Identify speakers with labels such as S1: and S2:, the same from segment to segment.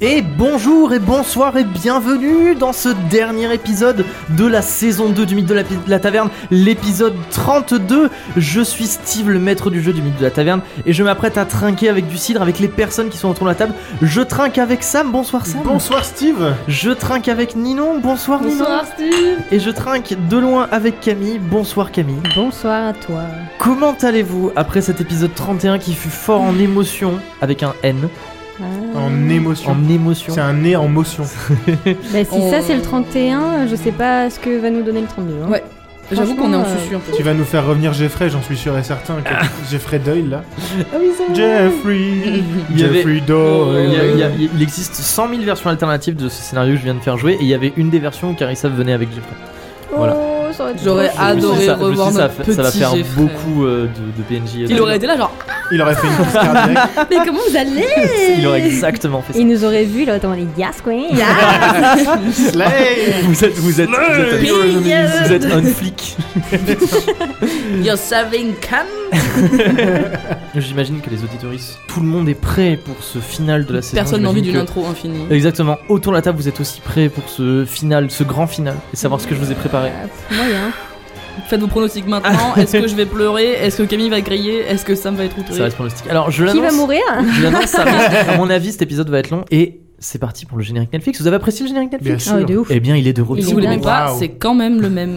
S1: Et bonjour et bonsoir et bienvenue dans ce dernier épisode de la saison 2 du Mythe de la Taverne, l'épisode 32. Je suis Steve, le maître du jeu du Mythe de la Taverne, et je m'apprête à trinquer avec du cidre avec les personnes qui sont autour de la table. Je trinque avec Sam, bonsoir Sam.
S2: Bonsoir Steve.
S1: Je trinque avec Ninon, bonsoir Ninon.
S3: Bonsoir Steve.
S1: Et je trinque de loin avec Camille, bonsoir Camille.
S3: Bonsoir à toi.
S1: Comment allez-vous après cet épisode 31 qui fut fort en émotion, avec un N?
S2: En émotion.
S1: En émotion.
S2: C'est un nez en motion.
S3: Bah si ça c'est le 31, je sais pas ce que va nous donner le 32. Hein.
S4: Ouais, j'avoue qu'on est en susu un peu.
S2: Tu vas nous faire revenir Jeffrey, j'en suis sûr et certain. Jeffrey Doyle là.
S1: Ah oui, c'est vrai.
S2: Jeffrey.
S1: Il y avait-
S2: Jeffrey Doyle.
S1: Il existe 100 000 versions alternatives de ce scénario que je viens de faire jouer, et il y avait une des versions où Carissa venait avec Jeffrey. Voilà.
S3: Oh, ça aurait été
S4: J'aurais
S3: trop chou.
S4: adoré
S1: Ça-
S4: revoir
S1: ça,
S4: notre
S1: ça va
S4: petit
S1: faire
S4: Jeffrey.
S1: beaucoup de PNJ.
S4: Il aurait été là genre
S2: Il aurait fait une crise cardiaque.
S3: Mais comment vous allez?
S1: Il aurait exactement fait ça.
S3: Il nous aurait vu là, autant dit yes quoi.
S2: Slay.
S1: Vous êtes un flic.
S4: You're saving can.
S1: J'imagine que les auditoristes, tout le monde est prêt pour ce final de la saison.
S4: Personne n'a envie
S1: J'imagine
S4: d'une
S1: que-
S4: intro infinie.
S1: Exactement. Autour de la table, vous êtes aussi prêts pour ce final, ce grand final, et savoir ce que je vous ai préparé.
S3: Moyen.
S4: Faites vos pronostics maintenant. Est-ce que je vais pleurer? Est-ce que Camille va griller? Est-ce que Sam va être
S1: Ça
S4: outré?
S1: reste pronostic. Alors, je
S3: Qui va
S1: l'annonce.
S3: mourir?
S1: Je l'annonce, ça risque- à mon avis, cet épisode va être long, et c'est parti pour le générique Netflix. Vous avez apprécié le générique
S2: Bien
S1: Netflix?
S2: sûr.
S3: Ah oui, de ouf.
S1: Eh bien, il est de
S4: Et
S1: retour.
S4: si vous l'aimez
S3: dingue.
S4: pas,
S2: Waouh.
S4: c'est quand même le même.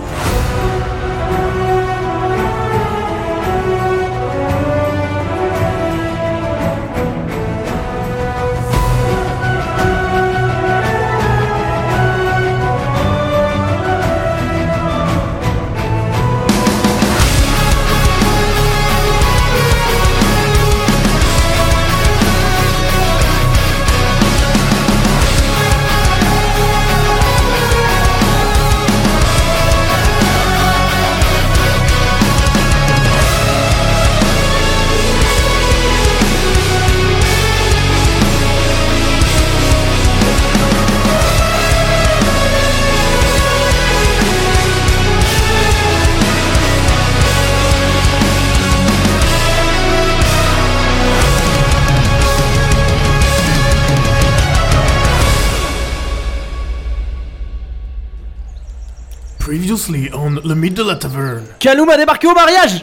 S2: Previously on le Mythe de la Taverne.
S1: Kaloum a débarqué au mariage.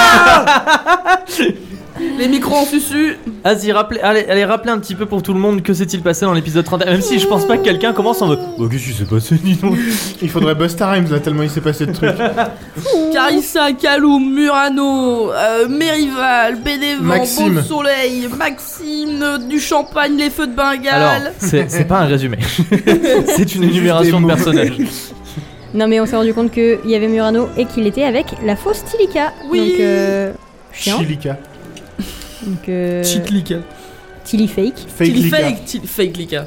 S4: Les micros en susu.
S1: Vas-y, allez, rappelez un petit peu pour tout le monde que s'est-il passé dans l'épisode 31. Même si je pense pas que quelqu'un commence en mode oh, qu'est-ce qui s'est passé, dis donc.
S2: Il faudrait Busta Rhymes là tellement il s'est passé de trucs.
S4: Carissa, Kaloum, Murano, Mérival, Bénévent,
S2: Maxime.
S4: Beau Soleil, Maxime, du Champagne, les feux de Bengale.
S1: Alors, c'est pas un résumé. C'est une énumération de
S2: mots.
S1: personnages.
S3: Non mais on s'est rendu compte qu'il y avait Murano et qu'il était avec la fausse Tilika.
S4: Oui.
S3: Donc chiant.
S2: Chilika.
S3: Donc
S4: Chitlika.
S3: Tilly fake.
S2: Fake Lika.
S4: Fake Lika.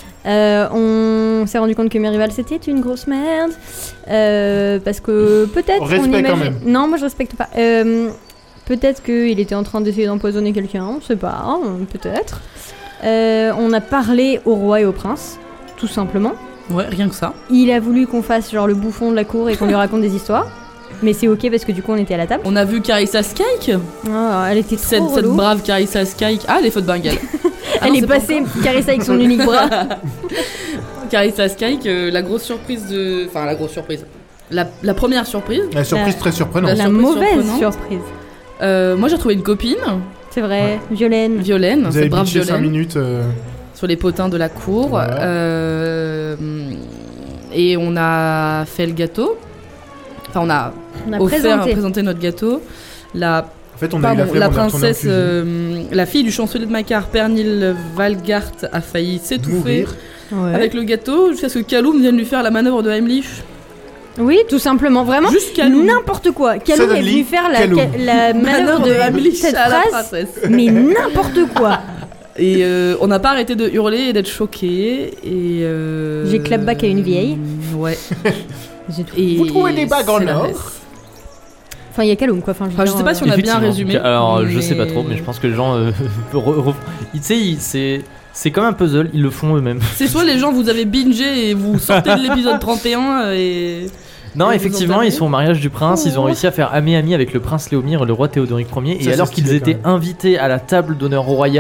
S3: On s'est rendu compte que Merival c'était une grosse merde parce que peut-être
S2: Respect quand même.
S3: Non, moi je respecte pas. Peut-être qu'il était en train d'essayer d'empoisonner quelqu'un, on sait pas, hein, peut-être. On a parlé au roi et au prince, tout simplement.
S4: Ouais, rien que ça.
S3: Il a voulu qu'on fasse genre le bouffon de la cour et qu'on lui raconte des histoires. Mais c'est ok parce que du coup on était à la table.
S4: On a vu Carissa Skyke.
S3: Ah, elle était trop
S4: Cette
S3: relou.
S4: brave Carissa Skyke. Ah, les feux de Bengale. Ah
S3: Elle
S4: non,
S3: est
S4: c'est pas
S3: passée Carissa avec son unique bras.
S4: Carissa Skyke, la grosse surprise de. Enfin, la grosse surprise. La première surprise.
S2: La surprise très surprenante.
S4: La
S3: La
S4: surprise
S3: mauvaise
S4: surprenante.
S3: surprise.
S4: Moi, j'ai trouvé une copine,
S3: C'est vrai, Violaine.
S4: Violaine,
S2: Vous avez
S4: cette brave
S2: bitché 5
S4: Violaine,
S2: minutes.
S4: sur les potins de la cour.
S2: Voilà.
S4: Et on a fait le gâteau. Enfin, on a
S3: On a
S4: présenté notre gâteau. La
S2: En fait, on a eu la flemme,
S4: la
S2: on est retourné en
S4: princesse,
S2: cuisine.
S4: la fille du chancelier de Macar, Pernil Valgart, a failli s'étouffer
S2: Mourir.
S3: Ouais.
S4: avec le gâteau jusqu'à ce que Kaloum vienne lui faire la manœuvre de Heimlich.
S3: Oui, tout simplement, vraiment.
S4: Juste Kaloum.
S3: N'importe quoi. Kaloum est
S2: Suddenly,
S3: venu faire
S2: Kaloum.
S3: la manœuvre de
S4: Heimlich
S3: cette
S4: à la
S3: phrase,
S4: princesse.
S3: mais n'importe quoi.
S4: Et on n'a pas arrêté de hurler et d'être choqués. Et
S3: J'ai clapback à une vieille.
S4: Ouais.
S3: J'ai tout.
S4: Et
S2: Vous trouvez des bagues en
S4: c'est la
S2: or
S4: reste.
S3: Enfin, il y a Kaloum quoi. Enfin,
S4: Enfin, je sais pas si on a bien
S1: Effectivement.
S4: résumé.
S1: Alors, je
S4: mais-
S1: sais pas trop, mais je pense que les gens. Tu sais, c'est comme un puzzle, ils le font eux-mêmes.
S4: C'est soit les gens vous avez bingé et vous sortez de l'épisode 31 et.
S1: Non,
S4: Et
S1: effectivement,
S4: vous
S1: ils
S4: entendez
S1: sont au mariage du prince, ils ont réussi à faire ami-ami avec le prince Léomir et le roi Théodoric Ier.
S2: Ça,
S1: Et alors
S2: c'est
S1: qu'ils
S2: stylé,
S1: étaient
S2: quand même.
S1: invités à la table d'honneur royale,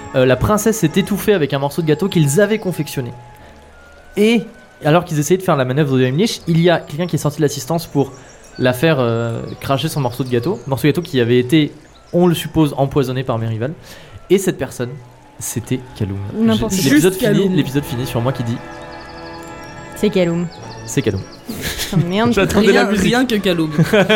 S1: la princesse s'est étouffée avec un morceau de gâteau qu'ils avaient confectionné. Et alors qu'ils essayaient de faire la manœuvre de Heimlich, il y a quelqu'un qui est sorti de l'assistance pour la faire cracher son morceau de gâteau qui avait été, on le suppose, empoisonné par mes rivales. Et cette personne, c'était Kaloum.
S3: N'importe quoi.
S1: L'épisode finit sur moi qui dit
S3: C'est Kaloum.
S1: c'est Kaloum.
S3: Putain, merde.
S1: J'attendais la musique.
S4: Rien que Kaloum.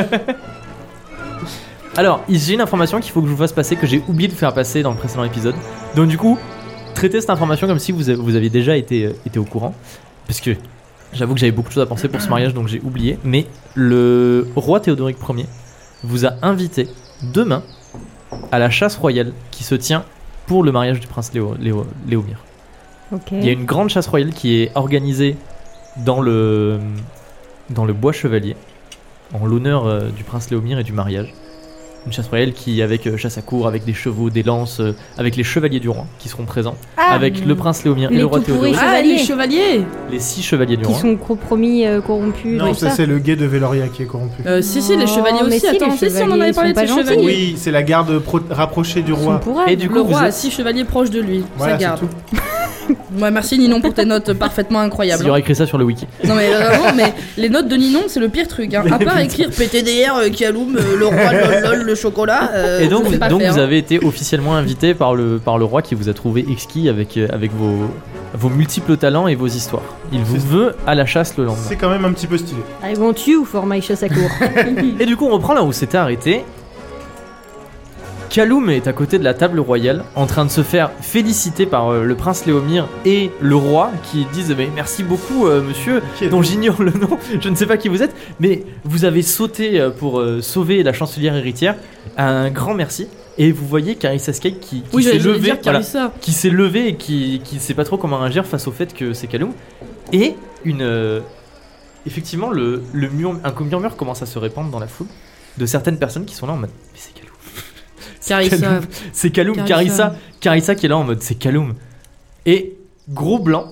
S1: Alors, j'ai une information qu'il faut que je vous fasse passer, que j'ai oublié de faire passer dans le précédent épisode. Donc du coup, traitez cette information comme si vous aviez déjà été au courant. Parce que j'avoue que j'avais beaucoup de choses à penser pour ce mariage, donc j'ai oublié. Mais le roi Théodoric Ier vous a invité demain à la chasse royale qui se tient pour le mariage du prince Léomir.
S3: Ok.
S1: Il y a une grande chasse royale qui est organisée dans le bois chevalier en l'honneur du prince Léomir et du mariage. Une chasse royale qui, avec chasse à court, avec des chevaux, des lances, avec les chevaliers du roi qui seront présents, avec le prince Léomir et
S3: les
S1: le roi
S3: tout pourris.
S1: Théodoric,
S4: Ah, les chevaliers.
S1: les 6 chevaliers du
S3: Qui
S1: roi.
S3: sont compromis, corrompus.
S2: Non,
S3: tout
S2: ça
S3: ça.
S2: c'est le guet de Veloria qui est corrompu.
S4: Si, les chevaliers
S3: mais
S4: aussi.
S3: si, les
S4: Attends, si, on en
S3: chevaliers,
S4: avait parlé
S3: ils
S4: de
S3: sont
S4: ces
S3: pas
S4: chevaliers.
S2: Oui, c'est la garde rapprochée du
S3: Ils sont
S2: roi.
S3: pour elle.
S1: Et du coup,
S4: Le
S1: vous
S4: roi a
S1: êtes...
S4: 6 chevaliers proches de lui.
S2: Voilà,
S4: Ça
S2: c'est
S4: garde.
S2: tout.
S4: Ouais, merci Ninon pour tes notes parfaitement incroyables.
S1: Il y aurait écrit ça sur le wiki.
S4: Non mais vraiment, mais les notes de Ninon c'est le pire truc. Hein. À part écrire PTDR, Kaloum, le roi, lol, le chocolat.
S1: Et donc,
S4: je sais pas
S1: donc
S4: faire.
S1: vous avez été officiellement invité par le roi qui vous a trouvé exquis avec vos multiples talents et vos histoires. Il vous veut à la chasse le lendemain.
S2: C'est quand même un petit peu stylé.
S3: I want you for my chasse à court.
S1: Et du coup, on reprend là où c'était arrêté. Kaloum est à côté de la table royale en train de se faire féliciter par le prince Léomir et le roi qui disent mais merci beaucoup monsieur
S2: Qui est
S1: dont
S2: le-
S1: j'ignore le nom, je ne sais pas qui vous êtes, mais vous avez sauté pour sauver la chancelière héritière. Un grand merci. Et vous voyez Carissa Sky qui
S4: Oui,
S1: s'est
S4: j'allais
S1: levé,
S4: dire
S1: voilà,
S4: Carissa.
S1: qui s'est levé et qui sait pas trop comment réagir face au fait que c'est Kaloum. Et effectivement un murmure commence à se répandre dans la foule de certaines personnes qui sont là en mode mais c'est Kaloum.
S4: Carissa.
S1: C'est Kaloum, Carissa qui est là en mode c'est Kaloum. Et gros blanc.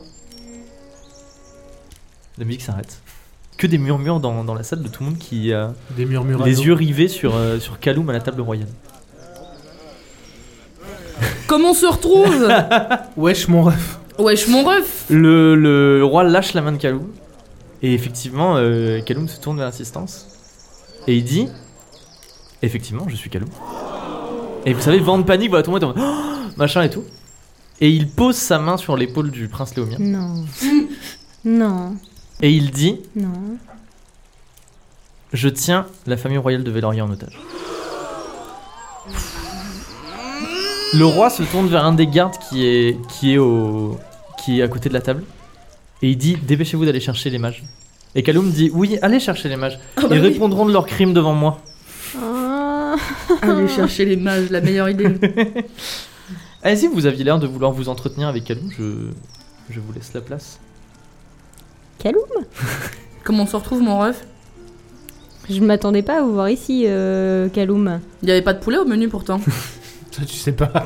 S1: La musique s'arrête. Que des murmures dans la salle de tout le monde qui a
S2: Des murmures.
S1: les yeux rivés sur Kaloum à la table royale.
S4: Comment on se retrouve?
S2: Wesh mon ref.
S4: Wesh mon ref.
S1: Le roi lâche la main de Kaloum. Et effectivement, Kaloum se tourne vers l'assistance. Et il dit effectivement, je suis Kaloum. Et vous savez, vent de panique, voilà, tout le monde est en mode, oh machin et tout. Et il pose sa main sur l'épaule du prince Léomir.
S3: Non. Non.
S1: Et il dit
S3: Non.
S1: je tiens la famille royale de Veloria en otage. Le roi se tourne vers un des gardes qui est à côté de la table. Et il dit dépêchez-vous d'aller chercher les mages. Et Kaloum dit oui, allez chercher les mages.
S4: Ah bah
S1: Ils
S4: oui.
S1: répondront de leurs crimes devant moi.
S3: Ah.
S4: Allez chercher les mages, la meilleure idée.
S1: Allez-y, vous aviez l'air de vouloir vous entretenir avec Kaloum, je vous laisse la place.
S3: Kaloum.
S4: Comment on se retrouve mon ref?
S3: Je m'attendais pas à vous voir ici, Kaloum.
S4: Il y avait pas de poulet au menu pourtant.
S2: Ça tu sais pas.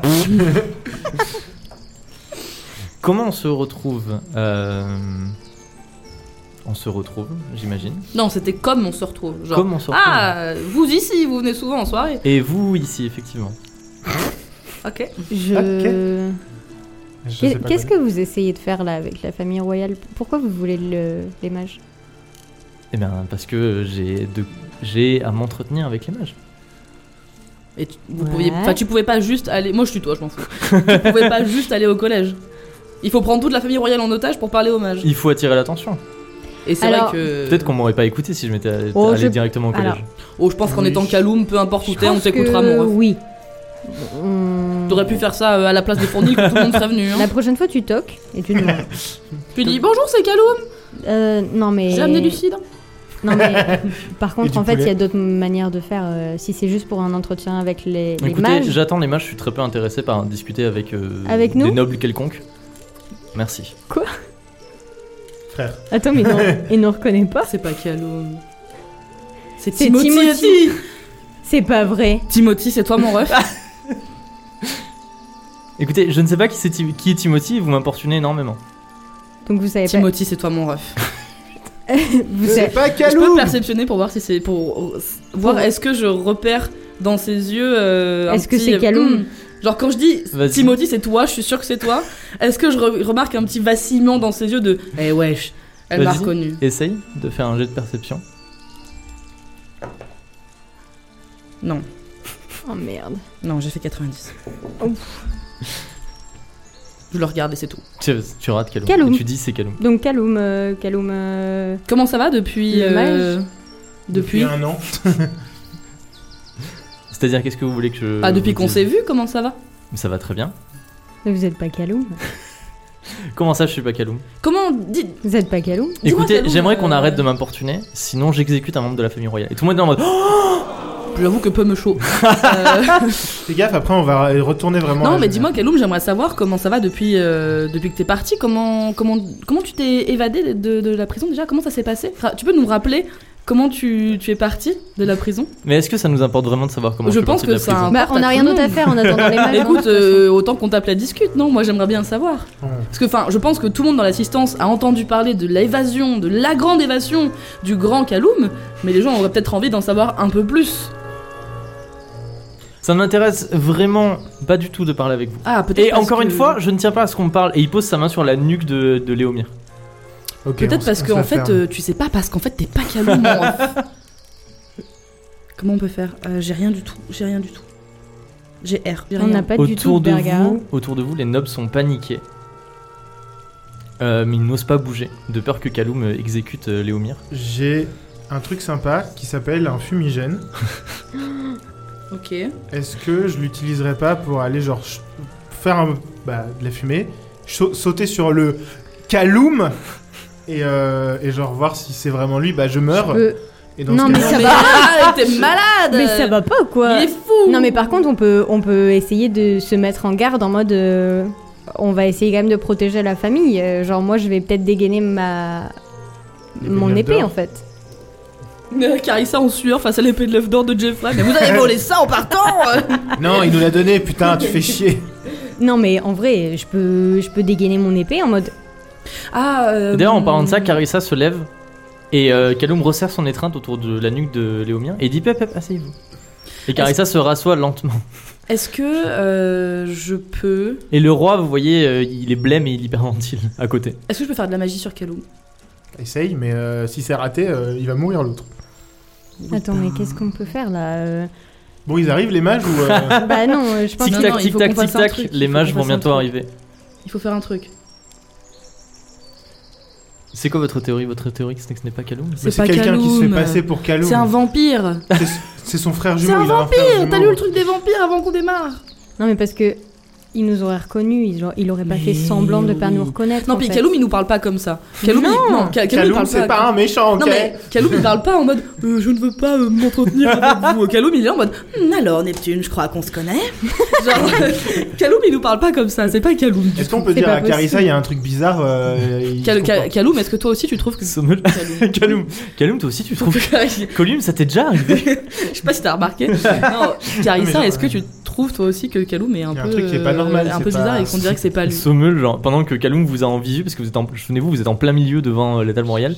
S1: Comment on se retrouve On se retrouve, j'imagine.
S4: Non, c'était comme on se retrouve. Genre.
S1: Comment on se retrouve
S4: Ah, vous ici, vous venez souvent en soirée.
S1: Et vous ici, effectivement.
S4: Ok.
S3: Je.
S2: Je sais pas
S3: Qu'est-ce
S2: quoi
S3: que vous essayez de faire là avec la famille royale? Pourquoi vous voulez les mages?
S1: Eh bien, parce que j'ai à m'entretenir avec les mages.
S4: Et vous
S3: Ouais.
S4: pouviez, enfin, tu pouvais pas juste aller. Moi, je suis toi, je m'en fous. Tu pouvais pas juste aller au collège. Il faut prendre toute la famille royale en otage pour parler aux mages.
S1: Il faut attirer l'attention.
S4: Et c'est
S3: Alors,
S4: vrai que.
S1: Peut-être qu'on m'aurait pas écouté si je m'étais allé
S3: Oh, je-
S1: directement au collège.
S3: Alors,
S4: Oh, je pense qu'en
S2: Oui.
S4: étant Kaloum, peu importe où
S3: je
S4: t'es, on
S3: pense
S4: t'écoutera,
S3: que
S4: mon ref.
S3: Oui.
S4: T'aurais pu faire ça à la place des fournis que tout le monde serait venu. Hein.
S3: La prochaine fois, tu toques et tu demandes.
S4: Tu dis bonjour, c'est Kaloum.
S3: Non mais.
S4: J'ai amené du cidre.
S3: Non mais. Par
S2: Et
S3: contre,
S2: du
S3: en fait, il y
S2: poulet.
S3: a d'autres manières de faire. Si c'est juste pour un entretien avec les
S1: Écoutez,
S3: mages.
S1: j'attends les mages, je suis très peu intéressé par discuter avec,
S3: Avec nous
S1: des nobles quelconques. Merci.
S2: Frère.
S3: Attends, mais non, il ne reconnaît pas.
S4: C'est pas Kaloum. C'est
S3: C'est
S4: Timothy.
S3: Timothy. C'est pas vrai.
S4: Timothy, c'est toi mon ref.
S1: Écoutez, je ne sais pas qui est Timothy, vous m'importunez énormément.
S3: Donc vous savez
S4: Timothy, c'est toi mon ref.
S3: pas. Vous
S2: C'est
S3: savez...
S2: pas
S4: Je peux
S2: Kaloum.
S4: perceptionner pour voir si c'est voir est-ce que je repère dans ses yeux.
S3: Est-ce que c'est Kaloum
S4: Genre quand je dis
S1: Vas-y.
S4: Timothy c'est toi, je suis sûre que c'est toi. Est-ce que je remarque un petit vacillement dans ses yeux de eh wesh, elle m'a
S1: Vas-y.
S4: reconnu.
S1: Essaye de faire un jet de perception.
S4: Non,
S3: Oh merde.
S4: non, j'ai fait 90.
S3: Ouf.
S4: Je le regarde et c'est tout.
S1: Tu rates Kaloum.
S3: Kaloum.
S1: Et tu dis c'est Kaloum.
S3: Donc Kaloum,
S4: Comment ça va depuis
S3: Le mage.
S4: depuis
S2: un an.
S1: C'est-à-dire qu'est-ce que vous voulez que je...
S4: Ah depuis
S1: vous
S4: qu'on
S1: dise
S4: s'est vu, comment ça va?
S1: Ça va très bien.
S3: vous êtes pas Kaloum.
S1: Comment ça je suis pas Kaloum?
S4: Comment dis
S3: Vous êtes pas Kaloum.
S4: Dis-moi,
S1: Écoutez,
S4: Kaloum,
S1: j'aimerais qu'on arrête de m'importuner, sinon j'exécute un membre de la famille royale. Et tout le monde est en mode
S4: J'avoue que peu me chaud.
S2: Fais gaffe, après on va retourner vraiment.
S4: Non
S2: à
S4: mais
S2: la
S4: dis-moi Kaloum, j'aimerais savoir comment ça va depuis que t'es parti. Comment tu t'es évadé de la prison déjà? Comment ça s'est passé? Enfin, tu peux nous rappeler comment tu es parti de la prison?
S1: Mais est-ce que ça nous importe vraiment de savoir comment
S4: Je
S1: je suis
S4: pense
S1: parti de
S4: que
S1: la
S4: ça
S1: prison?
S3: Bah, on a
S4: à
S3: rien
S4: tout le
S3: d'autre à
S4: monde.
S3: faire en attendant les mages.
S4: Écoute, autant qu'on tape la discute, non? Moi j'aimerais bien savoir.
S2: Oh.
S4: Parce que enfin, je pense que tout le monde dans l'assistance a entendu parler de l'évasion, de la grande évasion du grand Kaloum, mais les gens auraient peut-être envie d'en savoir un peu plus.
S1: Ça ne m'intéresse vraiment pas du tout de parler avec vous.
S4: Ah, peut-être
S1: Et
S4: parce
S1: encore
S4: que-
S1: une fois, je ne tiens pas à ce qu'on me parle. Et il pose sa main sur la nuque de Léomir.
S2: Ok,
S4: Peut-être parce
S2: on
S4: que
S2: se
S4: en
S2: la
S4: fait,
S2: ferme.
S4: tu sais pas, parce qu'en fait t'es pas Kaloum en off. Comment on peut faire? J'ai rien du tout, j'ai rien du tout. J'ai R, j'ai
S3: On
S4: rien.
S3: n'a pas du tout
S1: Autour
S3: de
S1: de
S3: Bergara.
S1: autour de vous, les nobles sont paniqués. Mais ils n'osent pas bouger, de peur que Kaloum exécute Léomir.
S2: J'ai un truc sympa qui s'appelle un fumigène.
S4: Ok.
S2: Est-ce que je l'utiliserais pas pour aller genre faire de la fumée, sauter sur le Kaloum et genre voir si c'est vraiment lui, bah je meurs. Et dans
S3: Non,
S2: ce
S3: mais
S2: cas-là-
S3: ça
S4: Mais
S3: va.
S4: t'es malade!
S3: Mais ça va pas ou quoi?
S4: Il est fou!
S3: Non mais par contre on peut essayer de se mettre en garde en mode on va essayer quand même de protéger la famille. Genre moi je vais peut-être dégainer
S2: Les
S3: mon
S2: baignades
S3: épée
S2: d'or.
S3: en fait.
S4: Carissa en sueur face à l'épée de l'œuf d'or de Jeffrey. Mais vous avez volé ça en partant!
S2: Non, il nous l'a donné, putain, tu fais chier.
S3: Non mais en vrai je peux dégainer mon épée en mode
S4: Ah,
S1: D'ailleurs, en parlant de ça, Carissa se lève et Kaloum resserre son étreinte autour de la nuque de Léomir et dit Pep, asseyez-vous. Et Carissa se rassoit lentement.
S4: Est-ce que je peux.
S1: Et le roi, vous voyez, il est blême et il hyperventile à côté.
S4: Est-ce que je peux faire de la magie sur Kaloum?
S2: Essaye, mais si c'est raté, il va mourir l'autre.
S3: attends mais qu'est-ce qu'on peut faire là
S2: Bon, ils arrivent les mages ou
S3: Bah non je pense
S1: Tic
S4: non,
S1: tac,
S4: non, il
S1: tic
S4: faut
S1: tac,
S4: qu'on fasse
S1: tic
S4: un
S1: tac,
S4: truc,
S1: les
S4: il faut
S1: mages
S4: qu'on
S1: vont
S4: fasse un
S1: bientôt
S4: truc.
S1: arriver.
S4: Il faut faire un truc.
S1: C'est quoi votre théorie? Votre théorie, c'est que ce n'est pas Kaloum?
S2: Mais
S4: C'est
S2: c'est
S4: pas
S2: quelqu'un qui se fait
S4: Kaloum.
S2: passer pour Kaloum.
S4: C'est un vampire!
S2: C'est son frère
S4: C'est
S2: jumeau.
S4: un
S2: il a frère
S4: vampire!
S2: jumeau.
S4: T'as lu le truc des vampires avant qu'on démarre?
S3: Non mais parce que il nous aurait reconnus, il aurait pas
S4: Mais
S3: fait semblant de pas
S4: oui.
S3: nous reconnaître.
S4: Non,
S3: en
S4: puis
S3: fait.
S4: Kaloum il nous parle pas comme ça. Kaloum,
S3: Non.
S4: Kaloum il
S2: Kaloum,
S4: parle
S2: c'est pas un méchant, ok?
S4: Non mais Kaloum il parle pas en mode je ne veux pas m'entretenir avec vous. Kaloum il est en mode alors Neptune, je crois qu'on se connaît. Genre Kaloum il nous parle pas comme ça, c'est pas Kaloum.
S2: Est-ce qu'on peut
S3: C'est
S2: dire
S3: pas
S2: à Carissa,
S3: possible.
S2: il y a un truc bizarre
S4: Kaloum, est-ce que toi aussi tu trouves que
S1: Sommel.
S4: Kaloum
S1: Kaloum, toi aussi tu trouves.
S4: Je
S1: Kaloum, ça t'est déjà arrivé?
S4: sais pas si t'as remarqué. Non, Carissa,
S2: genre,
S4: est-ce que tu trouves toi aussi que Kaloum est un
S2: Il y a
S4: peu
S2: un truc qui est pas normal,
S4: un
S2: c'est
S4: peu
S2: pas-
S4: bizarre et qu'on dirait que c'est pas lui.
S1: Sommel, genre, pendant que Kaloum vous a en visu, parce que vous êtes souvenez-vous, vous êtes en plein milieu devant l'étable royale,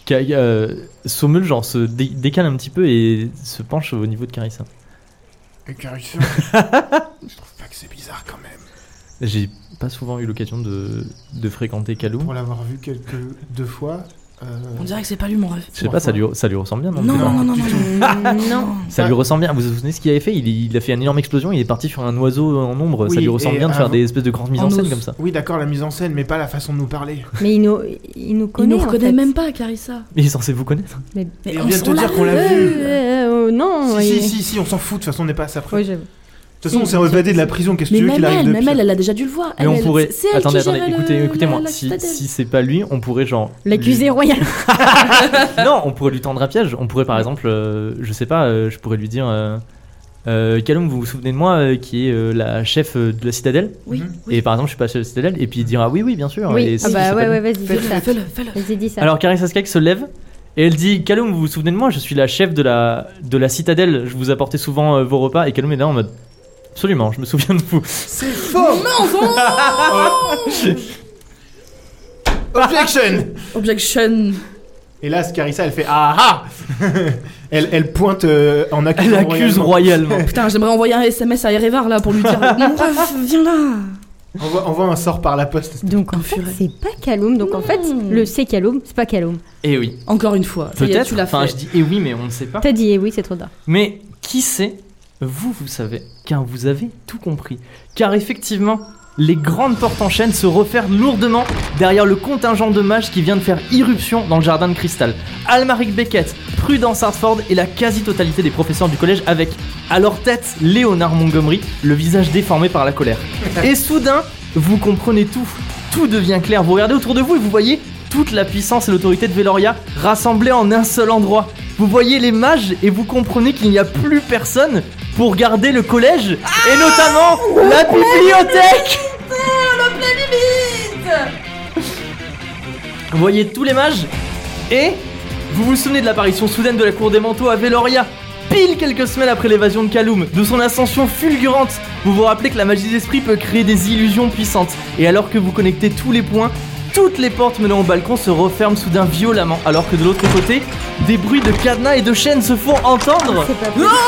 S1: Sommel, genre, se décale un petit peu et se penche au niveau de Carissa.
S2: Et Carissa, je trouve pas que c'est bizarre quand même.
S1: J'ai pas souvent eu l'occasion de fréquenter Kaloum.
S2: Pour l'avoir vu deux fois.
S4: On dirait que c'est pas lui mon rêve.
S1: Je sais pas, ça lui ressemble bien, non?
S4: Non, non, non, non,
S2: du
S4: non.
S2: tout.
S3: Non.
S1: Ça lui ressemble bien. Vous vous souvenez ce qu'il avait fait? Il a fait une énorme explosion, il est parti sur un oiseau en ombre. Ça
S2: Oui,
S1: lui ressemble
S2: et
S1: bien de faire
S2: avant-
S1: des espèces de grandes mises en
S4: En
S1: scène
S4: os.
S1: comme ça.
S2: Oui, d'accord, la mise en scène, mais pas la façon de nous parler.
S3: Mais il nous
S4: Il
S3: connaît.
S4: nous
S3: en
S4: reconnaît
S3: fait.
S4: même pas, Carissa.
S1: Mais il est censé vous connaître.
S3: Mais
S2: Et on vient de te dire qu'on l'a vu.
S3: non.
S2: Si, on s'en fout, de toute façon, on n'est pas assez après.
S3: Oui, j'avoue.
S2: De toute façon, on s'est évadé de la prison, qu'est-ce que
S4: Mais
S2: tu veux qu'il
S4: même
S2: arrive
S4: elle,
S2: depuis
S4: même elle a déjà dû le voir.
S1: Mais on pourrait.
S4: C'est elle
S1: Attendez,
S4: qui gérait
S1: écoutez-moi.
S4: la
S1: Si
S4: citadelle.
S1: c'est pas lui, on pourrait genre.
S3: L'accusé royal.
S1: Non, on pourrait lui tendre un piège. On pourrait par exemple, je sais pas, je pourrais lui dire Kaloum, vous vous souvenez de moi qui est la chef de la citadelle?
S4: Oui,
S2: Mhm.
S4: oui.
S1: Et par exemple, je suis pas chef de la citadelle. Et puis il dira oui, bien sûr. Et
S3: Oui.
S1: si,
S3: Ah bah
S1: c'est pas
S3: ouais,
S1: lui.
S3: vas-y, dis ça.
S4: Fais-le.
S3: Vas-y, dis ça.
S1: Alors Carissa Skag se lève et elle dit Kaloum, vous vous souvenez de moi? Je suis la chef de la citadelle. Je vous apportais souvent vos repas. Et Kaloum est là en mode absolument, je me souviens de vous.
S2: C'est faux.
S4: Non,
S2: Objection.
S4: Objection.
S2: Et là, Scarissa, elle fait ah ah. Elle pointe en accusant.
S1: Elle accuse royalement.
S4: Putain, j'aimerais envoyer un SMS à Erevar là pour lui dire mon ref, viens là.
S2: Envoie un sort par la poste.
S3: Donc en fait, c'est pas Kaloum. Donc en fait, c'est Kaloum, c'est pas Kaloum.
S1: Et oui.
S4: Encore une fois. Ça y est,
S1: Peut-être.
S4: tu l'as
S1: Enfin,
S4: fait.
S1: je dis et oui, mais on ne sait pas.
S3: T'as dit oui, c'est trop tard.
S1: Mais qui sait? Vous savez, car vous avez tout compris. Car effectivement, les grandes portes en chaîne se referment lourdement derrière le contingent de mages qui vient de faire irruption dans le jardin de cristal. Almaric Beckett, Prudence Hartford et la quasi-totalité des professeurs du collège avec, à leur tête, Léonard Montgomery, le visage déformé par la colère. Et soudain, vous comprenez tout. Tout devient clair. Vous regardez autour de vous et vous voyez toute la puissance et l'autorité de Veloria rassemblées en un seul endroit. Vous voyez les mages et vous comprenez qu'il n'y a plus personne pour garder le collège et notamment la bibliothèque. Vous voyez tous les mages et vous vous souvenez de l'apparition soudaine de la cour des manteaux à Veloria, pile quelques semaines après l'évasion de Kaloum, de son ascension fulgurante. Vous vous rappelez que la magie d'esprit peut créer des illusions puissantes. Et alors que vous connectez tous les points, toutes les portes menant au balcon se referment soudain violemment, alors que de l'autre côté, des bruits de cadenas et de chaînes se font entendre.
S3: C'est pas possible.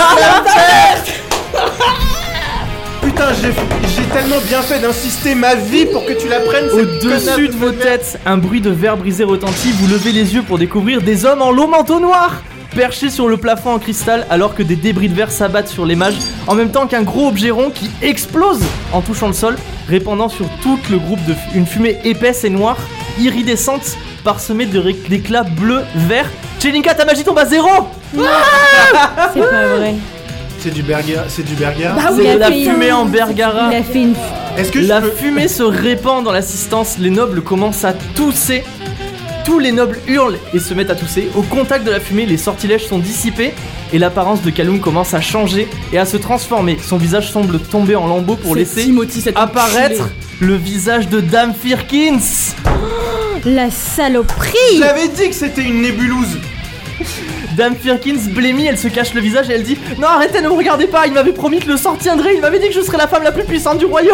S2: Putain, j'ai tellement bien fait d'insister ma vie pour que tu la prennes. cette
S1: Au-dessus
S2: connasse
S1: de vos
S2: merde.
S1: têtes, un bruit de verre brisé retentit, vous levez les yeux pour découvrir des hommes en long manteau noir perchés sur le plafond en cristal alors que des débris de verre s'abattent sur les mages en même temps qu'un gros objet rond qui explose en touchant le sol, répandant sur tout le groupe une fumée épaisse et noire, iridescente, parsemée d'éclats bleus, verts. Chelinka, ta magie tombe à 0.
S3: C'est pas vrai.
S2: C'est du Bergara.
S4: Bah oui,
S1: C'est
S3: il
S1: de
S3: a
S1: la
S3: fait
S1: fumée
S3: un-
S1: en Bergara.
S3: Il a fait une.
S2: Est-ce que je
S1: La
S2: peux...
S1: fumée se répand dans l'assistance, les nobles commencent à tousser. Tous les nobles hurlent et se mettent à tousser. Au contact de la fumée, les sortilèges sont dissipés et l'apparence de Kaloum commence à changer et à se transformer. Son visage semble tomber en lambeaux pour
S4: C'est
S1: laisser
S4: Timothy, cet
S1: apparaître
S4: enculé.
S1: le visage de Dame Firkins.
S3: La saloperie.
S2: J'avais dit que c'était une nébulouse.
S1: Dame Firkins blêmit, elle se cache le visage et elle dit « Non, arrêtez, ne me regardez pas, il m'avait promis que le sort tiendrait, il m'avait dit que je serais la femme la plus puissante du royaume !»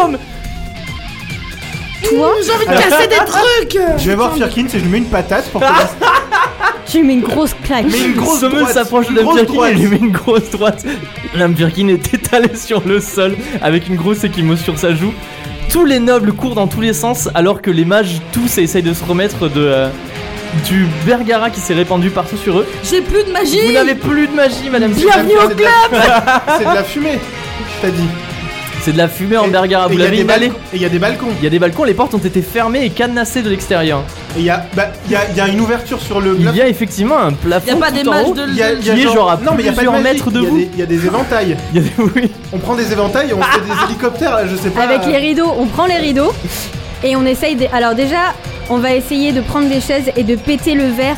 S3: Toi,
S4: J'ai envie de casser des trucs.
S2: Je vais voir Firkins et je lui mets une patate pour que
S3: tu lui mets une grosse claque.
S2: Mais une grosse
S1: Sommel
S2: droite,
S1: s'approche de
S2: une
S1: Dame
S2: grosse
S1: Firkin et
S2: droite.
S1: lui met une grosse droite. Dame Firkin est étalée sur le sol avec une grosse échymose sur sa joue. Tous les nobles courent dans tous les sens alors que les mages tous essayent de se remettre du Bergara qui s'est répandu partout sur eux.
S4: J'ai plus de magie.
S1: Vous n'avez plus de magie, madame.
S3: Bienvenue au
S2: club. C'est de la fumée, t'as dit.
S1: C'est de la fumée en
S2: Et-
S1: Bergara,
S2: et
S1: vous
S2: il y a
S1: l'avez
S2: des
S1: inhalé.
S2: balcons- Et il y a des balcons.
S1: Il y a des balcons, les portes ont été fermées et cadenassées de l'extérieur.
S2: Et il y a une ouverture sur le
S1: Il
S2: plafond.
S1: y a effectivement un plafond
S4: Y a pas
S1: tout
S4: des
S1: en
S4: mages
S1: haut.
S4: de
S2: Il y a
S1: qui est genre à
S2: non, mais il y a pas de
S1: plusieurs
S2: magie.
S1: mètres de
S2: Il y a
S1: vous.
S2: Il y a des éventails.
S1: Il y a des... Oui.
S2: On prend des éventails et on fait des hélicoptères là, je sais pas.
S3: Avec les rideaux, on prend les rideaux et on essaye de. Alors déjà, on va essayer de prendre des chaises et de péter le verre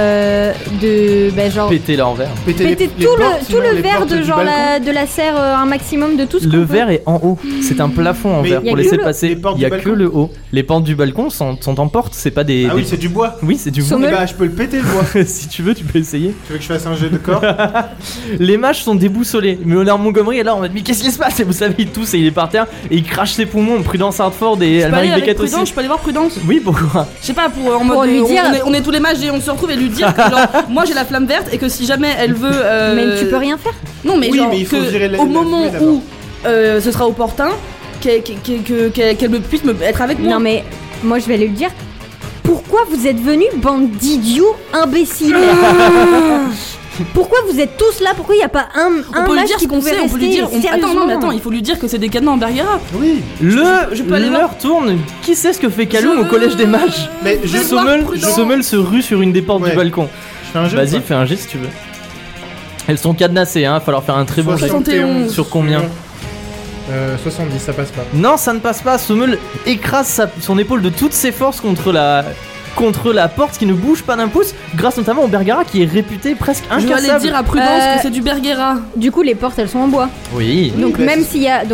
S3: de. Bah, genre.
S1: Péter l'envers.
S2: Péter les-
S3: Péter
S2: les
S3: tout
S2: portes,
S3: le
S2: sinon les
S3: verre
S2: portes
S3: de
S2: du
S3: genre
S2: balcon.
S3: de la serre un maximum de tout ce
S1: Le
S3: qu'on peut.
S1: verre est en haut, c'est un plafond en
S2: Mais
S1: verre
S3: y a
S1: pour
S3: que
S1: laisser
S3: le-
S1: passer.
S2: les portes
S1: Il y a
S2: du
S1: que
S2: balcon.
S1: le haut. Les portes du balcon sont en porte, c'est pas des.
S2: Ah oui,
S1: des-
S2: c'est du bois.
S1: Oui, c'est du bois.
S3: Sommel.
S2: Eh bah, je peux le péter le bois.
S1: Si tu veux, tu peux essayer.
S2: Tu veux que je fasse un jet de corps?
S1: Les mages sont déboussolés. Mais Léonard Montgomery est là en mode mais qu'est-ce qui se passe? Et vous savez, il tousse et il est par terre et il crache ses poumons. Prudence Hartford et
S4: Je peux aller
S1: Almaric
S4: avec
S1: Beckett
S4: Prudence,
S1: aussi.
S4: je peux aller voir Prudence.
S1: Oui, pourquoi?
S4: Je sais pas, pour en
S3: Pour
S4: mode
S3: lui dire-
S4: on est tous les mages et on se retrouve et lui dire que genre moi j'ai la flamme verte et que si jamais elle veut
S3: Mais tu peux rien faire.
S4: Non mais
S2: Oui,
S4: genre
S2: mais il faut
S4: que
S2: virer la-
S4: au
S2: la
S4: moment
S2: fumée d'abord.
S4: où ce sera opportun qu'elle puisse être avec moi.
S3: Non mais moi je vais lui dire. Pourquoi vous êtes venus, bande d'idiots imbéciles? Pourquoi vous êtes tous là? Pourquoi il n'y a pas un
S4: on peut lui
S3: mage
S4: dire
S3: qui
S4: ce qu'on
S3: pouvait
S4: sait, on peut lui
S3: rester?
S4: dire attends non mais
S3: Sérieusement.
S4: attends, il faut lui dire que c'est des cadenas en Bergara.
S2: Oui.
S4: je peux aller voir.
S1: L'heure tourne. Qui sait ce que fait Kaloum au collège des mages?
S2: Mais je
S4: vais voir Prudence.
S1: Sommel se rue sur une des portes
S2: Ouais.
S1: du balcon.
S2: Je fais un jet.
S1: Vas-y,
S2: ou
S1: fais un jet si tu veux. Elles sont cadenassées, hein. Falloir faire un très bon jet.
S4: 71.
S1: Sur combien?
S2: 70, ça passe pas.
S1: Non, ça ne passe pas. Sommel écrase son épaule de toutes ses forces contre la porte qui ne bouge pas d'un pouce, grâce notamment au Bergara qui est réputé presque
S4: Je vais
S1: incassable.
S4: aller dire à Prudence
S3: Euh,
S4: que c'est du Bergara.
S3: Du coup les portes elles sont en bois.
S1: Oui.
S2: Oui,
S3: Donc
S2: bah,
S3: même
S2: c'est-
S3: s'il y a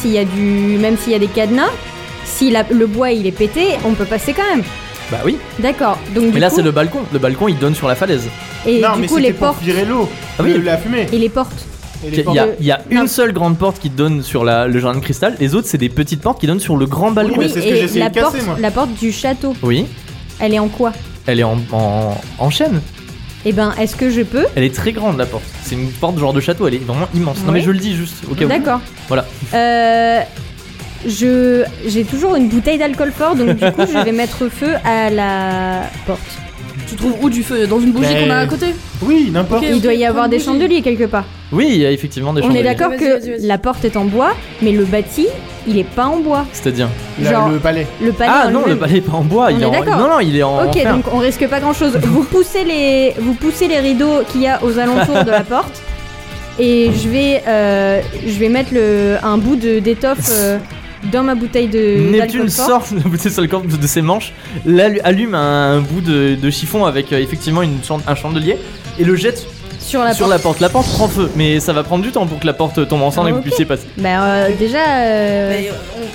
S3: des cadenas, si le bois il est pété, on peut passer quand même.
S1: Bah oui.
S3: D'accord. Donc
S1: Mais
S3: du
S1: là
S3: coup,
S1: c'est le balcon. Le balcon il donne sur la falaise.
S3: et
S2: non,
S3: du
S2: mais
S3: coup
S2: c'était
S3: les
S2: pour
S3: portes
S2: virer l'eau.
S1: Ah oui.
S2: La fumée.
S3: et les portes.
S2: Et
S1: Il
S2: les portes.
S1: y a
S3: Non.
S1: une seule grande porte qui donne sur le jardin de cristal. Les autres c'est des petites portes qui donnent sur le grand balcon.
S2: mais c'est ce que
S3: et
S2: j'ai essayé
S3: la
S2: de casser,
S3: porte,
S2: moi.
S3: la porte du château,
S1: Oui.
S3: elle est en quoi?
S1: elle est en chêne.
S3: Eh ben, est-ce que je peux?
S1: Elle est très grande la porte. C'est une porte genre de château, elle est vraiment immense. Non mais
S3: Ouais.
S1: je le dis juste au cas où.
S3: D'accord.
S1: Voilà.
S3: J'ai toujours une bouteille d'alcool fort, donc du coup, je vais mettre feu à la porte.
S4: Tu trouves où du feu? Dans une bougie
S2: Mais-
S4: qu'on a à côté?
S2: Oui, n'importe.
S4: Ok.
S3: Il doit y avoir des
S4: bougie.
S3: chandeliers quelque part.
S1: Oui, il y a effectivement des
S3: On est
S1: chandeliers.
S3: d'accord que
S4: Vas-y.
S3: la porte est en bois, mais le bâti, il est pas en bois.
S1: C'est-à-dire
S3: Genre-
S2: Le palais.
S3: Le palais
S1: Ah
S3: en
S1: non, le
S3: lui-même.
S1: palais est pas en bois,
S3: On
S1: il est
S3: est
S1: en
S3: d'accord.
S1: Non, il est en
S3: Ok,
S1: fer.
S3: donc on risque pas grand chose. Vous poussez les rideaux qu'il y a aux alentours de la porte. Et je vais mettre un bout d'étoffe dans ma bouteille
S1: Neptune
S3: d'alcool fort.
S1: sort de la bouteille sur le corps de ses manches, allume un bout de chiffon avec effectivement un chandelier et le jette
S3: Sur la
S1: sur
S3: porte.
S1: la porte. La porte prend feu, mais ça va prendre du temps pour que la porte tombe ensemble et que vous
S3: Ok.
S1: puissiez passer.
S3: Bah déjà...
S4: Mais,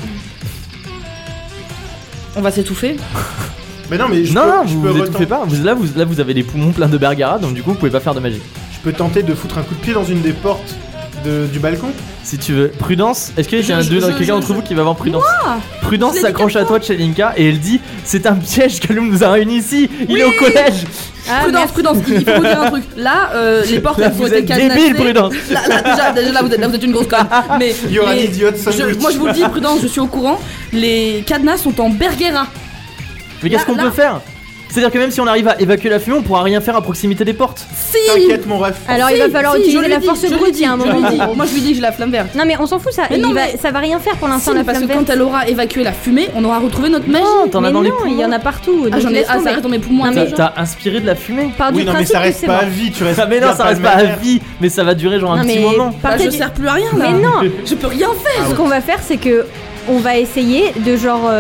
S4: on va s'étouffer.
S2: Mais non, mais je
S1: Non,
S2: peux,
S1: non,
S2: je
S1: vous
S2: peux
S1: vous étouffez
S2: retenter-
S1: pas. Là, vous avez les poumons pleins de bergara, donc du coup, vous pouvez pas faire de magie.
S2: Je peux tenter de foutre un coup de pied dans une des portes du balcon.
S1: Si tu veux. Prudence, est-ce qu'il y a quelqu'un d'entre vous qui va avoir Prudence? Prudence
S4: Je l'ai dit
S1: s'accroche à
S4: 4
S1: toi, Chelinka, et elle dit c'est un piège qu'Aloum nous a réunis ici. Il
S4: Oui.
S1: est au collège.
S3: Ah,
S4: Prudence,
S3: merci.
S4: prudence, il faut vous dire un truc. Là, les portes
S1: Là,
S4: elles ont
S1: vous
S4: été
S1: êtes
S4: cadenassées.
S1: débile, Prudence.
S4: Là, déjà là, vous êtes une grosse conne. Mais
S2: Il y aura
S4: les-
S2: l'idiot sandwich.
S4: moi je vous le dis, prudence, je suis au courant. Les cadenas sont en bergera.
S1: Mais qu'est-ce
S4: Là,
S1: qu'on
S4: là.
S1: peut faire? C'est-à-dire que même si on arrive à évacuer la fumée, on pourra rien faire à proximité des portes.
S4: Si.
S2: T'inquiète, mon ref.
S3: Alors il va falloir
S4: Si, je
S3: utiliser
S4: lui
S3: la
S4: dis,
S3: force
S4: je lui
S3: brute,
S4: dis,
S3: il y a un
S4: je lui
S3: moment.
S4: dis. Moi je lui dis que j'ai la flamme verte.
S3: Non mais on s'en fout ça,
S4: Mais non, mais-
S3: ça va rien faire pour l'instant
S4: Si,
S3: la
S4: mais parce que
S3: flamme verte.
S4: quand elle aura évacué la fumée, on aura retrouvé notre magie.
S1: Non, t'en as
S3: Mais
S1: dans les
S3: non, il y
S1: poumons.
S3: en a partout.
S4: Ah,
S3: donc
S4: j'en ai.
S3: laisse
S4: Ah, ça
S3: tomber.
S4: reste dans mes poumons.
S3: Non,
S4: à
S3: mais-
S4: toi,
S1: T'as inspiré de la fumée.
S3: Part
S2: Oui,
S3: du
S2: non, mais
S3: principe
S2: ça
S3: que
S2: reste
S3: c'est
S2: pas à
S3: bon.
S2: vie, tu restes.
S1: Ah mais non, ça reste pas à vie, mais ça va durer genre un
S3: Non,
S1: petit
S3: mais
S1: moment.
S4: Bah,
S3: partez
S4: je
S3: du-
S4: sers plus à rien là.
S3: Mais non,
S4: Je peux rien faire.
S3: ce qu'on va faire c'est que on va essayer de genre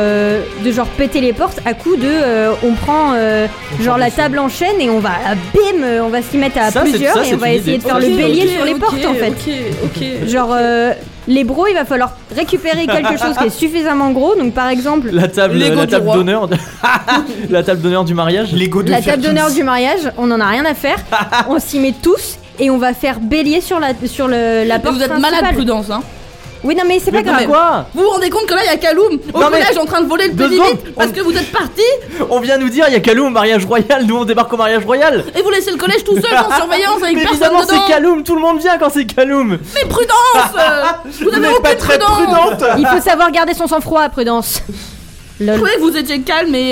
S3: péter les portes à coup de on prend genre la table en chaîne et on va bim on va s'y mettre à
S1: Ça, c'est-
S3: plusieurs
S1: ça,
S3: et
S1: c'est
S3: on va
S1: une
S3: essayer
S1: idée.
S3: de faire
S4: Ok,
S3: le bélier
S4: ok,
S3: sur les
S4: ok,
S3: portes en fait.
S4: Ok.
S3: Genre les bros il va falloir récupérer quelque chose qui est suffisamment gros donc par exemple
S1: La table
S4: Lego du roi.
S1: d'honneur. La table d'honneur du mariage.
S2: Lego de
S3: la table
S2: Firkins.
S3: d'honneur du mariage on en a rien à faire on s'y met tous et on va faire bélier sur la
S4: Et
S3: porte
S4: vous êtes
S3: principale.
S4: malade, prudence, hein.
S3: Oui non mais c'est pas
S1: Mais
S3: grave.
S1: quoi?
S4: Vous vous rendez compte que là, il y a Kaloum au
S1: Non, mais-
S4: collège en train de voler le
S1: 2
S4: pédiluve
S1: secondes,
S4: parce
S1: on-
S4: que vous êtes partis
S1: On vient nous dire il y a Kaloum au mariage royal, nous on débarque au mariage royal.
S4: et vous laissez le collège tout seul en surveillance avec
S1: Mais
S4: personne
S1: évidemment
S4: dedans.
S1: c'est Kaloum, tout le monde vient quand c'est Kaloum.
S4: Mais prudence Vous
S2: Vous
S4: avez
S2: n'êtes pas
S4: aucune
S2: très
S4: prudence.
S2: prudente.
S3: Il faut savoir garder son sang-froid Prudence.
S4: Je
S3: Lol.
S4: trouvais que vous étiez calme et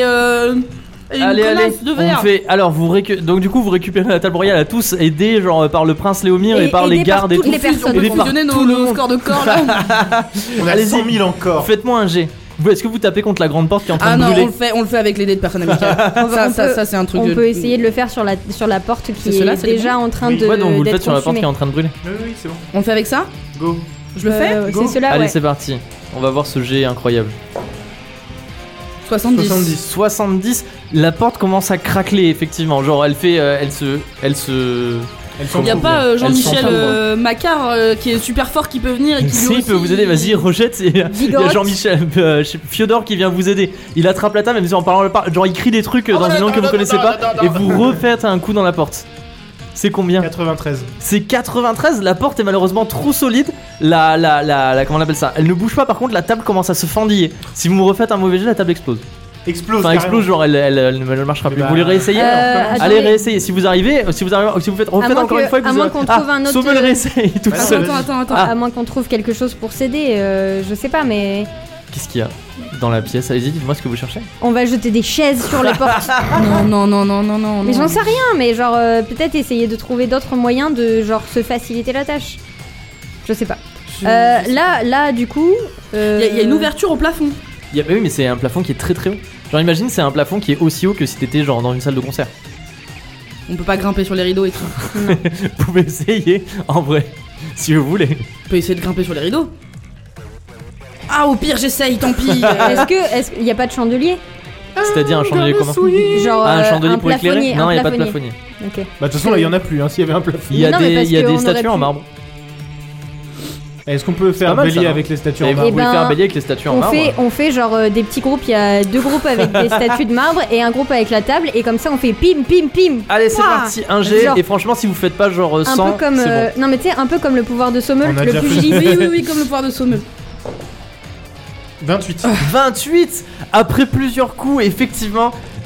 S4: une
S1: Allez,
S4: connasse de
S1: on
S4: verre.
S1: fait. Alors donc du coup vous récupérez la table royale à tous, aidés genre par le prince Léomir et, par les
S3: aidé par
S1: gardes et
S3: toutes
S1: tout.
S3: les personnes.
S4: On peut
S1: Aidé par
S4: fusionner
S1: tout le
S4: nos
S1: monde.
S4: scores de corps là.
S2: On a
S1: Allez-y.
S2: 100 000 encore.
S1: Faites-moi un jet. Est-ce que vous tapez contre la grande porte qui est en train
S4: Ah
S1: de
S4: non,
S1: brûler?
S4: on le fait avec les dés de personnes amicales. Ça c'est un truc.
S3: On
S4: de-
S3: peut essayer de le faire sur la porte
S4: C'est
S3: qui
S4: cela,
S3: est
S4: c'est les
S3: déjà en train
S2: Oui.
S3: de
S1: Ouais, donc vous le
S3: d'être
S1: faites sur la porte
S3: consumée.
S1: qui est en train de brûler.
S2: Oui, c'est bon.
S4: On le fait avec ça.
S2: Go.
S4: Je le fais.
S3: C'est cela
S1: Allez,
S3: ouais.
S1: c'est parti. On va voir ce jet incroyable.
S4: 70.
S1: 70. La porte commence à craqueler effectivement. Genre elle fait, elle se.
S2: Elles sont
S4: Y a
S2: trop
S4: pas
S2: bien.
S4: Jean-Michel
S1: Elles sont
S4: Macquart qui est super fort qui peut venir et qui lui
S1: Si, il peut
S4: aussi-
S1: vous aider, vas-y, rejette. Il y a
S3: Vigorote.
S1: Jean-Michel, Fiodor qui vient vous aider. Il attrape la table, mais en parlant, genre il crie des trucs dans une langue que vous connaissez pas, et vous refaites un coup dans la porte. C'est combien?
S2: 93.
S1: C'est 93, la porte est malheureusement trop solide. Comment on appelle ça? Elle ne bouge pas, par contre la table commence à se fendiller. Si vous me refaites un mauvais jet, la table explose.
S2: Explose.
S1: Enfin, explose, genre elle ne marchera plus.
S2: bah,
S1: Vous voulez réessayer?
S3: attendez.
S1: Allez, réessayez. Si vous faites, refaites
S3: moins
S1: encore
S3: que-
S1: une fois et que
S3: à
S1: vous
S3: moins qu'on trouve un autre-
S1: Sommel réessaye tout
S2: Bah,
S1: seul.
S4: Attends.
S1: Ah.
S3: À moins qu'on trouve quelque chose pour s'aider, je sais pas, mais
S1: Qu'est-ce qu'il y a dans la pièce? Allez-y, dites-moi ce que vous cherchez.
S3: on va jeter des chaises sur les portes.
S4: Non.
S3: Mais j'en sais rien, mais genre peut-être essayer de trouver d'autres moyens de genre se faciliter la tâche. Je sais pas. Là, du coup,
S4: Il y a une ouverture au plafond.
S1: Oui, mais c'est un plafond qui est très très haut. Genre, imagine, c'est un plafond qui est aussi haut que si t'étais genre dans une salle de concert.
S4: On peut pas grimper sur les rideaux et tout.
S1: Vous pouvez essayer, en vrai, si vous voulez.
S4: On peut essayer de grimper sur les rideaux. Ah, au pire, j'essaye, tant pis.
S3: est-ce qu'il y a pas de chandelier?
S1: C'est-à-dire un chandelier comment?
S3: Genre
S1: Ah, un chandelier pour
S3: plafonnier,
S1: éclairer? Non,
S3: un
S1: il n'y a pas de
S3: plafonnier.
S1: plafonnier.
S3: Ok.
S2: Bah, de toute façon, là, il y en a plus, hein, s'il y avait un plafond.
S1: Il y a
S3: Non, mais parce
S1: des
S3: qu'on aurait
S1: statues en
S3: pu-
S1: marbre.
S2: Est-ce qu'on peut
S1: pas
S2: faire
S1: mal,
S2: bélier
S1: ça, non
S2: avec les statues en
S1: Et vous
S2: marbre
S3: Eh
S1: pouvez
S3: ben,
S1: faire un bélier avec les statues en marbre.
S3: On fait genre des petits groupes, il y a 2 groupes avec des statues de marbre et un groupe avec la table et comme ça on fait pim pim pim.
S1: Allez, c'est
S3: Ouah.
S1: parti, un jet.
S3: Genre-
S1: Et franchement, si vous faites pas genre
S3: Un
S1: 100,
S3: peu comme
S1: c'est bon.
S3: non mais tu sais un peu comme le pouvoir de Sommel,
S2: On a
S3: le
S2: déjà fait.
S3: pugilisme.
S4: Oui, comme le pouvoir de Sommel.
S2: 28.
S1: 28. Après plusieurs coups, effectivement,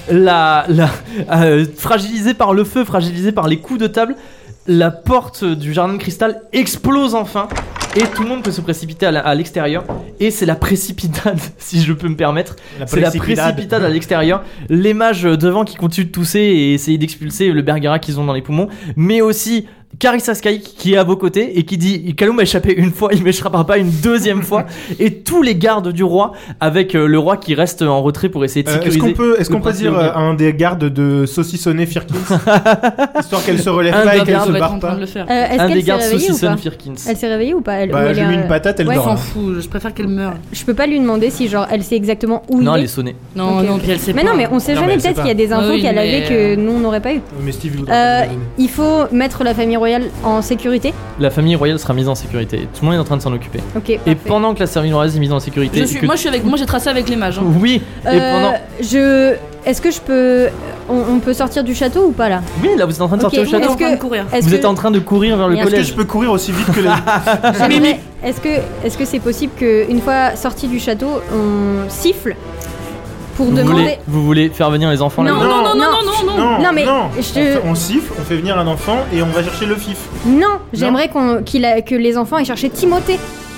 S1: fragilisé par le feu, fragilisé par les coups de table, la porte du jardin de cristal explose enfin et tout le monde peut se précipiter à l'extérieur et c'est la précipitade si je peux me permettre. C'est la précipitade à l'extérieur. Les mages devant qui continuent de tousser et essayer d'expulser le bergara qu'ils ont dans les poumons, mais aussi Carissa Sky qui est à vos côtés et qui dit Kaloum a échappé une fois, il m'échappera pas une deuxième fois. Et tous les gardes du roi avec le roi qui reste en retrait pour essayer de sécuriser.
S2: Est-ce qu'on peut dire à un des gardes de saucissonner Firkins histoire qu'elle se relève pas et qu'elle se barre pas.
S3: Un
S1: des gardes saucissonne
S3: Firkins. Elle s'est réveillée ou pas?
S2: J'ai mis une patate, elle dort.
S4: Je m'en fous, je préfère qu'elle meure.
S3: Je peux pas lui demander si genre elle sait exactement où il est.
S1: Non, elle est sonnée.
S4: Non, puis elle sait pas.
S3: Mais non, mais on sait jamais, peut-être qu'il y a des infos qu'elle avait que nous on n'aurait pas eu.
S2: Mais Steve,
S3: il faut mettre la famille royale en sécurité.
S1: La famille royale sera mise en sécurité. Tout le monde est en train de s'en occuper.
S3: Okay,
S1: et pendant que la famille royale est mise en sécurité,
S4: moi j'ai tracé avec les mages. Hein.
S1: Oui. Et pendant.
S3: Est-ce que je peux. On peut sortir du château ou pas là?
S1: Oui, là vous êtes en train de sortir du château. Vous êtes en train de courir vers le collège.
S2: Est-ce que je peux courir aussi vite que les.
S3: Est-ce que c'est possible qu'une fois sorti du château, on siffle pour demander.
S1: Vous voulez faire venir les enfants là?
S3: Non, mais
S2: on siffle, on fait venir un enfant et on va chercher le fif.
S3: Non, j'aimerais que les enfants aillent chercher Timothy.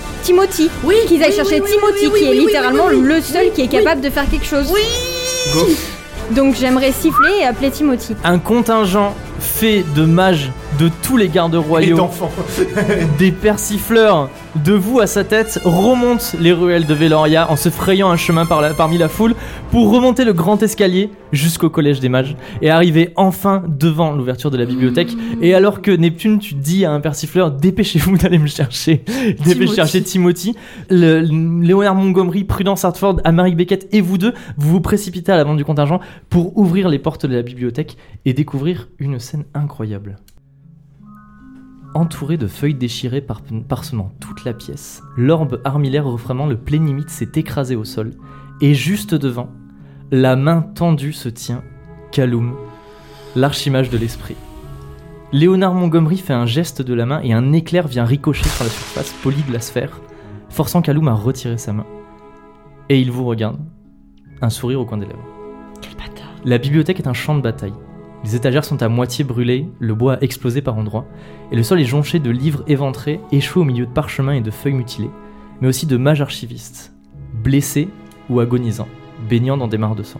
S4: Oui,
S3: qu'ils aillent chercher Timothy, qui est littéralement le seul qui est capable de faire quelque chose.
S4: Oui.
S2: Go.
S3: Donc j'aimerais siffler et appeler Timothy.
S1: Un contingent fait de mages de tous les gardes royaux,
S2: et d'enfants,
S1: des persifleurs, de vous à sa tête, remonte les ruelles de Veloria en se frayant un chemin parmi la foule pour remonter le grand escalier jusqu'au collège des mages et arriver enfin devant l'ouverture de la bibliothèque. Et alors que Neptune, tu dis à un persifleur, dépêchez-vous d'aller me chercher, chercher Timothy. Léonard Montgomery, Prudence Hartford, Amaric Beckett et vous deux, vous vous précipitez à l'avant du contingent pour ouvrir les portes de la bibliothèque et découvrir une scène incroyable. Entouré de feuilles déchirées parsemant toute la pièce, l'orbe armillaire reframant le plénimite s'est écrasé au sol, et juste devant, la main tendue se tient Kaloum, l'archimage de l'esprit. Léonard Montgomery fait un geste de la main et un éclair vient ricocher sur la surface polie de la sphère, forçant Kaloum à retirer sa main. Et il vous regarde, un sourire au coin des lèvres.
S4: Quel bâtard.
S1: La bibliothèque est un champ de bataille. Les étagères sont à moitié brûlées, le bois a explosé par endroits, et le sol est jonché de livres éventrés, échoués au milieu de parchemins et de feuilles mutilées, mais aussi de mages archivistes, blessés ou agonisants, baignant dans des mares de sang.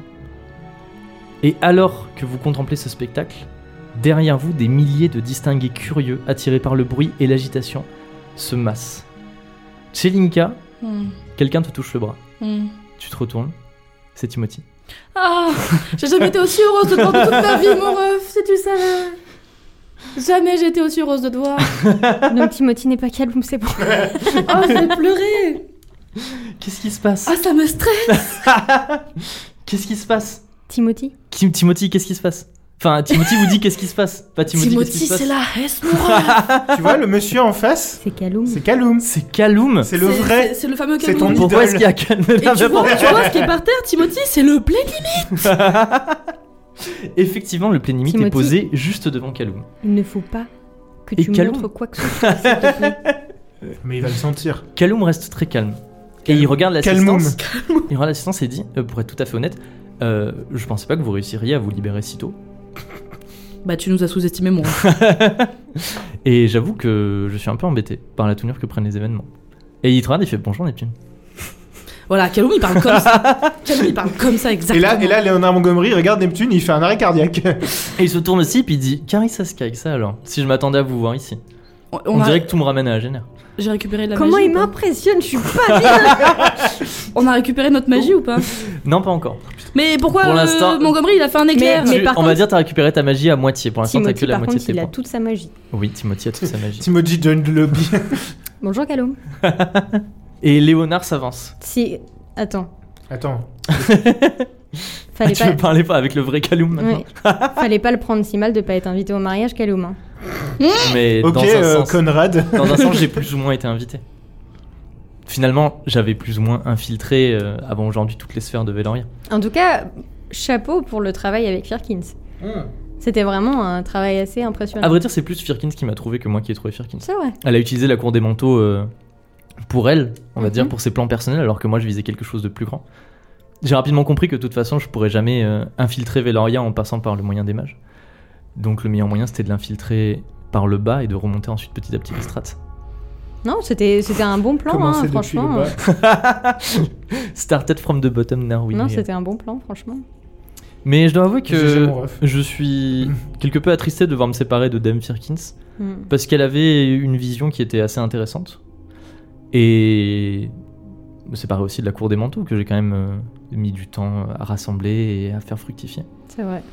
S1: Et alors que vous contemplez ce spectacle, derrière vous, des milliers de distingués curieux, attirés par le bruit et l'agitation, se massent. Tchelinka, quelqu'un te touche le bras. Tu te retournes, c'est Timothy.
S4: Ah, j'ai jamais été aussi heureuse de te voir de toute ma vie, mon ref, si tu savais. Jamais j'ai été aussi heureuse de te voir.
S3: Donc Timothy n'est pas Kaloum, c'est bon.
S4: Oh, je vais pleurer.
S1: Qu'est-ce qui se passe?
S4: Ah, ça me stresse.
S1: Qu'est-ce qui se passe?
S3: Timothy,
S1: qu'est-ce qui se passe? Enfin, Timothy vous dit qu'est-ce qui se passe? Pas Timothy, qu'est-ce qui se passe?
S4: C'est la hesse, mon ref.
S2: Tu vois, le monsieur en face,
S3: c'est Kaloum.
S2: c'est Kaloum.
S1: C'est Kaloum.
S2: C'est le vrai.
S4: C'est le fameux
S2: C'est
S4: Kaloum.
S2: ton
S1: Pourquoi est-ce
S2: idole.
S1: qu'il y a Kaloum?
S4: Et tu vois ce qui est par terre, Timothy? C'est le plénimite.
S1: Effectivement, le plénimite est posé juste devant Kaloum.
S3: Il ne faut pas que tu montres quoi que ce soit, s'il te plaît.
S2: Mais il va le sentir.
S1: Kaloum reste très calme. Et il regarde l'assistance. Il regarde l'assistance et dit, pour être tout à fait honnête, je pensais pas que vous réussiriez à vous libérer si tôt.
S4: Bah, tu nous as sous-estimé, mon ref.
S1: Et j'avoue que je suis un peu embêté par la tournure que prennent les événements. Et il te regarde et il fait bonjour Neptune.
S4: Voilà, Kaloum il parle comme ça. Kaloum il parle comme ça, exactement.
S2: Et là, Léonard Montgomery regarde Neptune, il fait un arrêt cardiaque.
S1: Et il se tourne aussi puis il dit Carissa Sky, ça alors. Si je m'attendais à vous voir ici. On dirait que tout me ramène à la génère.
S4: J'ai récupéré de la
S3: Comment
S4: magie.
S3: il m'impressionne, je suis pas bien.
S4: On a récupéré notre magie ou pas?
S1: Non, pas encore.
S4: Mais pourquoi
S1: Pour l'instant-
S4: Montgomery il a fait un éclair?
S3: Mais par
S1: On va
S3: contre-
S1: dire t'as récupéré ta magie à moitié. Pour l'instant t'as que
S3: Timothy,
S1: la
S3: par
S1: moitié de
S3: contre,
S1: tes
S3: il a
S1: points.
S3: toute sa magie.
S1: Oui, Timothy a toute sa magie.
S2: Timothy join the lobby.
S3: Bonjour Kaloum.
S1: Et Léonard s'avance.
S3: Si... Attends. Fallait
S1: Tu veux parler pas avec le vrai Kaloum maintenant?
S3: Ouais. Fallait pas le prendre si mal de pas être invité au mariage, Kaloum. Hein.
S1: Mais
S2: Ok,
S1: dans un sens,
S2: Conrad.
S1: dans un sens, j'ai plus ou moins été invité. Finalement, j'avais plus ou moins infiltré avant aujourd'hui toutes les sphères de Veloria.
S3: En tout cas, chapeau pour le travail avec Firkins. C'était vraiment un travail assez impressionnant.
S1: À vrai dire, c'est plus Firkins qui m'a trouvé que moi qui ai trouvé Firkins.
S3: C'est vrai.
S1: Elle a utilisé la cour des manteaux pour elle, on va dire, pour ses plans personnels, alors que moi je visais quelque chose de plus grand. j'ai rapidement compris que de toute façon, je pourrais jamais infiltrer Veloria en passant par le moyen des mages. Donc le meilleur moyen, c'était de l'infiltrer par le bas et de remonter ensuite petit à petit les strats.
S3: Non, c'était un bon plan,
S2: Commencer
S3: hein,
S2: depuis
S3: franchement.
S2: le bas.
S1: Started from the bottom now, oui.
S3: Non, c'était un bon plan, franchement.
S1: Mais je dois avouer
S2: GG,
S1: que
S2: mon ref.
S1: je suis quelque peu attristé de devoir me séparer de Dame Firkins. Parce qu'elle avait une vision qui était assez intéressante. Et me séparer aussi de la cour des manteaux, que j'ai quand même mis du temps à rassembler et à faire fructifier.
S3: C'est vrai.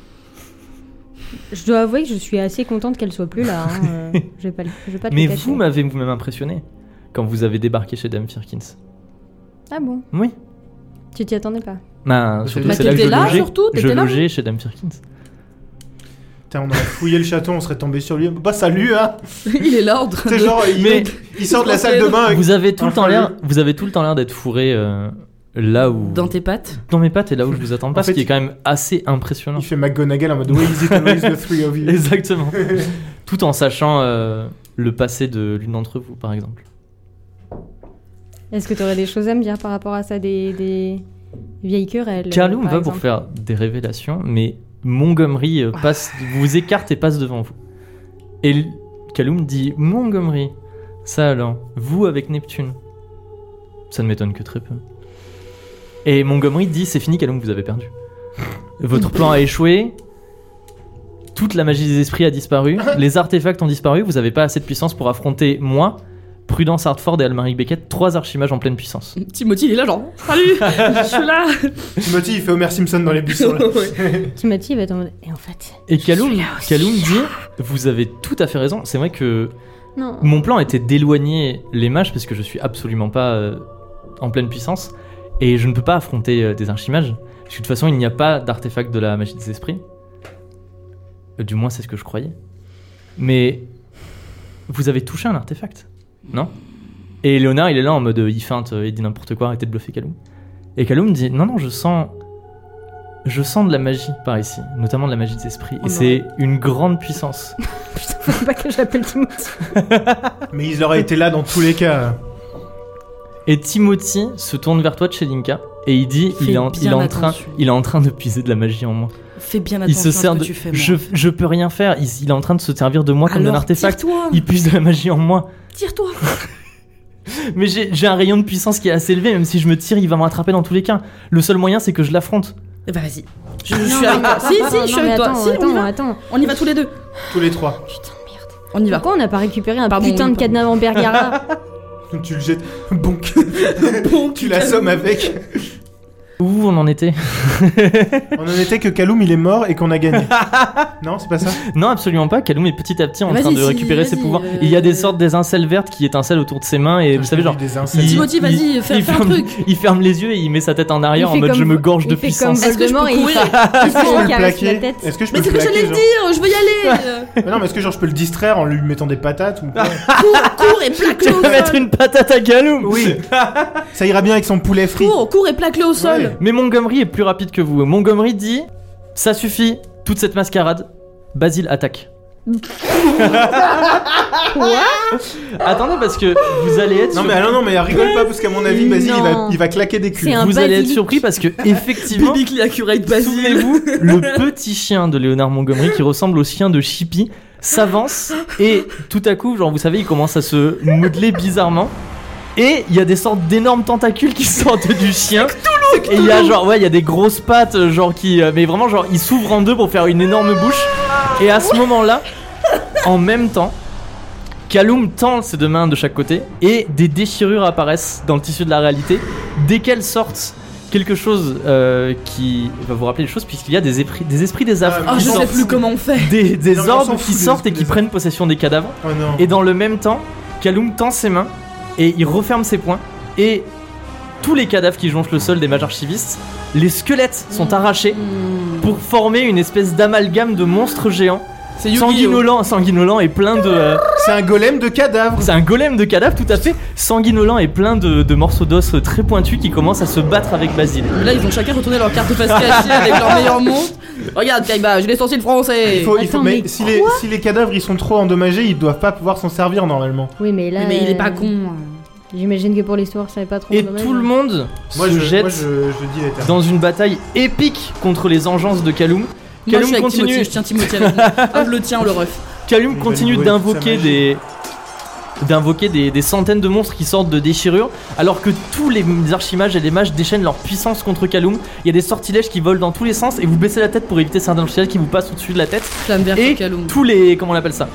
S3: Je dois avouer que je suis assez contente qu'elle soit plus là. Hein. Je vais pas te
S1: Mais
S3: le cacher.
S1: vous m'avez vous-même impressionné quand vous avez débarqué chez Dame Firkins.
S3: Ah bon?
S1: Oui.
S3: Tu t'y attendais pas?
S1: Bah, surtout
S2: Bah,
S1: c'est là que
S4: t'étais
S1: je
S4: là,
S1: logeais.
S4: surtout,
S1: Je
S4: t'étais là.
S1: logeais chez Dame Firkins.
S2: Putain, on aurait fouillé le château, on serait tombé sur lui. Bah salut, hein.
S4: Il est là en train
S2: C'est
S4: de...
S2: genre,
S1: Mais-
S2: il sort de la salle de bain avec...
S1: Vous avez tout le
S2: Enfin,
S1: temps l'air d'être fourré là où
S4: Dans tes pattes.
S1: dans mes pattes et là où je vous attends pas,
S2: En fait,
S1: ce qui est quand même assez impressionnant.
S2: Il fait McGonagall en mode Where is it always the three of you?
S1: Exactement. Tout en sachant le passé de l'une d'entre vous, par exemple.
S3: Est-ce que tu aurais des choses à me dire par rapport à ça, des vieilles querelles
S1: Kaloum
S3: par
S1: va pour
S3: exemple
S1: faire des révélations, mais Montgomery passe, vous écarte et passe devant vous. Et Kaloum dit Montgomery, ça alors, vous avec Neptune. Ça ne m'étonne que très peu. Et Montgomery dit c'est fini Kaloum, vous avez perdu. Votre plan a échoué. Toute la magie des esprits a disparu. Les artefacts ont disparu. Vous n'avez pas assez de puissance pour affronter moi, Prudence Hartford et Almaric Beckett, 3 archimages en pleine puissance.
S4: Timothy, il est là genre salut, je suis là.
S2: Timothy, il fait Homer Simpson dans les buissons. Là.
S4: Ouais.
S3: Timothy va être en mode. Et en fait.
S1: Et Kaloum
S3: Je suis là aussi.
S1: dit vous avez tout à fait raison. C'est vrai que
S3: Non.
S1: mon plan était d'éloigner les mages parce que je suis absolument pas en pleine puissance et je ne peux pas affronter des archimages. Parce que de toute façon, il n'y a pas d'artefact de la magie des esprits. Du moins, c'est ce que je croyais. Mais vous avez touché un artefact, non? Et Léonard, il est là en mode il feinte, il dit n'importe quoi, arrêtez de bluffer Kaloum. Et Kaloum dit non, je sens de la magie par ici, notamment de la magie des esprits.
S3: Oh
S1: et
S3: non.
S1: c'est une grande puissance.
S3: Putain, faut pas que j'appelle Timothy.
S2: Mais ils auraient été là dans tous les cas.
S1: Et Timothy se tourne vers toi, Chelinka, et il dit
S4: Fais
S1: il est en
S4: bien
S1: train de puiser de la magie en moi.
S4: Fais bien
S1: Il
S4: attention
S1: se
S4: à ce
S1: sert
S4: que
S1: de.
S4: tu fais.
S1: Je peux rien faire. Il est en train de se servir de moi comme d'un
S4: Alors,
S1: artefact.
S4: tire-toi.
S1: Il puise de la magie en moi.
S4: Tire-toi.
S1: Mais j'ai un rayon de puissance qui est assez élevé. Même si je me tire, il va me rattraper dans tous les cas. Le seul moyen, c'est que je l'affronte.
S4: Eh ben vas-y. Je
S3: Non,
S4: suis avec
S3: mais
S4: toi.
S3: attends,
S4: Si,
S3: attends,
S4: si, je suis
S3: non, mais
S4: avec toi.
S3: attends,
S4: Si, on y va.
S3: attends.
S4: On y va tous les deux.
S2: Tous les trois.
S3: Putain de merde.
S4: On y va.
S3: Pourquoi on n'a pas récupéré un
S4: Pardon,
S3: putain
S4: oui,
S3: de cadenas en Bergara?
S2: Tu le jettes. Bonk.
S4: Bon,
S2: Tu l'assommes avec.
S1: Où on en était?
S2: On en était que Kaloum il est mort et qu'on a gagné. Non, c'est pas ça?
S1: Non, absolument pas. Kaloum est petit à petit en
S4: Vas-y,
S1: train de
S4: si,
S1: récupérer ses
S4: vas-y,
S1: pouvoirs. Il y a des sortes d'étincelles vertes qui étincellent autour de ses mains. Et vous savez, genre.
S2: Des incels.
S4: Timothy, vas-y, fais un truc.
S1: Il ferme les yeux et il met sa tête en arrière
S3: Il
S1: en
S3: fait
S1: mode
S3: comme-
S1: je me gorge de
S3: il fait comme
S1: puissance.
S4: Est-ce que je peux
S3: Voldemort et il
S4: courir
S2: Est-ce que je peux le
S3: caresse la
S2: plaquer?
S3: tête.
S2: Est-ce que je peux
S4: Mais c'est
S2: le
S4: ce que
S2: plaquer,
S4: j'allais
S2: genre
S4: dire. Je veux y aller.
S2: Mais non, mais est-ce que genre je peux le distraire en lui mettant des patates ou quoi?
S4: Cours et plaque-le
S1: Tu
S4: au
S1: peux mettre
S4: sol.
S1: une patate à Kaloum.
S2: Oui. Ça ira bien avec son poulet frit.
S4: Cours et plaque-le au sol.
S2: Ouais.
S1: Mais Montgomery est plus rapide que vous. Montgomery dit ça suffit, toute cette mascarade. Basile attaque. Attendez, parce que vous allez être
S2: Non
S1: surpris.
S2: mais rigole pas parce qu'à mon avis Basile
S3: Non.
S2: il va claquer des culs.
S3: C'est un
S1: Vous allez être
S3: basilic.
S1: surpris parce que effectivement,
S4: Biblically accurate Basile.
S1: souvenez-vous, le petit chien de Léonard Montgomery qui ressemble au chien de Chippy s'avance et tout à coup, genre vous savez, il commence à se modeler bizarrement. Et il y a des sortes d'énormes tentacules qui sortent du chien. Et il y a genre, ouais, il y a des grosses pattes, genre qui. Mais vraiment, genre, il s'ouvre en deux pour faire une énorme bouche. Et à ce moment-là, en même temps, Kaloum tend ses deux mains de chaque côté et des déchirures apparaissent dans le tissu de la réalité. Dès qu'elles sortent, quelque chose qui va vous rappeler les choses, puisqu'il y a des esprits des affres
S2: Ah,
S4: Oh,
S1: qui
S4: je sais
S1: sortent.
S4: plus comment on fait.
S1: Des
S2: Non, mais on
S1: orbes
S2: s'en
S1: qui
S2: fout des
S1: sortent et
S2: esprits
S1: qui
S2: des
S1: prennent possession des cadavres.
S2: Oh non.
S1: Et dans le même temps, Kaloum tend ses mains et il referme ses poings. Et tous les cadavres qui jonchent le sol des mages archivistes, les squelettes sont arrachés pour former une espèce d'amalgame de monstres géants,
S4: C'est Yu-Gi-Oh.
S1: sanguinolent et plein de.
S2: C'est un golem de cadavre.
S1: C'est un golem de cadavres tout à fait, sanguinolent et plein de morceaux d'os très pointus qui commencent à se battre avec Basile.
S4: Là, ils ont chacun retourné leur carte face cachée avec leur meilleur monstre. Regarde, Kaiba, j'ai les sourcils français.
S2: Il faut,
S3: Attends,
S2: mais
S3: mais
S2: si les cadavres ils sont trop endommagés, ils doivent pas pouvoir s'en servir normalement.
S3: Oui, mais là.
S4: Oui, mais il est pas con.
S3: J'imagine que pour l'histoire, ça n'est pas trop
S1: Et
S3: dommage.
S1: tout le monde
S2: Moi,
S1: se
S2: je
S1: jette
S2: dis les termes.
S1: dans une bataille épique contre les engences de Kaloum.
S4: Moi, je
S1: Kaloum
S4: suis avec
S1: continue,
S4: Timothy, je tiens Timothy avec moi. Ah, je le tiens, le ref.
S1: Kaloum
S2: Il va
S1: continue
S2: lui
S1: d'invoquer
S2: jouer
S1: des centaines de monstres qui sortent de déchirures, alors que tous les archimages et les mages déchaînent leur puissance contre Kaloum. Il y a des sortilèges qui volent dans tous les sens et vous baissez la tête pour éviter certains sortilèges qui vous passent au-dessus de la tête.
S4: Flamme verte
S1: Et
S4: et Kaloum.
S1: tous les, comment on appelle ça,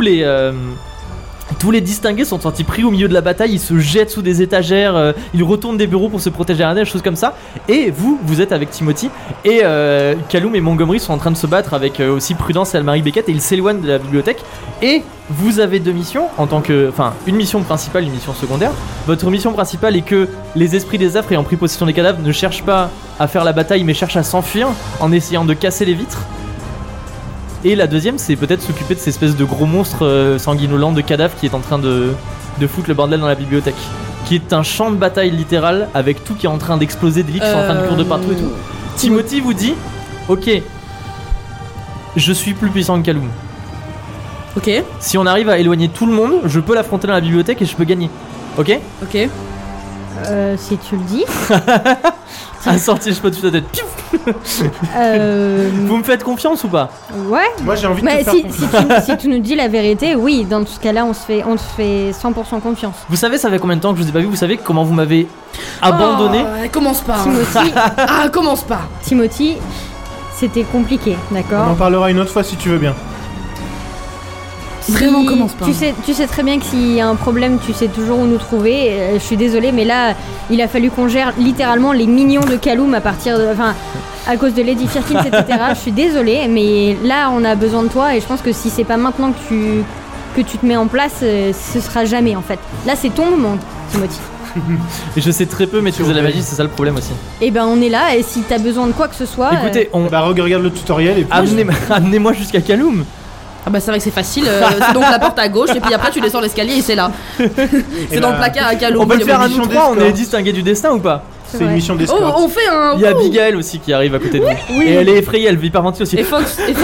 S1: tous les distingués sont sortis pris au milieu de la bataille, ils se jettent sous des étagères, ils retournent des bureaux pour se protéger à des choses comme ça. Et vous êtes avec Timothy, et Kaloum et Montgomery sont en train de se battre avec aussi Prudence et Almarie Beckett, et ils s'éloignent de la bibliothèque. Et vous avez deux missions, une mission principale, une mission secondaire. Votre mission principale est que les esprits des affres ayant pris possession des cadavres ne cherchent pas à faire la bataille, mais cherchent à s'enfuir en essayant de casser les vitres. Et la deuxième, c'est peut-être s'occuper de ces espèces de gros monstres sanguinolents de cadavres qui est en train de foutre le bordel dans la bibliothèque. Qui est un champ de bataille littéral avec tout qui est en train d'exploser, des lits qui sont en train de courir de partout et tout. Timothy vous dit, ok, je suis plus puissant que Kaloum.
S4: Ok,
S1: Si on arrive à éloigner tout le monde, je peux l'affronter dans la bibliothèque et je peux gagner. Ok?
S4: ok.
S3: Si tu le dis.
S1: Un sortilège pas dessus de la tête. Piouf. Vous me faites confiance ou pas?
S3: Ouais.
S2: Moi, j'ai envie de
S3: Mais
S2: te faire
S3: si tu nous dis la vérité, oui, dans ce cas-là, on te fait 100% confiance.
S1: Vous savez, ça fait combien de temps que je vous ai pas vu? Vous savez comment vous m'avez abandonné?
S4: Oh, commence pas. hein.
S3: Timothy,
S4: Ah, commence pas.
S3: Timothy, c'était compliqué,
S2: On en
S3: d'accord?
S2: parlera une autre fois si tu veux bien.
S4: Vraiment, commence pas.
S3: Tu sais très bien que s'il y a un problème, tu sais toujours où nous trouver. Je suis désolée, mais là, il a fallu qu'on gère littéralement les minions de Kaloum à cause de Lady Firkins, etc. Je suis désolée, mais là, on a besoin de toi et je pense que si c'est pas maintenant que tu te mets en place, ce sera jamais en fait. Là, c'est ton moment, Timothy.
S1: Et je sais très peu maîtriser la magie, c'est ça le problème aussi.
S3: Et ben, on est là et si t'as besoin de quoi que ce soit.
S1: Écoutez,
S2: Bah, regarde le tutoriel et puis.
S1: amenez-moi jusqu'à Kaloum.
S4: Ah bah c'est vrai que c'est facile, c'est donc la porte à gauche et puis après tu descends l'escalier et c'est là. C'est dans le placard à Kaloum.
S1: On peut le faire à
S2: mission
S1: nous trois, on
S2: d'escorte.
S1: est distingués du destin ou pas?
S2: C'est une
S3: vrai.
S2: mission
S4: Oh,
S2: d'escorte.
S4: on fait un...
S1: Il y a Abigail aussi qui arrive à côté de nous.
S3: Oui.
S1: Et elle est effrayée, elle hyperventile aussi.
S4: Et Fox
S1: Si,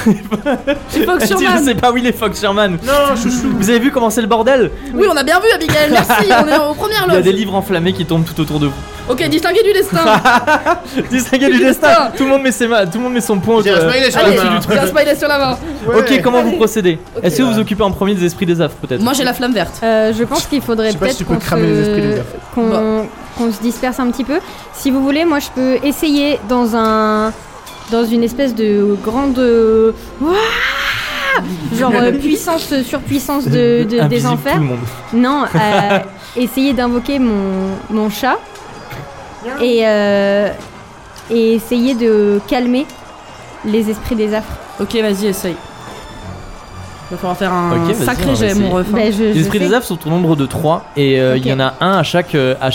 S1: je
S4: Sherman.
S1: sais pas où il est Fox Sherman.
S2: Non, chouchou.
S1: Vous avez vu comment c'est le bordel?
S4: Oui, on a bien vu Abigail, merci, on est aux premières
S1: Il y a
S4: loges.
S1: des livres enflammés qui tombent tout autour de vous.
S4: Ok, distingué du destin.
S1: Distingué du
S4: Du
S1: destin.
S4: destin.
S1: Tout le monde met son point
S2: J'ai un smiley sur la
S4: Allez,
S2: main.
S4: j'ai un smiley sur la main.
S1: Ok, comment vous procédez?
S4: Ok.
S1: Est-ce que vous vous occupez en premier des esprits des affres peut-être?
S4: Moi j'ai la flamme verte.
S3: Je pense qu'il faudrait
S2: Je sais pas
S3: peut-être
S2: si tu peux cramer les esprits des affres.
S3: qu'on se disperse un petit peu. Si vous voulez, moi je peux essayer dans une espèce de grande genre puissance surpuissance des
S1: Invisible
S3: enfers.
S1: tout le monde.
S3: Non, essayer d'invoquer mon chat et essayer de calmer les esprits des affres.
S4: Ok, vas-y, essaye. Va falloir faire un
S1: Ok, vas-y,
S4: sacré
S1: on va
S4: jet,
S1: essayer.
S4: mon ref. hein.
S3: Ben, je
S1: Les esprits
S3: sais.
S1: des affres sont au nombre de 3 et il
S3: Ok.
S1: y en a un à chaque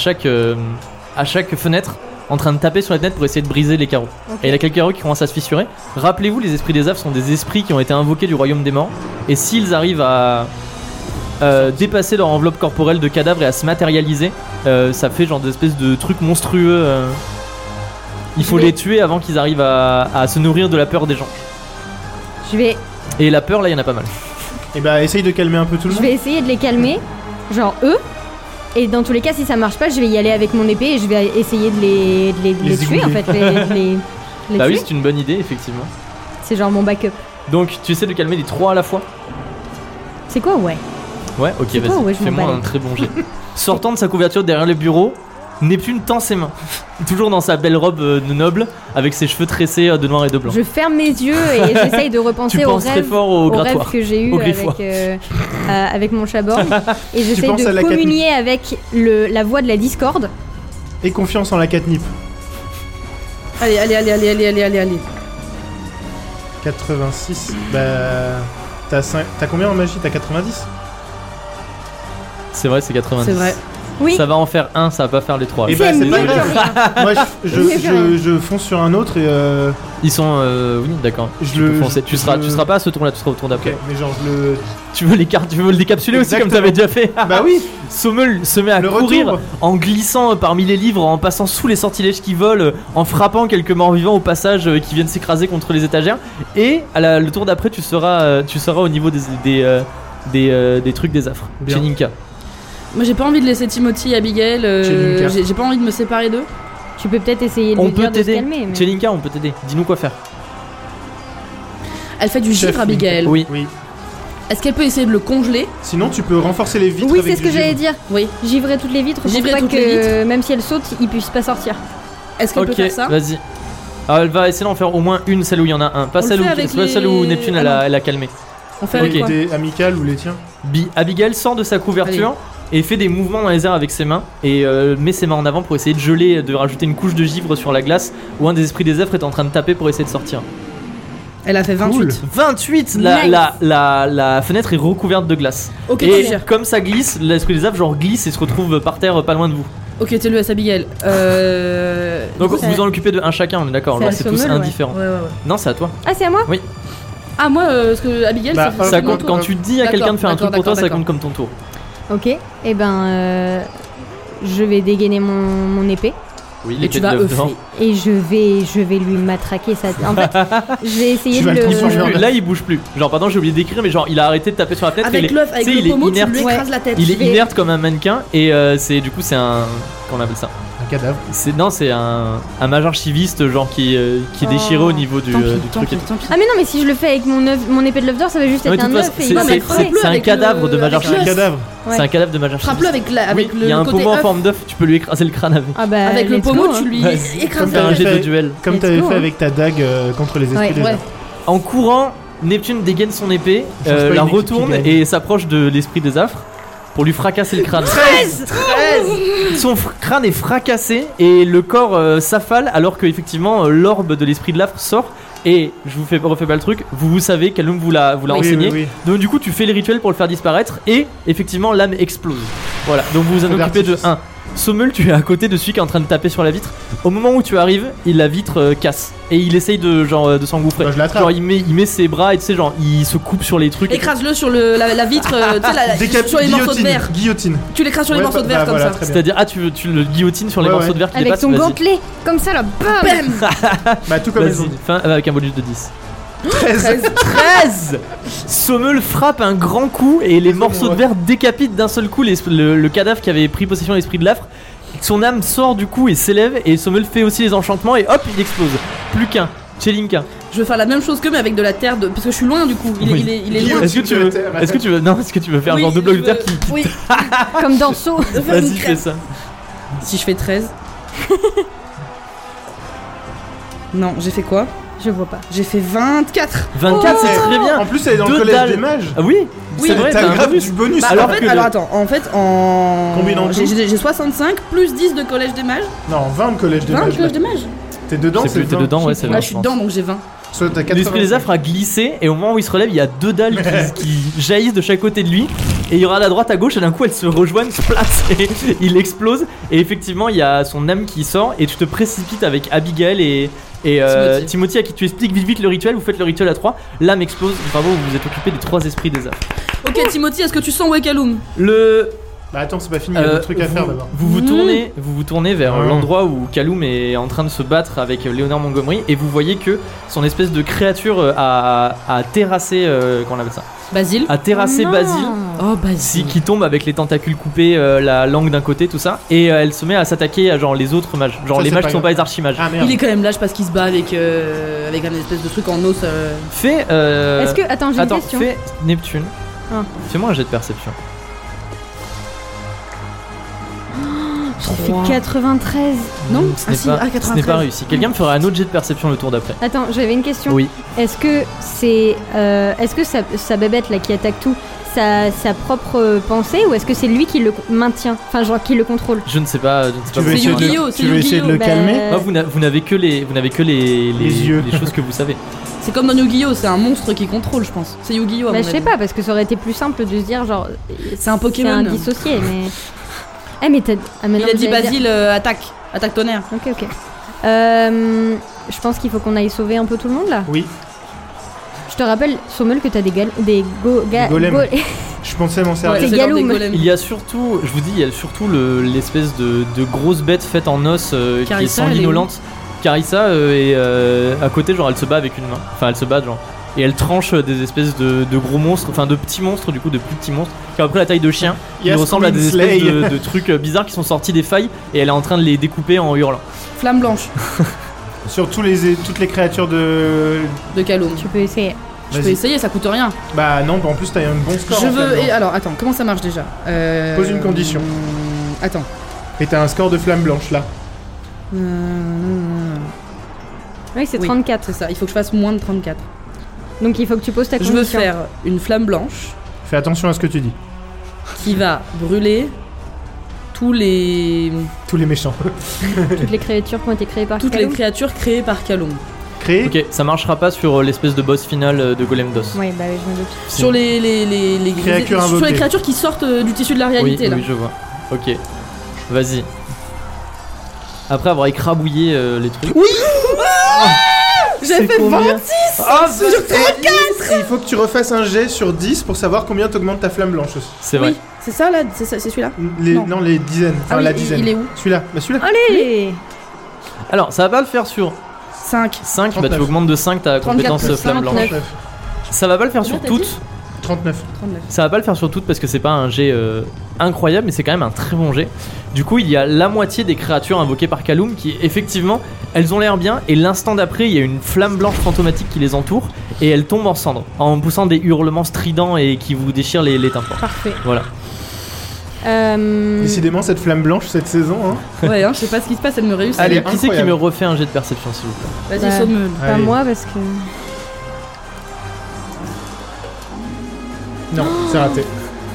S1: fenêtre en train de taper sur la fenêtre pour essayer de briser les carreaux.
S3: Ok.
S1: Et il y a quelques carreaux qui commencent à se fissurer. Rappelez-vous, les esprits des affres sont des esprits qui ont été invoqués du royaume des morts et s'ils arrivent à dépasser leur enveloppe corporelle de cadavres et à se matérialiser, ça fait genre des espèces de trucs monstrueux. Il faut les tuer avant qu'ils arrivent à se nourrir de la peur des gens.
S3: Je vais
S1: Et la peur là, il y en a pas mal.
S2: Et bah, essaye de calmer un peu tout le
S3: Je
S2: monde.
S3: vais essayer de les calmer, genre eux. Et dans tous les cas, si ça marche pas, je vais y aller avec mon épée et je vais essayer de les tuer en
S2: égouler.
S3: fait. Les
S1: Bah oui,
S3: tuer.
S1: c'est une bonne idée, effectivement.
S3: C'est genre mon backup.
S1: Donc, tu essaies de calmer les 3 à la fois?
S3: C'est quoi, ouais?
S1: Ouais, ok,
S3: C'est quoi,
S1: vas-y,
S3: ouais, je m'en
S1: fais-moi
S3: balade.
S1: un très bon jet. Sortant de sa couverture derrière le bureau, Neptune tend ses mains. Toujours dans sa belle robe de noble, avec ses cheveux tressés de noir et de blanc.
S3: Je ferme mes yeux et j'essaye de
S1: Tu
S3: repenser au
S1: penses très
S3: rêve,
S1: fort au
S3: rêve
S1: grattoir.
S3: que j'ai eu
S1: au
S3: avec,
S1: griffoir.
S3: avec mon chaborn. Et j'essaye
S2: penses à
S3: de
S2: la
S3: communier avec la voix de la discorde.
S2: Et confiance en la catnip.
S4: Allez.
S2: 86. Bah. T'as combien en magie? T'as 90?
S1: C'est vrai, c'est 90.
S4: C'est vrai.
S3: Oui,
S1: Ça va en faire un, ça va pas faire les 3.
S2: Et
S3: c'est
S2: bah, c'est
S3: mieux
S2: pas
S3: que
S2: grave.
S3: rien.
S2: Moi,
S3: C'est vrai.
S2: je fonce sur un autre et
S1: Ils sont. Oui, d'accord.
S2: je
S1: Tu peux
S2: le.
S1: foncer. Tu seras pas à ce tour là, tu seras au tour
S2: Ok,
S1: d'après.
S2: mais genre je le.
S1: Tu veux le décapsuler aussi comme
S2: Exactement.
S1: t'avais déjà fait.
S2: Bah oui.
S1: Sommel se met à
S2: Le
S1: courir
S2: retour.
S1: en glissant parmi les livres, en passant sous les sortilèges qui volent, en frappant quelques morts vivants au passage qui viennent s'écraser contre les étagères. Et le tour d'après, tu seras au niveau des trucs des affres.
S2: Bien.
S1: Chez Ninka.
S4: Moi j'ai pas envie de laisser Timothy et Abigail. J'ai pas envie de me séparer d'eux.
S3: Tu peux peut-être essayer de
S1: On
S3: lui
S1: peut
S3: dire de se
S1: t'aider.
S3: calmer. mais-
S1: Chelinka, on peut t'aider. Dis-nous quoi faire.
S4: Elle fait du
S2: Chef,
S4: givre, Abigail.
S1: Oui.
S2: Oui.
S4: Est-ce qu'elle peut essayer de le congeler?
S2: Sinon, tu peux renforcer les vitres
S3: Oui,
S2: avec
S3: c'est ce que
S2: du
S3: j'allais
S2: givre.
S3: dire.
S4: Oui.
S3: Givrer toutes les vitres pour
S4: Givrer
S3: pas
S4: toutes
S3: que,
S4: les vitres.
S3: même si elles sautent, ils puissent pas sortir.
S4: Est-ce qu'elle peut
S1: Ok,
S4: faire ça?
S1: vas-y. Alors elle va essayer d'en faire au moins une, celle où il y en a un. Pas
S4: On le
S1: celle où,
S4: fait avec
S1: c'est pas celle où
S4: les-
S1: Neptune
S4: Ah
S1: elle,
S4: non.
S1: elle a calmé.
S4: On fait
S1: Ok.
S4: avec quoi?
S2: Des amicales ou les tiens.
S1: Abigail sort de sa couverture et fait des mouvements dans les airs avec ses mains et met ses mains en avant pour essayer de geler, de rajouter une couche de givre sur la glace où un des esprits des Zèfres est en train de taper pour essayer de sortir.
S4: Elle a fait 28.
S2: Cool.
S1: 28
S3: Nice.
S1: la fenêtre est recouverte de glace.
S4: Ok,
S1: Et
S4: très bien.
S1: comme ça glisse, l'esprit des Zèfres genre glisse et se retrouve par terre pas loin de vous.
S4: Ok, t'es le S Abigail.
S1: Donc
S3: coup, ça-
S1: vous en occupez de un chacun, on est d'accord.
S3: c'est
S1: Genre
S3: à
S1: c'est tous
S3: Sommel, ouais.
S1: indifférents.
S4: Ouais.
S1: Non, c'est à toi.
S3: Ah, c'est à moi?
S4: Ah, moi, parce que Abigail,
S2: Bah,
S4: ça
S1: Ça
S4: mon
S1: compte
S4: tour.
S1: quand tu dis à
S4: D'accord,
S1: quelqu'un de faire un truc pour toi, ça
S4: d'accord.
S1: compte comme ton tour.
S3: Ok. Et ben, je vais dégainer mon épée
S1: Oui,
S4: Et tu vas
S1: devant.
S4: euffer.
S3: et je vais lui matraquer ça. En fait, je vais essayer
S2: Tu
S3: de
S2: vas le
S3: le.
S1: Il bouge
S2: transformer
S1: plus. Là, il bouge plus. Genre, pardon, j'ai oublié d'écrire, mais genre, il a arrêté de taper sur la fenêtre.
S4: Avec
S1: il est-
S4: l'œuf, avec
S1: tu sais, il
S4: le
S1: est
S4: pommeau, tu
S1: inerte.
S4: lui écrases la tête.
S1: Il est
S3: Je vais-
S1: inerte comme un mannequin et c'est du coup c'est un comment on appelle ça.
S2: Un cadavre.
S1: C'est un mage archiviste genre qui est
S3: Oh.
S1: déchiré au niveau du
S4: Tant pis,
S1: du
S4: tant
S1: truc.
S4: pis, tant pis.
S3: Ah, mais non, mais si je le fais avec mon épée de l'œuf d'or, ça va juste
S1: Non, mais
S3: être
S1: de
S3: un
S1: toute
S3: œuf
S1: façon,
S3: et
S1: c'est
S3: il va
S4: mais
S1: c'est-
S3: m'écraser.
S1: c'est- c'est un
S4: avec
S1: cadavre de
S4: le-
S1: mage
S4: avec
S2: C'est un
S1: archiviste.
S2: cadavre.
S3: Ouais.
S1: C'est un cadavre de mage archiviste.
S4: Frappe-le avec
S1: Il y a un
S4: côté
S1: pommeau en
S4: œuf.
S1: forme d'œuf, tu peux lui écraser le crâne avec.
S3: Ah bah,
S4: Avec le
S3: let's
S4: pommeau,
S3: go, hein.
S4: tu lui
S1: Vas-y.
S4: écrases
S2: Comme
S1: Faire
S4: la
S1: un jet
S2: fait-
S1: de duel.
S2: Comme
S3: Let's
S2: t'avais
S3: go,
S2: fait
S3: hein.
S2: avec ta dague contre les esprits
S3: Ouais,
S2: des
S3: ouais.
S2: Zèfres.
S1: En courant, Neptune dégaine son épée,
S2: Je pense pas
S1: la
S2: une équipe
S1: retourne
S2: qui gagne.
S1: et s'approche de l'esprit des affres pour lui fracasser le crâne. 13 Son crâne est fracassé et le corps s'affale alors que effectivement l'orbe de l'esprit de l'affre sort. Et je vous refais pas le truc, vous savez, Kaloum vous l'a
S2: Oui,
S1: enseigné.
S2: oui, oui.
S1: Donc du coup tu fais les rituels pour le faire disparaître et effectivement l'âme explose. Voilà, donc vous vous en
S2: Feu
S1: occupez de
S2: d'artifice.
S1: 1. Sommel, tu es à côté de celui qui est en train de taper sur la vitre. Au moment où tu arrives, la vitre casse et il essaye de de s'engouffrer.
S2: Bah, je l'attrape.
S1: Genre il met ses bras et tu sais genre il se coupe sur les trucs. et tout.
S4: Écrase-le sur la vitre, tu sais, sur les morceaux de verre.
S2: Guillotine.
S4: Tu l'écrases sur les
S2: Ouais,
S4: morceaux de
S2: bah,
S4: verre comme
S2: voilà,
S4: ça.
S2: très bien.
S1: C'est-à-dire tu le guillotines sur les
S2: Ouais,
S1: morceaux
S2: ouais.
S1: de verre qui
S3: Avec
S1: dépassent.
S3: ton
S1: Vas-y.
S3: gantelet, comme ça là, bam.
S4: Bam.
S2: Bah, tout comme
S1: Vas-y,
S2: ils ont dit.
S1: fin avec un bonus de 10.
S2: 13.
S1: 13 Sommel frappe un grand coup et les morceaux de verre décapitent d'un seul coup le cadavre qui avait pris possession de l'esprit de l'affre. Son âme sort du coup et s'élève et Sommel fait aussi les enchantements et hop il explose. Plus qu'un. Chelinka.
S4: Je veux faire la même chose qu'eux mais avec de la terre parce que je suis loin du coup. Il
S1: Oui.
S4: est loin.
S1: Est-ce que tu veux faire
S4: Oui,
S1: genre deux blocs
S4: je
S1: de terre
S4: veux-
S1: qui.
S4: Oui.
S3: Comme dans Saw.
S4: De faire une
S1: Vas-y fais
S4: crêpe.
S1: ça.
S4: Si je fais 13. Non, j'ai fait quoi?
S3: Je vois pas.
S4: J'ai fait 24.
S1: 24 c'est très bien.
S2: En plus, elle est dans le
S1: Deux
S2: collège
S1: dalles.
S2: des mages.
S1: Ah oui,
S4: Oui,
S1: c'est vrai,
S2: T'as
S1: t'as un
S2: grave
S1: bonus.
S2: du bonus.
S4: Bah,
S2: alors
S4: en fait,
S2: que
S4: alors attends,
S2: Combinant tout.
S4: j'ai 65 plus 10 de collège des mages.
S2: Non, 20 le collège des
S4: 20 de
S2: mages.
S4: collège des mages.
S2: T'es dedans,
S1: C'est
S2: c'est
S1: plus, t'es
S2: 20.
S1: dedans, ouais, c'est
S4: Là,
S1: vrai.
S4: je suis dedans donc j'ai 20.
S2: Soit t'as 80.
S1: L'esprit des affres a glissé et au moment où il se relève, il y a deux dalles qui jaillissent de chaque côté de lui et il y aura la droite à gauche et d'un coup elles se rejoignent, se placent et il explose et effectivement il y a son âme qui sort et tu te précipites avec Abigail et Timothy à qui tu expliques vite le rituel, vous faites le rituel à 3, l'âme explose, bravo vous vous êtes occupé des 3 esprits des affres.
S4: Ok, Timothy, est-ce que tu sens Wekaloum?
S2: Bah attends, c'est pas fini, il y a d'autres trucs à faire d'abord.
S1: Vous vous tournez vers l'endroit où Kaloum est en train de se battre avec Léonard Montgomery et vous voyez que son espèce de créature a terrassé, comment on appelle ça,
S4: Basile.
S1: a terrassé
S3: Non.
S1: Basile.
S4: Oh, Basile.
S1: Qui tombe avec les tentacules coupés, la langue d'un côté, tout ça, et elle se met à s'attaquer à genre les autres mages, genre
S2: Ça,
S1: les
S2: c'est
S1: mages
S2: pas
S1: qui sont pas
S2: grave.
S1: les archimages.
S2: Ah merde.
S4: Il est quand même lâche parce qu'il se bat avec un espèce de truc en os.
S1: Fais.
S3: Est-ce que. Attends, j'ai une
S1: Attends,
S3: question.
S1: fais Neptune.
S3: Ah.
S1: Fais-moi un jet de perception.
S3: J'ai fait 93.
S4: Non.
S1: Ce
S4: Ah
S1: n'est
S4: si,
S1: pas,
S4: ah,
S1: ce
S4: 93.
S1: n'est pas réussi. Quelqu'un me fera un autre jet de perception le tour d'après.
S3: Attends, j'avais une question.
S1: Oui.
S3: Est-ce que c'est. Est-ce que sa bébête là qui attaque tout, sa propre pensée ou est-ce que c'est lui qui le maintient? Enfin, genre qui le contrôle?
S1: Je ne sais pas.
S2: Tu veux
S4: C'est
S2: essayer
S4: Yu-Gi-Oh,
S2: de,
S4: c'est
S2: tu veux essayer de le
S3: Yu-Gi-Oh.
S2: calmer
S3: Bah,
S1: Moi, vous n'avez que les
S2: yeux.
S1: les choses que vous savez.
S4: C'est comme dans Yu-Gi-Oh, c'est un monstre qui contrôle, je pense. C'est Yu-Gi-Oh. à
S3: Bah,
S4: mon
S3: je sais
S4: avis.
S3: pas, parce que ça aurait été plus simple de se dire genre.
S4: C'est un
S3: C'est
S4: Pokémon.
S3: un dissocié, mais. Eh, mais t'as. Ah, mais
S4: Il
S3: non,
S4: a dit
S3: j'allais dire-
S4: Basile, attaque tonnerre.
S3: Ok. Je pense qu'il faut qu'on aille sauver un peu tout le monde là.
S2: Oui,
S3: Je te rappelle, Sommel, que t'as des
S2: golems. Je pensais m'en servir.
S3: C'est
S4: c'est genre des
S3: Galoum.
S4: golems.
S1: Il y a surtout, je vous dis, il y a surtout l'espèce de grosse bête faite en os qui est
S4: Carissa, elle est
S1: sanguinolente. Carissa est à côté, genre elle se bat avec une main. Enfin, elle se bat, genre. et elle tranche des espèces de gros monstres, enfin de petits monstres, du coup de plus petits monstres, qui ont à peu près la taille de chiens. Ils
S2: Yes,
S1: ressemblent à des
S2: Queen
S1: espèces
S2: Slay.
S1: de trucs bizarres qui sont sortis des failles et elle est en train de les découper en hurlant.
S4: Flamme blanche
S2: Sur toutes les créatures de.
S4: de Kaloum.
S3: Tu peux essayer.
S4: Je peux
S2: Vas-y.
S4: essayer, ça coûte rien.
S2: Bah non, bah en plus t'as un bon score.
S4: Je
S2: en
S4: veux.
S2: flamme
S4: Et alors, attends, comment ça marche déjà
S2: Pose une condition.
S4: Attends.
S2: blanche. Et t'as un score de flamme blanche là.
S3: Oui, c'est
S4: Oui.
S3: 34.
S4: C'est ça, il faut que je fasse moins de 34.
S3: Donc il faut que tu poses ta
S4: Je
S3: condition.
S4: veux faire une flamme blanche
S2: Fais attention à ce que tu dis.
S4: qui va brûler tous les
S2: Tous les méchants.
S3: Toutes les créatures qui ont été créées par
S4: toutes les
S3: Kaloum.
S4: créatures créées par Kaloum.
S2: Créé.
S1: Ok, ça marchera pas sur l'espèce de boss final de Golem d'os.
S3: Oui, bah oui, je me doute.
S4: Sur les
S2: Créatures
S4: sur
S2: invoquées.
S4: les créatures qui sortent du tissu de la réalité
S1: oui,
S4: là.
S1: oui, je vois. Ok, vas-y. Après avoir écrabouillé les trucs.
S4: J'ai
S2: C'est
S4: fait
S2: combien
S4: 26
S2: Ah,
S4: sur 34.
S2: Et il faut que tu refasses un jet sur 10 pour savoir combien t'augmentes ta flamme blanche aussi.
S1: C'est vrai.
S4: Oui, c'est ça là, c'est celui-là.
S2: Non.
S4: Non.
S2: les dizaines. Enfin,
S4: Ah oui,
S2: la dizaine.
S4: il est où
S2: Celui-là. Bah celui-là.
S3: Allez
S1: Alors, ça va pas le faire sur
S4: 5.
S1: 5, bah
S2: 39.
S1: tu augmentes de 5 ta
S4: 34
S1: compétence
S4: plus
S1: flamme
S4: 5,
S1: blanche.
S4: 39.
S1: Ça va pas le faire sur
S4: Combien t'as
S1: toutes.
S2: 39.
S4: 39.
S1: Ça va pas le faire sur toutes parce que c'est pas un jet incroyable, mais c'est quand même un très bon jet. Du coup, il y a la moitié des créatures invoquées par Kaloum qui, effectivement, elles ont l'air bien. Et l'instant d'après, il y a une flamme blanche fantomatique qui les entoure et elles tombent en cendres en poussant des hurlements stridents et qui vous déchirent les tympans.
S3: Parfait.
S1: Voilà.
S2: Décidément, cette flamme blanche cette saison. Hein.
S4: Ouais, hein, je sais pas ce qui se passe, elle me réussit.
S1: Allez,
S2: est
S1: qui c'est qui
S2: incroyable.
S1: me refait un jet de perception, s'il vous plaît?
S4: Vas-y,
S3: Bah,
S4: Sommel.
S3: Pas
S2: Allez.
S3: moi parce que.
S2: Non, c'est raté.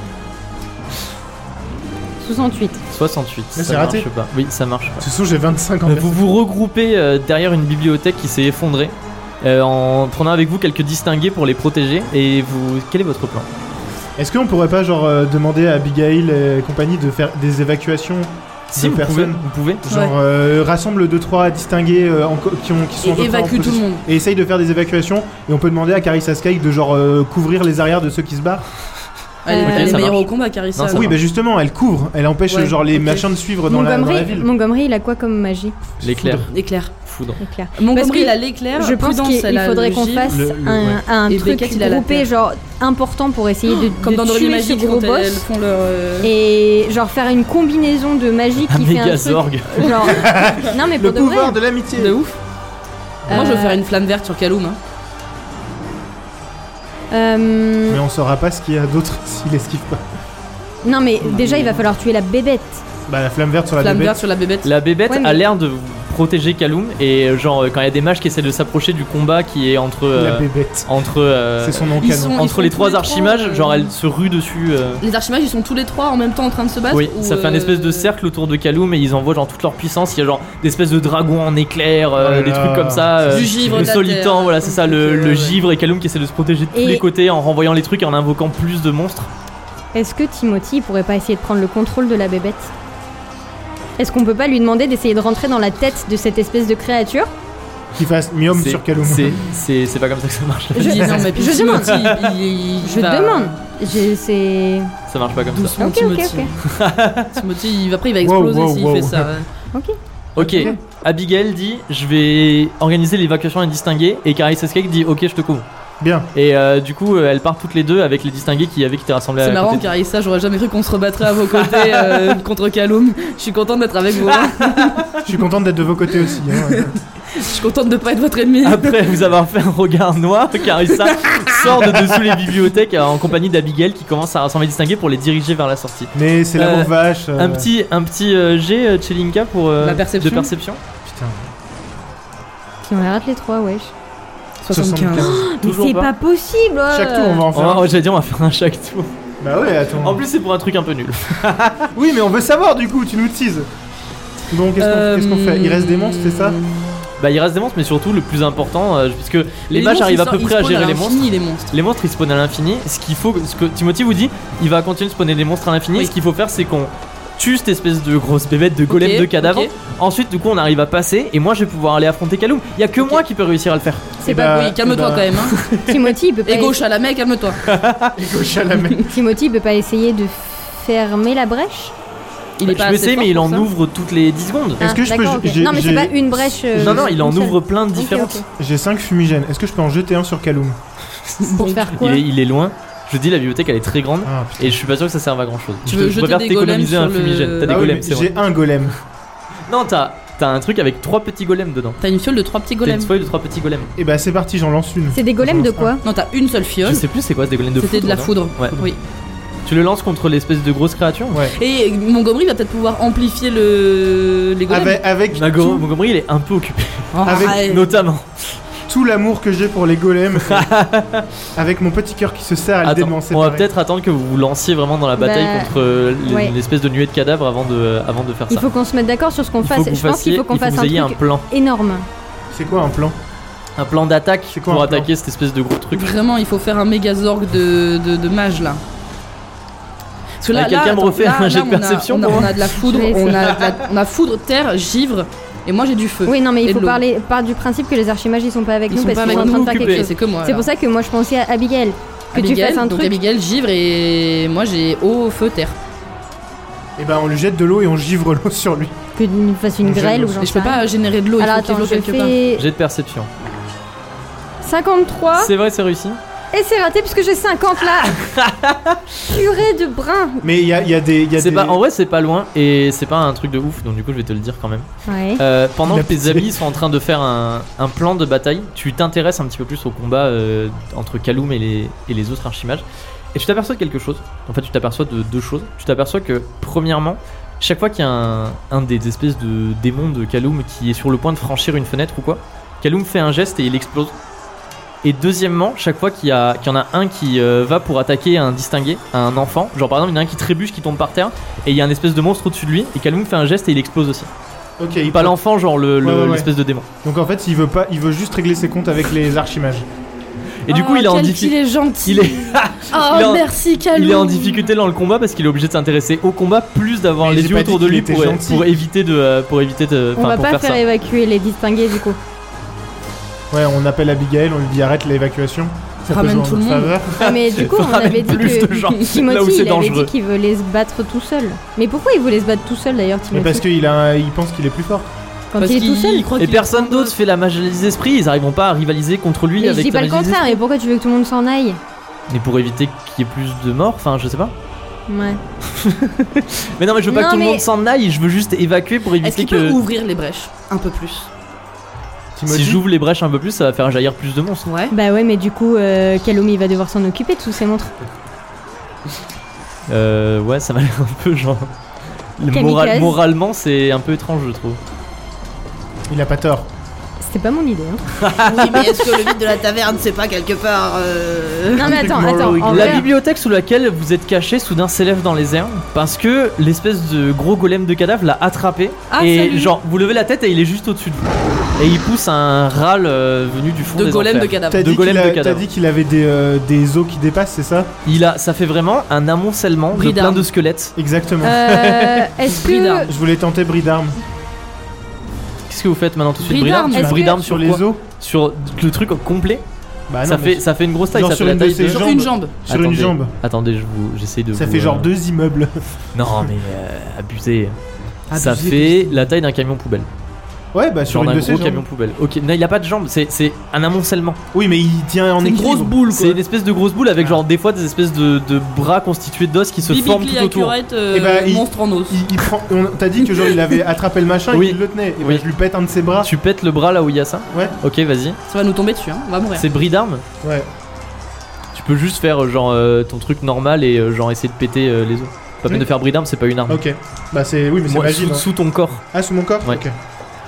S3: 68.
S1: 68.
S2: Mais
S1: Ça
S2: c'est raté.
S1: marche pas. Oui, ça marche pas.
S2: De toute façon, j'ai 25 en fait.
S1: Vous vous regroupez derrière une bibliothèque qui s'est effondrée en prenant avec vous quelques distingués pour les protéger. Et vous, quel est votre plan?
S2: Est-ce qu'on pourrait pas genre demander à Abigail et compagnie de faire des évacuations
S1: Si
S2: de
S1: vous pouvez,
S2: personnes
S1: vous pouvez.
S2: Genre rassemble 2-3 distingués qui sont à peu
S4: Et
S2: près en
S4: évacue tout le
S2: position-
S4: monde.
S2: et essaye de faire des évacuations et on peut demander à Carissa Sky de genre couvrir les arrières de ceux qui se barrent.
S4: Elle
S3: Ok,
S4: est
S1: ça
S4: meilleure
S1: marche.
S4: au combat, Carissa.
S1: Non, ça
S2: Oui,
S1: marche.
S2: bah justement, elle couvre, elle empêche
S4: Ouais,
S2: genre les
S4: ok.
S2: machins de suivre dans la ville.
S3: Montgomery, il a quoi comme magie?
S1: L'éclair.
S4: Éclair.
S1: Foudre.
S3: Éclair.
S4: Montgomery,
S3: que
S4: il a l'éclair.
S3: Je pense
S4: Prudence, elle
S3: qu'il
S4: a
S3: faudrait
S4: le
S3: qu'on
S4: givre.
S3: fasse
S2: Le-
S3: un
S4: Et
S3: truc
S4: Beckett, il a la
S3: groupé,
S4: terre.
S3: genre important pour essayer de,
S4: Comme
S3: de
S4: dans Doré
S3: tuer ce
S4: Magique,
S3: gros
S4: quand elles
S3: boss.
S4: font leur.
S3: Et genre faire une combinaison de magie
S1: Un
S3: qui fait un truc.
S1: Megazorg.
S3: Genre. Non mais
S2: Le
S3: pour de vrai.
S2: pouvoir de l'amitié.
S4: De ouf. Moi, je veux
S3: Euh,
S4: faire une flamme verte sur Kaloum. Hein.
S3: euh,
S2: Mais on saura pas ce qu'il y a d'autre s'il esquive pas.
S3: Non mais déjà il va falloir tuer la bébête.
S2: Bah la flamme verte sur la
S4: Flamme
S2: bébête.
S4: verte sur la bébête.
S1: La bébête
S3: Ouais, mais-
S1: a l'air de protéger Kaloum et genre quand il y a des mages qui essaient de s'approcher du combat qui est entre
S2: La bébête.
S1: entre
S2: C'est son nom
S4: ils
S2: canon.
S4: sont-
S1: entre les
S4: tous
S1: trois
S4: les trois,
S1: archimages, genre elle se rue dessus.
S4: Les archimages, ils sont tous les trois en même temps en train de se battre.
S1: Oui,
S4: ou,
S1: ça fait un espèce de cercle autour de Kaloum et ils envoient genre toute leur puissance. Il y a genre des espèces de dragons en éclair,
S2: Oh là
S1: des
S2: là.
S1: trucs comme ça.
S4: Du givre,
S1: le
S4: de la
S1: solitant,
S4: terre.
S1: voilà, c'est ça, le
S4: Ouais, ouais.
S1: givre et Kaloum qui essaie de se protéger de tous
S3: Et-
S1: les côtés en renvoyant les trucs et en invoquant plus de monstres.
S3: Est-ce que Timothy il pourrait pas essayer de prendre le contrôle de la bébête? Est-ce qu'on peut pas lui demander d'essayer de rentrer dans la tête de cette espèce de créature?
S2: Qui fasse mium
S1: C'est-
S2: sur Kaloum.
S1: c'est pas comme ça que ça marche.
S4: Je dis non, mais puis
S3: je demande.
S4: Timothy,
S3: Je
S4: va-
S3: demande. C'est.
S1: Ça marche pas comme ça.
S4: Doucement,
S3: Ok, ok,
S4: Timothy.
S3: ok.
S4: Timothy, après, il va
S2: Wow,
S4: exploser
S2: wow,
S4: s'il
S2: wow.
S4: fait ça.
S1: Ok,
S2: Ok.
S1: Abigail dit je vais organiser l'évacuation des distingués et Carissa Sky dit ok je te couvre.
S2: Bien.
S1: Et du coup elles partent toutes les deux avec les distingués qui étaient rassemblés
S4: C'est
S1: à
S4: marrant,
S1: côté.
S4: Carissa, j'aurais jamais cru qu'on se rebattrait à vos côtés contre Kaloum. Je suis contente d'être avec vous. Hein.
S2: Je suis contente d'être de vos côtés aussi. Hein.
S4: Je suis contente de pas être votre ennemi.
S1: Après vous avoir fait un regard noir, Carissa sort de dessous les bibliothèques en compagnie d'Abigail qui commence à rassembler les distingués pour les diriger vers la sortie.
S2: Mais c'est l'amour vache.
S1: Un petit jet Chelinka pour
S4: La perception.
S1: de perception.
S2: Putain.
S3: Si on les rate les trois, wesh.
S4: 75.
S3: Mais
S1: Toujours
S3: c'est
S1: pas.
S3: pas possible.
S2: Chaque tour, on va en faire.
S1: Oh, j'allais dire on va faire un chaque tour.
S2: Bah ouais, attends.
S1: En plus c'est pour un truc un peu nul.
S2: Oui, mais on veut savoir du coup, tu nous teases. Bon, qu'est-ce qu'on fait? Il reste des monstres, c'est ça?
S1: Bah il reste des monstres mais surtout le plus important puisque les mages
S4: monstres,
S1: arrivent à
S4: ils
S1: peu près à
S4: spawnent
S1: gérer les monstres.
S4: l'infini, les monstres.
S1: Les monstres ils spawnent à l'infini. Ce que Timothy vous dit, il va continuer de spawner des monstres à l'infini.
S4: Oui.
S1: Ce qu'il faut faire c'est qu'on tue cette espèce de grosse bébête de golem
S4: Ok,
S1: de cadavre.
S4: ok.
S1: Ensuite du coup on arrive à passer et moi je vais pouvoir aller affronter Kaloum. Il y a que moi qui peux réussir à le faire.
S3: C'est
S2: Eh
S3: pas.
S2: bah,
S4: Oui, calme-toi
S2: bah,
S4: quand même. Hein.
S3: Timothy il peut pas.
S4: Et gauche à la main, calme-toi.
S2: Et gauche à la main.
S3: Timothy il peut pas essayer de fermer la brèche?
S4: il est pas
S1: Je peux
S4: assez
S1: essayer,
S4: fort
S1: mais il
S4: pour
S1: en
S4: ça.
S1: ouvre toutes les 10 secondes.
S2: Est-ce que je peux-
S3: d'accord, ok.
S2: j'ai-
S3: Non, mais c'est
S2: j'ai-
S3: pas une brèche.
S1: Non, il en
S3: une seule.
S1: ouvre plein de
S3: Ok,
S1: différentes.
S3: ok.
S2: J'ai 5 fumigènes. Est-ce que je peux en jeter un sur Kaloum?
S3: Pour faire quoi?
S1: Il est loin. Je te dis, la bibliothèque elle est très grande.
S2: Ah, putain.
S1: Et je suis pas sûr que ça serve à grand chose.
S4: Tu veux
S1: je
S4: jeter
S1: préfère
S4: des
S1: t'économiser
S4: golems
S1: un
S4: sur le-
S1: fumigène. T'as des
S2: Ah oui,
S1: golems,
S2: mais
S1: c'est vrai.
S2: j'ai un golem.
S1: Non, t'as un truc avec 3 petits golems dedans.
S4: T'as une fiole de 3 petits
S1: T'as
S4: golems.
S1: une feuille de 3 petits golems.
S2: Et bah c'est parti, j'en lance une.
S3: C'est des golems de quoi?
S4: Non, t'as une seule
S1: Je
S4: fiole.
S1: sais plus c'est quoi, c'est des golems de foudre.
S4: C'était de la
S1: non
S4: foudre.
S1: Ouais.
S4: Oui.
S1: Tu le lances contre l'espèce de grosse créature.
S2: Ouais.
S4: Et Montgomery va peut-être pouvoir amplifier les golems.
S2: Avec
S1: Montgomery il est un peu occupé.
S4: Oh,
S2: avec
S4: arrête.
S1: Notamment.
S2: tout l'amour que j'ai pour les golems, avec mon petit cœur qui se serre à l'idée de m'en
S1: Attends, on
S2: séparer.
S1: va peut-être attendre que vous vous lanciez vraiment dans la bataille
S3: Bah,
S1: contre
S3: ouais.
S1: l'espèce de nuée de cadavres avant de faire ça.
S3: Il faut qu'on se mette d'accord sur ce qu'on
S1: Il faut
S3: fasse.
S1: que vous
S3: Je pense qu'il faut qu'on fasse
S1: vous
S3: un
S1: ayez un
S3: truc
S1: plan.
S3: énorme.
S2: C'est quoi un plan?
S1: Un plan d'attaque
S2: C'est quoi
S1: pour
S2: un plan
S1: attaquer cette espèce de gros truc.
S4: Vraiment, il faut faire un mégazorg de mage là. Parce que
S1: Quelqu'un me refait un jet de
S4: on a-
S1: perception
S4: on a,
S1: pour
S4: on
S1: moi
S4: a de la foudre,
S3: Je vais
S4: on a foudre, terre, givre, et moi j'ai du feu.
S3: Oui, non, mais
S4: Et
S3: il faut
S4: de l'eau.
S3: part du principe que les archimages ils sont pas avec
S4: Ils
S3: nous
S4: sont
S3: parce
S4: pas
S3: qu'ils
S4: avec
S3: sont en train
S4: nous,
S3: de faire
S1: occupés.
S3: quelque
S4: Et
S3: chose.
S4: c'est que moi.
S3: C'est pour ça que moi je pensais à Abigail. Que tu
S4: Abigail,
S3: fasses un
S4: donc
S3: truc.
S4: Abigail, givre, et moi j'ai eau, feu, terre.
S2: Et bah on lui jette de l'eau et on givre l'eau sur lui.
S3: Que tu fasses une
S2: J'aime
S3: grêle ou
S2: aussi.
S3: j'en
S4: Et je
S3: sais
S4: peux
S3: rien.
S4: pas générer de l'eau, il
S3: Alors
S4: faut qu'il y ait
S3: attends,
S4: de l'eau
S3: je
S4: quelque part.
S3: fais
S1: Jet de perception.
S3: 53
S1: C'est vrai, c'est réussi.
S3: et c'est raté puisque j'ai 50 là. Purée de brin.
S2: Mais il y a des.
S1: C'est pas, en vrai, c'est pas loin et c'est pas un truc de ouf, donc du coup, je vais te le dire quand même.
S3: Ouais.
S1: Pendant
S2: Il a
S1: que tes
S2: pitié.
S1: amis sont en train de faire un plan de bataille, tu t'intéresses un petit peu plus au combat entre Kaloum et les autres archimages. Et tu t'aperçois de quelque chose. En fait, tu t'aperçois de deux choses. Tu t'aperçois que, premièrement, chaque fois qu'il y a un des espèces de démons de Kaloum qui est sur le point de franchir une fenêtre ou quoi, Kaloum fait un geste et il explose. Et deuxièmement, chaque fois qu'il y en a un qui va pour attaquer un distingué, un enfant, genre par exemple il y en a un qui trébuche, qui tombe par terre, et il y a un espèce de monstre au-dessus de lui, et Kaloum fait un geste et il explose aussi.
S2: Ok, il
S1: Pas
S2: prend-
S1: l'enfant, genre
S2: Ouais.
S1: l'espèce de démon.
S2: Donc en fait, il veut juste régler ses comptes avec les archimages.
S1: Et du coup, il est en difficulté.
S4: Il est gentil.
S1: Il est,
S4: Oh,
S1: il est en-
S4: merci Kaloum.
S1: il est en difficulté dans le combat parce qu'il est obligé de s'intéresser au combat, plus d'avoir
S2: Mais
S1: les
S2: j'ai
S1: yeux
S2: pas
S1: autour
S2: dit
S1: de
S2: qu'il
S1: lui
S2: était
S1: pour
S2: gentil.
S1: éviter de.
S3: On va
S1: pour
S3: pas
S1: faire
S3: faire
S1: ça.
S3: évacuer les distingués du coup.
S2: Ouais, on appelle Abigail, on lui dit arrête l'évacuation. Ça peut
S4: Ramène
S2: jouer en
S4: tout le
S2: notre
S4: monde.
S2: faveur.
S3: Ouais, mais du coup, on
S1: Ramène
S3: avait dit
S1: plus
S3: que
S1: de gens là où
S3: Timothy,
S1: c'est
S3: il avait
S1: dangereux.
S3: dit qu'il voulait se battre tout seul. Mais pourquoi il voulait se battre tout seul d'ailleurs,
S2: Mais
S3: Timothy?
S2: parce qu'il pense qu'il est plus fort.
S3: Quand
S4: Parce
S3: il est tout
S4: qu'il
S3: seul.
S4: croit
S1: Et
S4: qu'il
S1: personne
S4: est
S1: d'autre fait la magie des esprits, ils arriveront pas à rivaliser contre lui
S3: Mais je
S1: avec
S3: dis
S1: sa
S3: pas le
S1: magie des
S3: contraire,
S1: esprits.
S3: mais pourquoi tu veux que tout le monde s'en aille?
S1: Mais pour éviter qu'il y ait plus de morts, enfin je sais pas.
S3: Ouais.
S1: Mais non, mais je veux pas
S3: Non,
S1: que tout le
S3: mais-
S1: monde s'en aille, je veux juste évacuer pour
S4: Est-ce
S1: éviter
S4: qu'il peut
S1: que.
S4: ouvrir les brèches un peu plus?
S2: Timothy,
S1: Si j'ouvre les brèches un peu plus, ça va faire jaillir plus de monstres.
S4: Ouais.
S3: Bah ouais, mais du coup, Kaloum il va devoir s'en occuper de tous ces montres.
S1: Ouais, ça m'a l'air un peu genre.
S3: Kamikaze.
S1: Moralement, c'est un peu étrange, je trouve.
S2: il a pas tort.
S3: C'était pas mon idée. Hein.
S4: Oui, mais est-ce que le vide de la taverne, c'est pas quelque part
S3: Non mais attends,
S2: truc
S3: attends.
S2: moral.
S3: En
S1: La
S3: vrai,
S1: bibliothèque sous laquelle vous êtes caché soudain s'élève dans les airs parce que l'espèce de gros golem de cadavre l'a attrapé
S4: Ah,
S1: et
S4: salut.
S1: genre vous levez la tête et il est juste au-dessus de vous et il pousse un râle venu du fond
S4: de
S1: des
S4: golem de
S1: enfers.
S4: cadavre.
S2: T'as
S1: De
S2: dit
S1: golem
S2: qu'il
S1: de
S2: a-
S1: cadavre.
S2: t'as dit qu'il avait des os qui dépassent, c'est ça?
S1: Ça fait vraiment un amoncellement de
S4: Bris
S1: plein
S4: d'armes.
S1: de squelettes.
S2: Exactement.
S3: est-ce
S4: Bris
S3: que
S4: d'armes.
S2: Je voulais tenter bris d'armes
S1: Qu'est-ce que vous faites maintenant tout de suite?
S4: Bris d'armes.
S1: Tu
S3: Est-ce
S1: bris
S3: que-
S1: d'armes
S2: sur
S1: sur
S2: les
S1: quoi?
S2: os.
S1: Sur le truc complet.
S2: Bah
S1: ça
S2: non, mais
S1: fait une grosse taille,
S2: genre
S1: ça
S2: sur
S1: fait la
S2: une de
S1: taille
S2: ses
S1: de.
S4: Sur
S2: jambes.
S4: une jambe.
S2: sur une
S1: Attendez.
S2: jambe.
S1: Attendez, j'essaye de
S2: Ça
S1: vous,
S2: fait genre 2 immeubles.
S1: Non mais abusé. Ça
S2: Abusé,
S1: fait la taille d'un camion poubelle.
S2: Ouais, bah sur
S1: Genre
S2: une
S1: d'un
S2: de ses
S1: gros
S2: jambes.
S1: camion poubelle. Ok, non, il a pas de jambes, c'est un amoncellement.
S2: Oui, mais il tient en
S4: C'est une
S2: équilibre.
S4: grosse boule,
S1: C'est
S4: quoi.
S1: une espèce de grosse boule avec genre des fois des espèces de bras constitués d'os qui se forment
S4: Biblically
S1: tout autour.
S4: accurate,
S2: Eh ben, il-
S4: monstre en os.
S2: Il prend. T'as dit que genre il avait attrapé le machin
S1: Oui.
S2: et qu'il le tenait. Et
S1: Oui.
S2: bah je lui pète un de ses bras.
S1: Tu pètes le bras là où il y a ça.
S2: Ouais.
S1: Ok, vas-y.
S4: Ça va nous tomber dessus, hein. On va mourir.
S1: C'est bris d'armes.
S2: Ouais.
S1: Tu peux juste faire genre ton truc normal et genre essayer de péter les os. Pas peine
S2: Oui.
S1: de faire bris d'armes, c'est pas une arme.
S2: Ok. Bah c'est. Oui, mais c'est
S1: Moi,
S2: magie. non
S1: sous ton corps.
S2: Ah, sous mon corps.
S1: Ouais.
S2: Ok.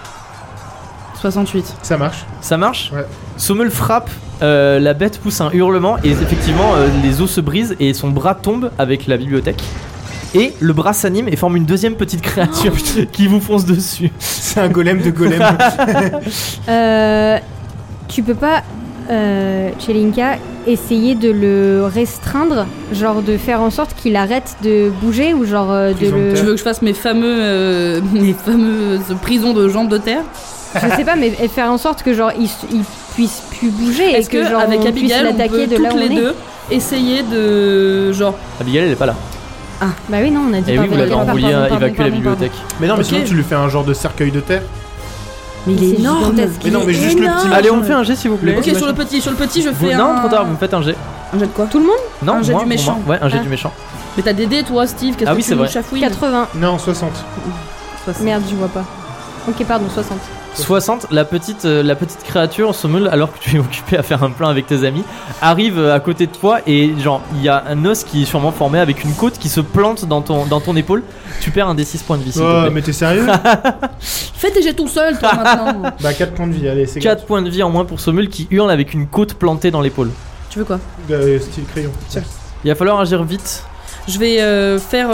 S4: 68.
S2: Ça marche.
S1: Ça marche.
S2: Ouais.
S1: Sommel frappe, la bête pousse un hurlement et effectivement les os se brisent et son bras tombe avec la bibliothèque. Et le bras s'anime et forme une deuxième petite créature qui vous fonce dessus.
S2: C'est un golem de golem.
S3: tu peux pas, Chelinka, essayer de le restreindre, genre de faire en sorte qu'il arrête de bouger ou genre de
S2: Prison de
S3: le...
S4: Tu veux que je fasse mes fameuses prisons de jambes de terre?
S3: Je sais pas, mais faire en sorte que genre il puisse plus bouger et
S4: Est-ce
S3: que
S4: que
S3: genre
S4: avec
S3: on puisse
S4: Abigail, on
S3: l'attaquer
S4: peut
S3: de là
S4: toutes
S3: où on
S4: les
S3: est.
S4: deux essayer de genre
S1: Abigail elle est pas là.
S3: Bah oui, non, on a dit
S1: Et
S3: pas
S1: oui, vous l'avez
S3: pardon,
S1: envoyé
S3: pardon,
S1: évacuer la
S4: pardon.
S1: bibliothèque.
S2: Mais non, mais
S4: Ok.
S2: sinon tu lui fais un genre de cercueil de terre.
S4: Mais il est
S3: C'est
S4: énorme.
S3: gigantesque.
S2: Mais non, mais juste le petit.
S1: Allez, on me fait un jet s'il vous plaît.
S4: Ok, sur le petit, je fais
S1: Non,
S4: un.
S1: trop tard, vous me faites un jet.
S4: Un jet de quoi?
S3: Tout le monde
S1: Non,
S4: Un jet
S1: moi,
S4: du méchant.
S1: moi. Ouais, un jet
S3: Ah.
S1: du méchant.
S4: Mais t'as des dés, toi, Steve. Qu'est-ce
S1: Ah
S4: que
S1: oui,
S4: tu
S1: c'est
S4: nous
S1: vrai.
S4: chafouilles?
S3: 80.
S2: Non, 60.
S3: Merde, je vois pas. Ok, pardon, 60.
S1: 60, la petite créature, Sommel, alors que tu es occupé à faire un plein avec tes amis, arrive à côté de toi et genre il y a un os qui est sûrement formé avec une côte qui se plante dans ton épaule. Tu perds un des 6 points de vie s'il te
S2: Oh,
S1: plaît.
S2: mais t'es sérieux?
S4: Fais tes jets tout seul, toi, maintenant.
S2: Bah, 4 points de vie, allez, c'est
S1: 4 points de vie en moins pour Sommel qui hurle avec une côte plantée dans l'épaule.
S4: Tu veux quoi?
S2: Style crayon. Tiens.
S1: Il va falloir agir vite.
S4: Je vais faire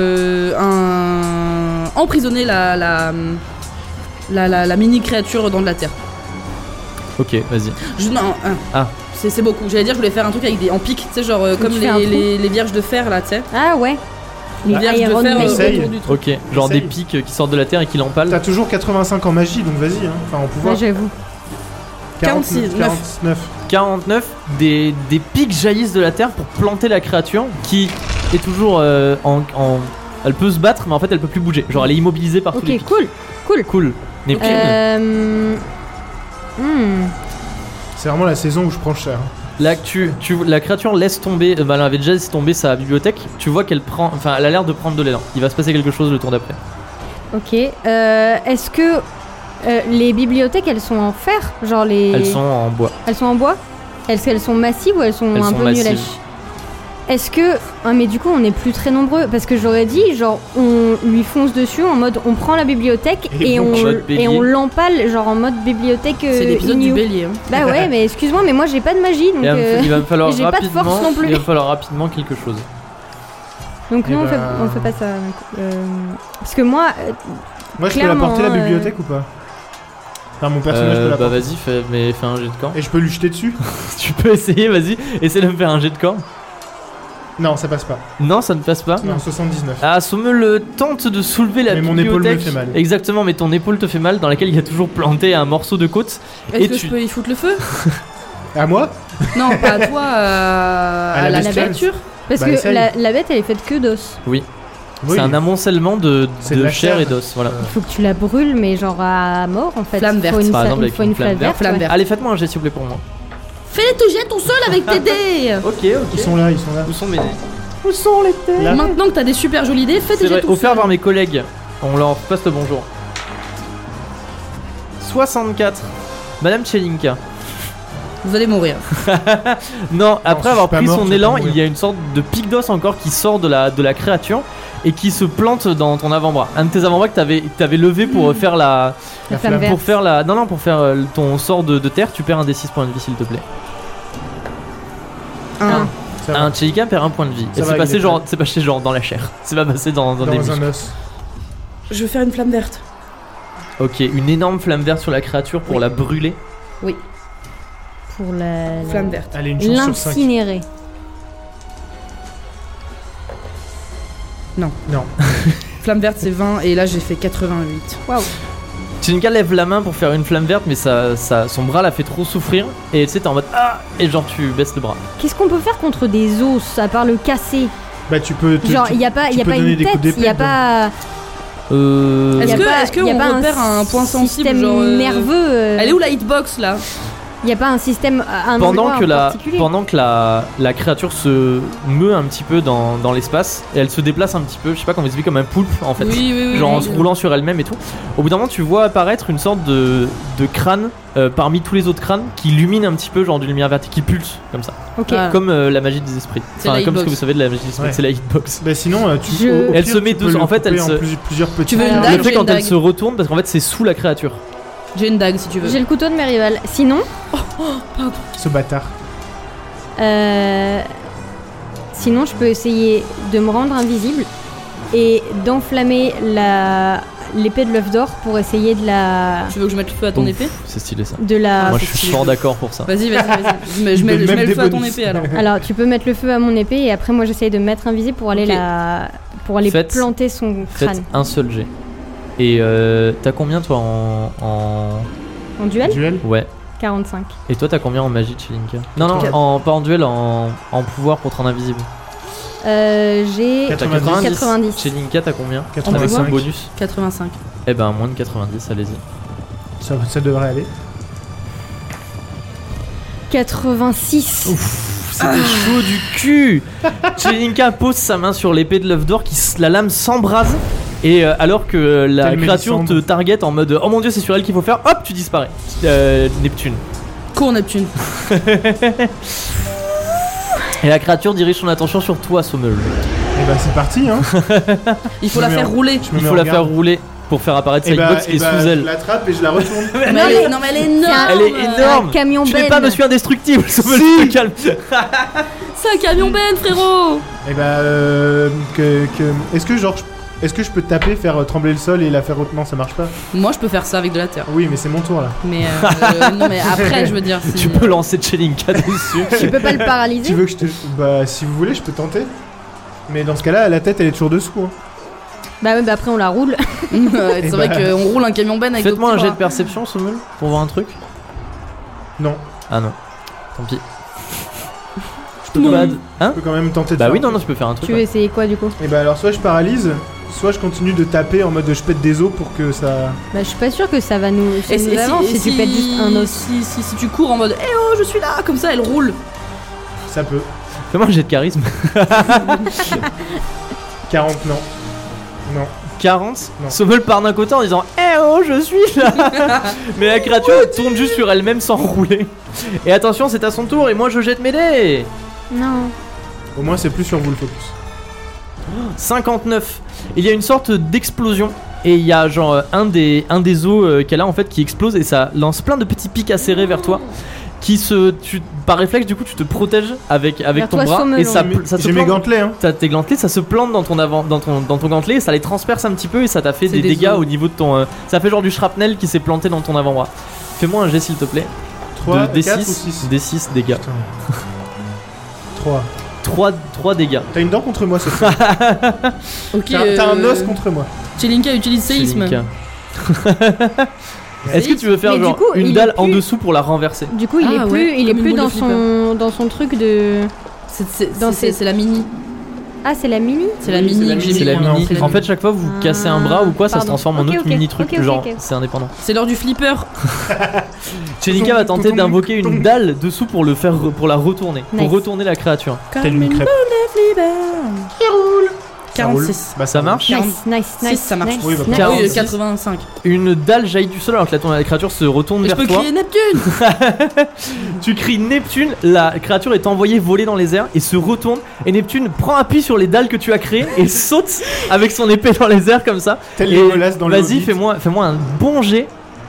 S4: emprisonner la mini créature dans de la terre.
S1: Ok, vas-y.
S4: Non,
S1: Ah.
S4: C'est beaucoup. J'allais dire, je voulais faire un truc avec en pic, tu sais, genre comme
S3: tu fais un trou
S4: les vierges de fer là, tu sais.
S3: Ah ouais.
S4: Les vierges de
S3: Iron
S4: fer
S3: Man.
S2: Essaye.
S4: autour du truc.
S1: Ok, genre
S2: Essaye.
S1: des pics qui sortent de la terre et qui l'empalent.
S2: T'as toujours 85 en magie, donc vas-y, hein. Enfin, en pouvoir.
S3: Ouais, j'avoue.
S4: 46,
S2: 49.
S1: 49, des pics jaillissent de la terre pour planter la créature qui est toujours elle peut se battre, mais en fait elle peut plus bouger. Genre elle est immobilisée par tous les
S3: Ok,
S1: pics.
S3: cool.
S1: Cool. Neptune.
S2: C'est vraiment la saison où je prends cher.
S1: Là, la créature laisse tomber, elle avait déjà laissé tomber sa bibliothèque. Tu vois qu'elle prend, enfin, elle a l'air de prendre de l'élan. Il va se passer quelque chose le tour d'après.
S3: Ok. Est-ce que les bibliothèques, elles sont en fer? Genre les.
S1: Elles sont en bois.
S3: Elles sont en bois? Est-ce qu'elles sont massives ou elles sont
S1: Elles
S3: un
S1: sont
S3: peu
S1: massives.
S3: nulles? Est-ce que. Ah, mais du coup, on n'est plus très nombreux. Parce que j'aurais dit, genre, on lui fonce dessus en mode on prend la bibliothèque
S2: Et
S3: et
S2: donc,
S3: on,
S1: mode bélier.
S3: et on l'empale, genre en mode bibliothèque.
S4: C'est l'épisode du
S3: Inuit.
S4: bélier. Hein.
S3: Bah ouais, mais excuse-moi, mais moi j'ai pas de magie. Donc,
S1: Il va me falloir
S3: j'ai pas de
S1: rapidement.
S3: force non plus.
S1: Il va falloir rapidement quelque chose.
S3: donc
S2: Eh
S3: non,
S2: ben-
S3: on fait pas ça. Parce que moi.
S2: Moi, je peux la
S3: Clairement,
S2: porter la bibliothèque ou pas? Enfin, mon personnage peut la
S1: Bah
S2: porter.
S1: vas-y, fais un jet de camp.
S2: Et je peux lui jeter dessus?
S1: Tu peux essayer, vas-y. Essaie de me faire un jet de camp.
S2: Non, ça passe pas.
S1: Non, ça ne passe pas.
S2: Non, 79.
S1: Ah, Sommel tente de soulever la
S2: Mais mon
S1: bibliothèque.
S2: épaule me fait mal.
S1: Exactement, mais ton épaule te fait mal, dans laquelle il y a toujours planté un morceau de côte.
S4: Est-ce
S1: Et
S4: que
S1: tu-
S4: je peux y foutre le feu?
S2: À moi?
S4: Non, pas à toi, à
S2: la
S4: la
S2: bestiale.
S4: créature.
S3: Parce
S2: Bah,
S3: que
S2: essaye.
S3: la bête elle est faite que d'os.
S1: Oui,
S2: Oui.
S1: c'est un amoncellement de
S2: C'est de la
S1: chair
S2: chair.
S1: et d'os. Voilà.
S3: Il faut que tu la brûles, mais genre à mort en fait.
S4: Flamme
S3: Il faut
S4: verte,
S3: une,
S1: par
S3: sa-
S1: exemple,
S3: il
S1: avec
S3: faut
S1: une
S3: une
S1: flamme
S3: flamme
S1: verte.
S3: verte.
S4: Flamme
S3: ouais.
S4: verte.
S1: Allez, faites-moi un jet s'il vous plaît pour moi.
S4: Fais tout jet tout seul avec tes dés.
S1: Ok,
S2: Ils sont là, ils sont là.
S1: Où sont mes dés?
S3: Où sont les têtes?
S2: Là.
S4: Maintenant que t'as des super jolies idées, fais tes
S1: C'est
S4: jets
S1: vrai,
S4: tout
S1: offert
S4: seul.
S1: par mes collègues. On leur passe le bonjour. 64. Madame Chelinka.
S4: Vous allez mourir.
S1: Non, après
S2: je
S1: avoir
S2: suis pas
S1: pris
S2: mort,
S1: son
S2: tu vas
S1: élan,
S2: pas mourir.
S1: il y a une sorte de pic d'os encore qui sort de la créature et qui se plante dans ton avant-bras. Un de tes avant-bras que t'avais levé pour faire la.
S3: La
S2: La
S3: flamme
S2: flamme.
S3: verte.
S1: Pour faire la. Non, pour faire ton sort de terre, tu perds un des 6 points de vie s'il te plaît.
S3: Un.
S2: Ça va.
S1: Un Chelika perd un point de vie.
S2: Ça
S1: Et
S2: va,
S1: c'est
S2: il
S1: passé
S2: est
S1: genre, c'est passé genre dans la chair. C'est pas passé dans des
S2: Dans
S1: muscles.
S2: un os.
S4: Je vais faire une flamme verte.
S1: Ok, une énorme flamme verte sur la créature pour
S4: Oui.
S1: la brûler.
S3: Pour la.
S4: Flamme verte.
S2: Allez, une chance sur 5.
S3: L'incinérer.
S2: Non.
S4: Flamme verte c'est 20 et là j'ai fait 88.
S3: Waouh.
S1: Chelika lève la main pour faire une flamme verte, mais son bras la fait trop souffrir. Et tu sais, t'es en mode ah! Et genre, tu baisses le bras.
S3: Qu'est-ce qu'on peut faire contre des os à part le casser?
S2: Bah, tu peux.
S3: Genre, il y a pas,
S2: tu
S3: y a
S2: peux
S3: pas
S2: donner
S3: une
S2: des coups
S3: tête,
S2: d'épée
S3: il y a
S2: dedans.
S3: pas.
S1: Euh.
S3: Y a pas-
S4: Est-ce que
S3: y a
S4: on
S3: pas
S4: repère un point sensible
S3: système
S4: genre
S3: nerveux.
S4: Elle est où la hitbox là?
S3: Il y a pas un système, un
S1: pendant
S3: endroit
S1: que,
S3: en
S1: la,
S3: particulier.
S1: pendant que la créature se meut un petit peu dans l'espace et elle se déplace un petit peu, je sais pas comment expliquer, comme un poulpe en fait.
S4: Oui.
S1: Genre en
S4: oui.
S1: se roulant sur elle-même et tout. Au bout d'un moment, tu vois apparaître une sorte de crâne parmi tous les autres crânes qui illumine un petit peu, genre d'une lumière verte qui pulse comme ça.
S3: Ok.
S4: Ah.
S1: Comme la magie des esprits.
S4: C'est
S1: Enfin,
S4: la
S1: comme ce que
S4: hitbox.
S1: vous savez de la magie des esprits,
S2: Ouais.
S1: c'est la hitbox.
S2: Bah, sinon, tu.
S3: Je-
S2: au
S1: Elle
S2: pire,
S1: se met
S2: tu peux
S1: deux-
S2: le
S1: en fait, elle
S2: couper
S1: se-
S2: plusieurs petits.
S4: Tu veux une
S3: Alors,
S4: dague?
S1: Le fait
S4: J'ai
S1: quand
S4: une
S1: elle
S4: dague.
S1: se retourne, parce qu'en fait c'est sous la créature.
S4: J'ai une dague si tu veux.
S3: J'ai le couteau de Merival. Sinon,
S2: Ce bâtard.
S3: sinon, je peux essayer de me rendre invisible et d'enflammer l'épée de l'œuf d'or pour essayer de la.
S4: Tu veux que je mette le feu à ton
S1: Ouf,
S4: épée?
S1: C'est stylé ça.
S3: De la.
S1: Moi
S4: c'est
S1: je suis
S4: stylé.
S1: fort d'accord pour ça.
S4: Vas-y. Je mets
S2: Il donne
S4: le
S2: même des
S4: feu à ton
S2: bonus.
S4: épée alors.
S3: Alors, tu peux mettre le feu à mon épée et après, moi, j'essaye de me mettre invisible pour aller
S4: Ok.
S3: pour aller
S1: Faites-
S3: planter son
S1: Faites
S3: crâne.
S1: un seul jet. Et t'as combien toi en.
S3: En duel,
S2: Duel.
S1: Ouais.
S3: 45.
S1: Et toi t'as combien en magie, Chelinka? Non,
S4: Quatre.
S1: pas en duel, en pouvoir pour te rendre invisible.
S3: J'ai 90.
S1: Chelinka, t'as combien?
S2: 85.
S1: Bonus.
S4: 85.
S1: Eh ben, moins de 90, allez-y.
S2: Ça devrait aller.
S3: 86.
S1: Ouf, c'était chaud du cul. Chelinka pose sa main sur l'épée de l'œuf d'or, la lame s'embrase. Et alors que la
S2: Telle
S1: créature
S2: Mélisande.
S1: te target en mode oh mon dieu, c'est sur elle qu'il faut faire, hop, tu disparais. Neptune.
S4: Cours Neptune.
S1: Et la créature dirige son attention sur toi, Sommel.
S2: Et bah c'est parti hein.
S4: Il faut
S2: Je
S4: la
S2: me
S4: faire
S2: mets en-
S4: rouler.
S2: Je me
S1: Il
S2: mets
S1: faut
S2: en
S1: la
S2: garde.
S1: faire rouler pour faire apparaître
S2: Et bah,
S1: Sidebox qui est sous
S2: je
S1: elle.
S2: l'attrape et je la retourne.
S4: Mais elle est énorme.
S1: Elle est énorme.
S3: Un camion
S1: Tu n'es
S3: Ben.
S1: pas monsieur indestructible, Sommel,
S2: Si.
S1: te calme.
S4: C'est un camion Ben, frérot.
S2: Et bah est-ce que je peux te taper, faire trembler le sol et la faire non, ça marche pas.
S4: Moi, je peux faire ça avec de la terre.
S2: Oui, mais c'est mon tour là.
S4: Mais non, mais après, je veux dire. Si...
S1: Tu peux lancer Chelinka dessus.
S3: Tu peux pas le
S2: Tu
S3: paralyser?
S2: veux que je te bah si vous voulez, je peux tenter. Mais dans ce cas-là, la tête elle est toujours dessous. Hein.
S3: Bah ouais, bah après on la roule.
S4: C'est vrai
S2: bah.
S4: qu'on roule un camion Ben avec.
S1: Faites-moi
S4: nos
S1: un
S4: petits
S1: jet de
S4: bras.
S1: perception, Sommel, pour voir un truc.
S2: Non,
S1: Ah non. Tant pis.
S2: je peux, quand même,
S1: Hein?
S2: je peux quand même tenter de
S1: Bah
S2: faire
S1: oui,
S2: un
S1: non,
S2: truc.
S1: tu peux faire un truc.
S3: Tu veux
S1: ouais.
S3: essayer quoi du coup?
S2: Et bah alors soit je paralyse, soit je continue de taper en mode je pète des os pour que ça.
S3: Bah je suis pas sûre que ça va nous,
S4: Et
S3: nous avance si tu pètes juste un os.
S4: Si tu cours en mode eh oh, je suis là, comme ça, elle roule.
S2: Ça peut.
S1: Fais-moi un jet de charisme.
S2: 40 non. Non.
S1: 40.
S2: Non.
S1: Sommel part d'un côté en disant eh oh, je suis là. Mais la créature elle tourne juste sur elle-même sans rouler. Et attention, c'est à son tour et moi je jette mes dés.
S3: Non.
S2: Au moins c'est plus sur vous le focus.
S1: 59. Il y a une sorte d'explosion. Et il y a genre un des os qu'elle a en fait qui explose et ça lance plein de petits pics acérés vers toi. Par réflexe du coup tu te protèges avec
S3: Vers
S1: ton
S3: toi,
S1: bras
S3: Sommel,
S1: et ça
S3: on
S1: se
S2: J'ai mes
S1: plante.
S2: gantelets hein.
S1: T'as tes gantelets, ça se plante dans ton gantelet et ça les transperce un petit peu et ça t'a fait
S4: C'est
S1: des
S4: des
S1: dégâts
S4: os.
S1: au niveau de ton. Ça fait genre du shrapnel qui s'est planté dans ton avant-bras. Fais-moi un jet s'il te plaît.
S2: 3,
S1: de
S2: 4 ou
S1: D6,
S2: 6
S1: D6 dégâts.
S2: 3.
S1: 3 dégâts.
S2: T'as une dent contre moi, Sophie.
S4: Ok.
S2: T'as un os contre moi.
S4: Chelinka utilise séisme.
S1: Chelinka. Est-ce que tu veux faire
S3: Mais du
S1: genre
S3: coup,
S1: une
S3: il est
S1: dalle en
S3: plus-
S1: dessous pour la renverser?
S3: Du coup il
S4: Ah
S3: est plus,
S4: ouais,
S3: il est
S4: comme une
S3: plus
S4: boule de
S3: dans son truc de. Dans ces-
S4: C'est la mini.
S3: Ah c'est la mini.
S4: C'est la
S2: Oui,
S4: mini
S2: c'est la
S4: que j'ai
S2: mini,
S1: C'est la
S4: mis.
S2: non,
S1: mini.
S2: c'est la
S1: En
S2: mini.
S1: fait, chaque fois vous
S3: Ah,
S1: cassez un bras ou quoi, ça se
S3: pardon.
S1: transforme en
S3: Ok,
S1: autre
S3: ok,
S1: mini truc.
S3: ok, ok,
S1: Genre,
S3: ok.
S1: c'est indépendant.
S4: C'est l'heure du flipper.
S1: Chelinka va tenter d'invoquer une dalle dessous pour la retourner.
S3: Nice.
S1: Pour retourner la créature.
S2: Telle une crêpe.
S4: Qui roule.
S2: Ça roule.
S4: 46.
S2: Bah
S1: Ça marche?
S3: Nice, nice,
S4: Si,
S3: nice.
S4: ça marche.
S3: nice,
S2: Oui, bah,
S3: nice.
S1: 46.
S4: Oui, 85.
S1: Une dalle jaillit du sol alors que la créature se retourne
S4: Et je
S1: vers
S4: peux
S1: toi.
S4: crier Neptune.
S1: Tu cries Neptune, la créature est envoyée voler dans les airs et se retourne. Et Neptune prend appui sur les dalles que tu as créées et saute avec son épée dans les airs comme ça.
S2: Tel
S1: Et
S2: Legolas dans le
S1: vas-y,
S2: Hobbit.
S1: fais-moi un bon jet.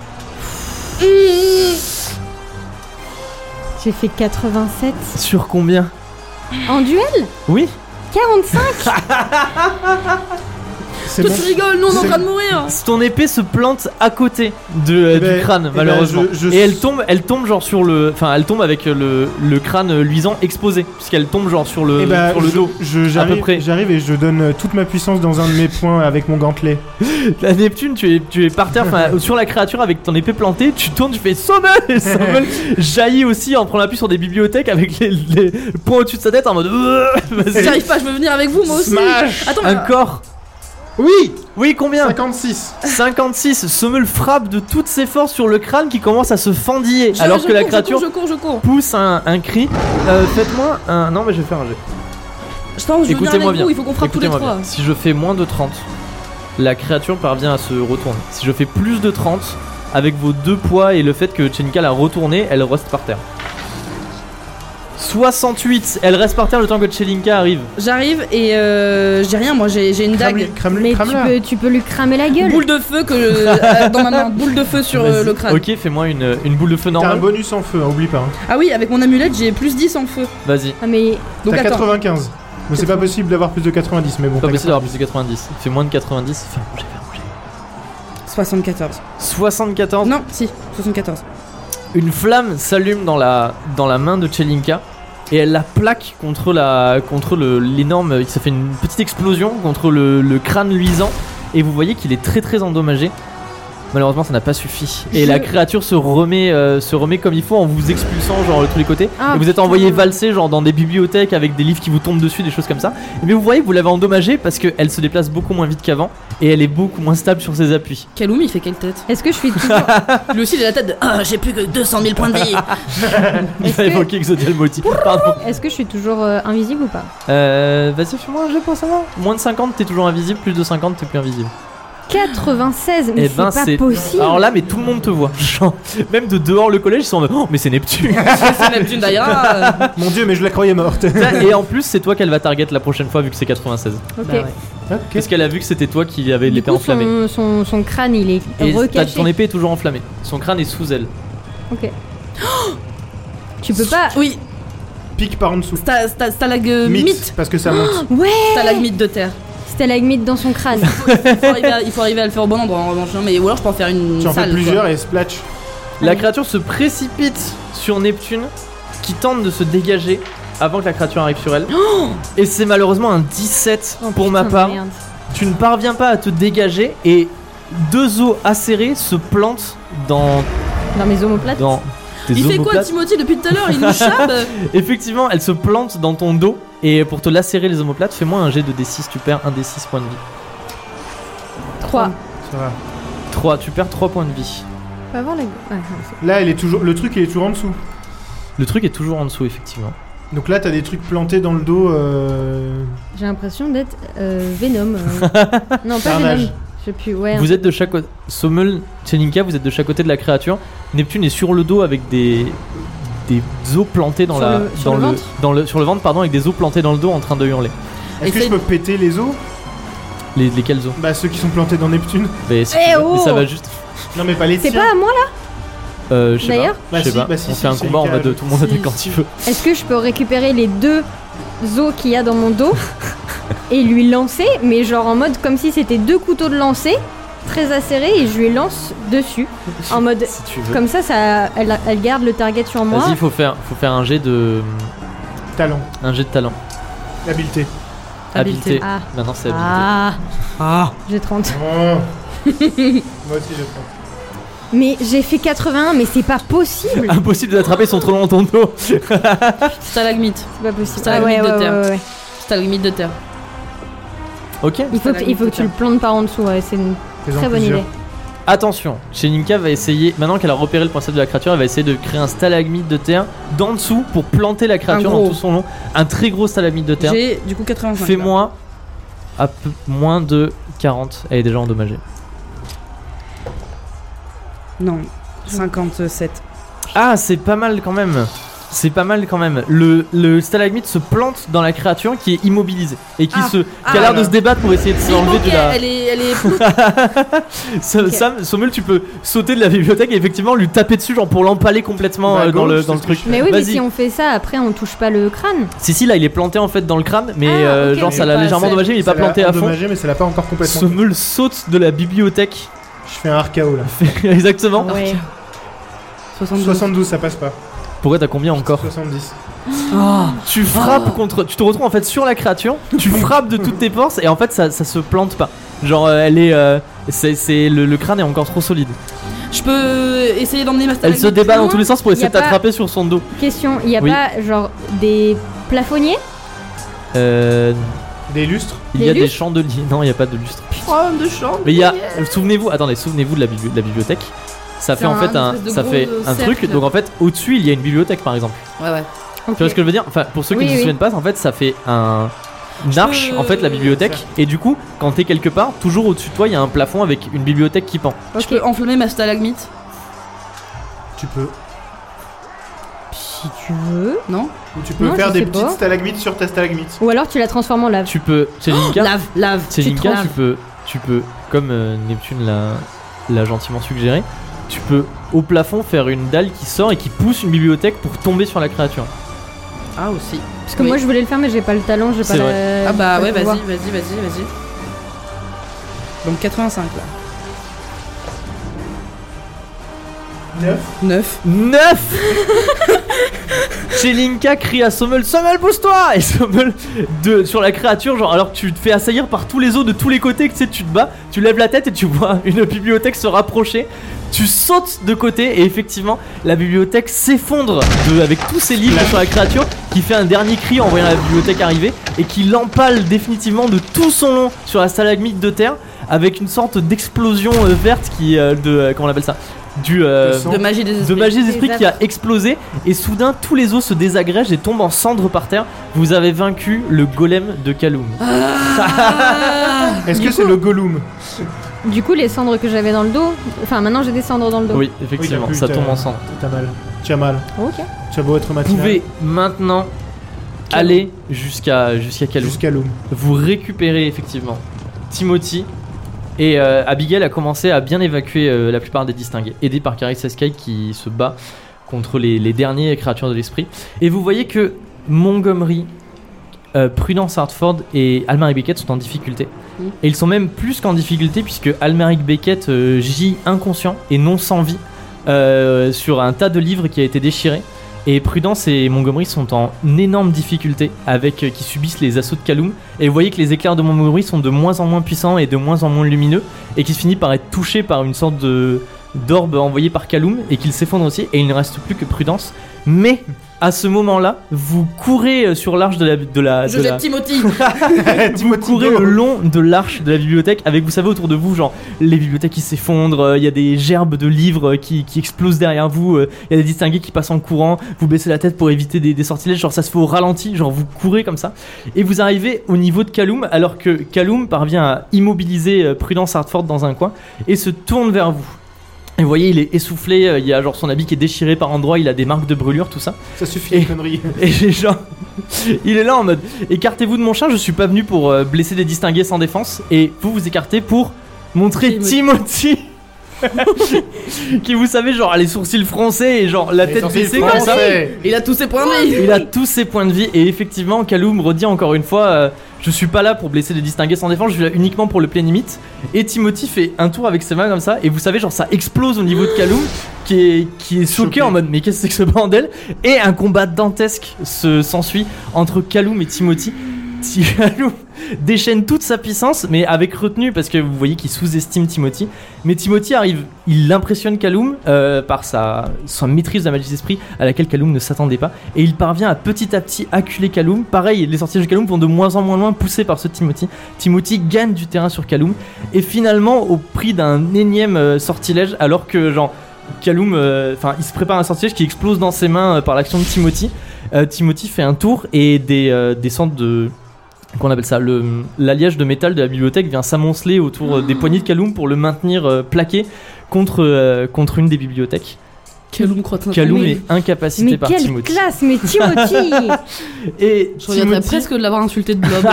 S3: J'ai fait 87.
S1: Sur combien?
S3: En duel
S1: Oui.
S3: 45.
S2: C'est
S4: Toi
S2: bon.
S4: tu rigoles, nous on est en
S2: C'est-
S4: train de mourir.
S1: Ton épée se plante à côté
S2: Eh ben,
S1: du crâne,
S2: eh ben,
S1: malheureusement.
S2: je-
S1: Et elle tombe genre sur le. Enfin, elle tombe avec le crâne luisant exposé. Puisqu'elle tombe genre sur le,
S2: Eh bah,
S1: sur le dos. à peu près.
S2: J'arrive et je donne toute ma puissance dans un de mes points avec mon gantelet.
S1: La Neptune, tu es par terre, enfin, sur la créature avec ton épée plantée. Tu tournes, tu fais Sommel. Et Sommel jaillit aussi en prenant appui sur des bibliothèques avec les points au-dessus de sa tête en mode. Vas-y.
S4: J'arrive pas, je veux venir avec vous moi aussi.
S2: Smash.
S4: Attends,
S1: Un corps.
S2: Oui.
S1: Oui, combien?
S2: 56.
S1: 56. Sommel frappe de toutes ses forces sur le crâne qui commence à se fendiller alors
S4: je
S1: que la
S4: cours,
S1: créature
S4: je cours.
S1: pousse un cri. Faites-moi un. Non, mais je vais faire un jet.
S4: Je pense, je veux venir
S1: Écoutez-moi
S4: avec
S1: bien.
S4: vous, il faut qu'on frappe tous les
S1: Écoutez-moi
S4: trois.
S1: bien. Si je fais moins de 30, la créature parvient à se retourner. Si je fais plus de 30, avec vos deux poids et le fait que Chelinka l'a retournée, elle reste par terre. 68, elle reste par terre le temps que Chelinka arrive.
S4: J'arrive et j'ai rien, moi j'ai une dague.
S3: Mais
S2: Crame-le.
S3: tu peux lui cramer la gueule.
S4: Boule de feu dans ma main, boule de feu sur
S1: Vas-y.
S4: le crâne.
S1: Ok, fais-moi une boule de feu
S2: T'as un
S1: normale.
S2: bonus en feu, hein, oublie pas. Hein.
S4: Ah oui, avec mon amulette j'ai plus 10 en feu.
S1: Vas-y.
S3: Ah mais
S4: Donc
S2: T'as
S4: attends.
S2: 95. Mais c'est pas possible d'avoir plus de 90, mais bon.
S1: Pas
S2: t'as
S1: possible d'avoir plus de 90. Fais moins de 90. Fais un jet, fais un jet.
S4: 74.
S1: 74.
S4: Non, si, 74.
S1: Une flamme s'allume dans la main de Chelinka et elle la plaque contre l'énorme. Ça fait une petite explosion contre le crâne luisant et vous voyez qu'il est très très endommagé. Malheureusement, ça n'a pas suffi. Et la créature se remet comme il faut en vous expulsant genre de tous les côtés.
S3: Ah,
S1: et vous êtes
S3: putain.
S1: envoyé valser genre dans des bibliothèques avec des livres qui vous tombent dessus, des choses comme ça. Mais vous voyez que vous l'avez endommagée parce qu'elle se déplace beaucoup moins vite qu'avant et elle est beaucoup moins stable sur ses appuis.
S4: Kaloum, il fait quelle tête?
S3: Est-ce que je suis toujours.
S4: Lui aussi, il a la tête de ah, j'ai plus que 200 000 points de vie.
S1: Il
S3: Est-ce
S1: va
S3: que-
S1: évoquer Exodial Multi. Pardon.
S3: Est-ce que je suis toujours invisible ou pas?
S1: Vas-y, fais-moi un jeu pour savoir. Moins de 50, t'es toujours invisible. Plus de 50, t'es plus invisible.
S3: 96, mais
S1: Eh ben,
S3: c'est pas possible.
S1: Alors là, mais tout le monde te voit. Genre, même de dehors le collège, ils sont en mode oh, mais c'est Neptune.
S4: C'est Neptune d'ailleurs.
S2: Mon dieu, mais je la croyais morte.
S1: Et en plus, c'est toi qu'elle va target la prochaine fois vu que c'est 96.
S3: Ok.
S4: Bah ouais.
S2: Ok.
S1: Parce qu'elle a vu que c'était toi qui avais
S3: Du
S1: l'épée
S3: coup,
S1: enflammée.
S3: son crâne, il est
S1: Et
S3: recaché.
S1: ton épée est toujours enflammée. Son crâne est sous elle.
S3: Ok. Tu peux pas.
S4: Oui,
S2: Pique par en dessous.
S4: stalagmite.
S2: Mythe, parce que ça monte.
S3: Ouais.
S4: Stalagmite de terre.
S3: Stalagmite dans son crâne.
S4: Il faut arriver à le faire au bon endroit en revanche. hein, Mais, ou alors je peux en faire une
S2: Tu en fais
S4: salle.
S2: plusieurs et splatch.
S1: La créature se précipite sur Neptune qui tente de se dégager avant que la créature arrive sur elle. Et c'est malheureusement un 17
S3: Oh,
S1: pour
S3: putain
S1: ma
S3: de
S1: part.
S3: merde.
S1: Tu ne parviens pas à te dégager et deux os acérés se plantent dans
S3: Dans mes omoplates.
S1: tes
S4: Il fait quoi
S1: omoplates.
S4: Timothy depuis tout à l'heure? Il nous chabe.
S1: Effectivement, elle se plante dans ton dos et pour te lacérer les omoplates, fais-moi un jet de D6, tu perds un D6 points de vie.
S3: 3.
S2: Ça va.
S1: 3, tu perds 3 points de vie.
S3: Faut avoir la. Ouais,
S2: Là, elle est toujours. Le truc, il est toujours en dessous.
S1: Le truc est toujours en dessous, effectivement.
S2: Donc là, t'as des trucs plantés dans le dos.
S3: j'ai l'impression d'être Venom. Non, pas
S2: Carnage.
S3: Venom. Je sais plus. Ouais.
S1: Vous êtes de chaque côté. Sommel, Tchelinka, vous êtes de chaque côté de la créature. Neptune est sur le dos avec des os plantés dans
S3: Sur
S1: la.
S3: le- sur le ventre
S1: sur le ventre, pardon, avec des os plantés dans le dos en train de hurler.
S2: Est-ce que je
S4: Essaye-
S2: peux péter les os?
S1: Lesquels os?
S2: Bah, ceux qui sont plantés dans Neptune.
S1: Mais, si
S3: Eh
S1: tu veux, mais ça
S3: oh
S1: va juste.
S2: Non, mais pas les
S3: C'est
S2: tiens.
S3: pas à moi là.
S1: Je sais
S3: D'ailleurs
S1: pas. Je sais
S2: Bah si,
S1: pas.
S2: bah si,
S1: On
S2: si,
S1: fait un
S2: c'est
S1: combat en
S2: le cas.
S1: mode tout le monde
S4: Si,
S1: attaque quand
S4: si.
S1: il veut.
S3: Est-ce que je peux récupérer les deux os qu'il y a dans mon dos et lui lancer, mais genre en mode comme si c'était deux couteaux de lancer, très acérés, et je lui lance dessus en mode
S1: Si tu veux.
S3: comme ça, elle garde le target sur moi.
S1: Vas-y, faut faire un jet de.
S2: Talent.
S1: Un jet de talent.
S2: Habileté.
S1: Habileté.
S3: Ah.
S1: Maintenant, c'est habileté.
S3: Ah, j'ai 30.
S2: Oh. Moi aussi, je prends.
S3: Mais j'ai fait 81, mais c'est pas possible.
S1: Impossible d'attraper, ils sont trop longs dans ton dos.
S4: Stalagmite.
S3: C'est pas possible.
S4: Stalagmite de terre.
S3: ouais.
S4: Stalagmite de terre.
S1: Ok.
S3: Il faut que tu le plantes par en dessous, ouais, c'est une
S2: Fais-en
S3: très bonne
S2: plusieurs.
S3: idée.
S1: Attention, Sheninka va essayer, maintenant qu'elle a repéré le principe de la créature, elle va essayer de créer un stalagmite de terre d'en dessous pour planter la créature
S4: Un
S1: dans
S4: gros.
S1: tout son long. Un très gros stalagmite de terre.
S4: J'ai du coup 85.
S1: Fais-moi à peu moins de 40. Elle est déjà endommagée.
S4: Non, 57.
S1: Ah, c'est pas mal quand même. C'est pas mal quand même. Le stalagmite se plante dans la créature qui est immobilisée et qui qui a l'air de se débattre pour essayer de s'enlever de la.
S4: Elle est
S1: Sam, Sommel, tu peux sauter de la bibliothèque et effectivement lui taper dessus genre pour l'empaler complètement
S2: Bah,
S1: dans
S2: gauche,
S1: le
S2: c'est ce que
S1: truc.
S2: je fais.
S3: Mais oui, mais
S1: Vas-y.
S3: si on fait ça, après on touche pas le crâne.
S1: Si là il est planté en fait dans le crâne mais
S3: Ah, ok,
S1: genre
S3: mais
S1: ça l'a
S4: pas
S1: légèrement
S4: assez.
S1: endommagé mais il est
S2: Ça
S1: pas
S2: l'a
S1: planté à fond.
S2: endommagé, mais ça l'a pas encore complètement.
S1: Sommel saute de la bibliothèque.
S2: Je fais un RKO là.
S1: Exactement.
S3: Ouais.
S4: 72.
S2: 72, ça passe pas.
S1: Pourquoi t'as combien encore?
S2: 70.
S1: Tu frappes contre. Tu te retrouves en fait sur la créature, tu frappes de toutes tes forces et en fait ça se plante pas. Genre elle est. Le crâne est encore trop solide.
S4: Je peux essayer d'emmener ma
S1: Elle
S4: stalagmite
S1: se débat
S4: plus
S1: dans
S4: loin
S1: tous les sens pour essayer
S3: Y
S1: de
S3: a pas-
S1: t'attraper sur son dos.
S3: Question, il y a
S1: Oui.
S3: pas genre des plafonniers?
S2: Des lustres.
S1: Il
S3: Des
S1: y a des
S3: lustres
S1: chandeliers. Non, il n'y a pas de lustre.
S4: Oh, de chambre.
S1: Mais il y a. Souvenez-vous de la bibliothèque. Ça fait
S4: C'est
S1: en fait
S4: un espèce de
S1: ça
S4: gros
S1: fait un
S4: cercle.
S1: truc. Donc en fait, au-dessus, il y a une bibliothèque par exemple.
S4: Ouais, ouais.
S3: Ok.
S1: Tu vois ce que je veux dire? Enfin, pour ceux qui
S3: Oui,
S1: ne se
S3: oui.
S1: souviennent pas, en fait, ça fait une arche en fait la bibliothèque.
S2: ça.
S1: Et du coup, quand t'es quelque part, toujours au-dessus de toi, il y a un plafond avec une bibliothèque qui pend.
S3: Ok.
S4: Je peux enflammer ma stalagmite.
S2: Tu peux.
S3: Si tu veux.
S4: Non?
S2: Ou tu peux
S3: Non,
S2: faire
S3: je
S2: des
S3: sais
S2: petites
S3: pas.
S2: stalagmites sur ta stalagmite.
S3: Ou alors tu la transformes en lave.
S1: Tu peux. Tchelinka,
S4: Lave.
S1: Tchelinka,
S3: laves.
S1: tu peux, comme Neptune l'a gentiment suggéré, tu peux au plafond faire une dalle qui sort et qui pousse une bibliothèque pour tomber sur la créature.
S4: Ah, aussi.
S3: Parce que
S4: Oui.
S3: moi je voulais le faire, mais j'ai pas le talent, j'ai
S1: C'est
S3: pas
S1: vrai.
S3: la.
S4: Ah, bah
S3: pas
S4: ouais,
S3: le
S4: vas-y,
S3: pouvoir.
S4: vas-y. Donc 85 là. 9.
S1: 9. Chelinka crie à Sommel, Sommel, pousse-toi. Et Sommel, sur la créature, genre, alors que tu te fais assaillir par tous les os de tous les côtés, que tu te bats, tu lèves la tête et tu vois une bibliothèque se rapprocher. Tu sautes de côté et effectivement, la bibliothèque s'effondre avec tous ces livres sur la créature, qui fait un dernier cri en voyant la bibliothèque arriver et qui l'empale définitivement de tout son long sur la stalagmite de terre, avec une sorte d'explosion verte qui comment on appelle ça,
S4: De magie des esprits.
S1: Qui a explosé, et soudain tous les os se désagrègent et tombent en cendres par terre. Vous avez vaincu le golem de Kaloum.
S2: Est-ce que c'est le Gollum?
S3: Du coup, les cendres que j'avais dans le dos, enfin maintenant j'ai des cendres dans le dos.
S1: Oui, effectivement, ça tombe en cendres.
S2: T'as mal. Tu as mal.
S3: Ok.
S2: Tu as beau être
S1: Vous
S2: matinal.
S1: pouvez maintenant aller jusqu'à Kaloum.
S2: Jusqu'à l'homme.
S1: Vous récupérez effectivement Timothy. Et Abigail a commencé à bien évacuer la plupart des distingués, aidé par Carissa Sky qui se bat contre les derniers créatures de l'esprit. Et vous voyez que Montgomery, Prudence Hartford et Almaric Beckett sont en difficulté. Et ils sont même plus qu'en difficulté, puisque Almaric Beckett gît inconscient et non sans vie sur un tas de livres qui a été déchiré. Et Prudence et Montgomery sont en énorme difficulté qui subissent les assauts de Kaloum. Et vous voyez que les éclairs de Montgomery sont de moins en moins puissants et de moins en moins lumineux, et qui finit par être touché par une sorte d'orbe envoyé par Kaloum, et qu'il s'effondre aussi, et il ne reste plus que Prudence. Mais à ce moment-là, vous courez sur l'arche
S4: Joseph Timothy.
S1: vous courez le long de l'arche de la bibliothèque, avec, vous savez, autour de vous, genre les bibliothèques qui s'effondrent, il y a des gerbes de livres qui explosent derrière vous, il y a des distingués qui passent en courant, vous baissez la tête pour éviter des sortilèges, genre ça se fait au ralenti, genre vous courez comme ça, et vous arrivez au niveau de Kaloum, alors que Kaloum parvient à immobiliser Prudence Hartford dans un coin et se tourne vers vous. Et vous voyez, il est essoufflé, il y a genre son habit qui est déchiré par endroits, il a des marques de brûlure, tout ça.
S2: Ça suffit, les conneries.
S1: Et genre, il est là en mode, écartez-vous de mon champ, je suis pas venu pour blesser des distingués sans défense. Et vous vous écartez pour montrer Timothy qui, vous savez, genre a les sourcils froncés et genre la tête baissée comme ça.
S4: Il a tous ses points de vie.
S1: Il a tous ses points de vie. Et effectivement, Kaloum redit encore une fois, je suis pas là pour blesser des distingués sans défense, je suis là uniquement pour le plein limite. Et Timothy fait un tour avec ses mains comme ça, et vous savez, genre ça explose au niveau de Kaloum, qui est choqué en mode mais qu'est-ce que c'est que ce bordel. Et un combat dantesque s'ensuit entre Kaloum et Timothy. Kaloum déchaîne toute sa puissance, mais avec retenue, parce que vous voyez qu'il sous-estime Timothy. Mais Timothy arrive, il impressionne Kaloum par sa maîtrise de la magie d'esprit, à laquelle Kaloum ne s'attendait pas, et il parvient à petit acculer Kaloum. Pareil, les sortilèges de Kaloum vont de moins en moins loin, poussés par ce Timothy. Timothy gagne du terrain sur Kaloum, et finalement au prix d'un énième sortilège, alors que genre Kaloum, il se prépare un sortilège qui explose dans ses mains par l'action de Timothy. Timothy fait un tour, et des sortes de... qu'on appelle ça, l'alliage de métal de la bibliothèque vient s'amonceler autour des poignées de Kaloum pour le maintenir plaqué contre une des bibliothèques. Kaloum est incapacité par Timothy.
S3: Mais quelle classe, mais Timothy.
S1: Et
S4: je reviendrais presque de l'avoir insulté de blob.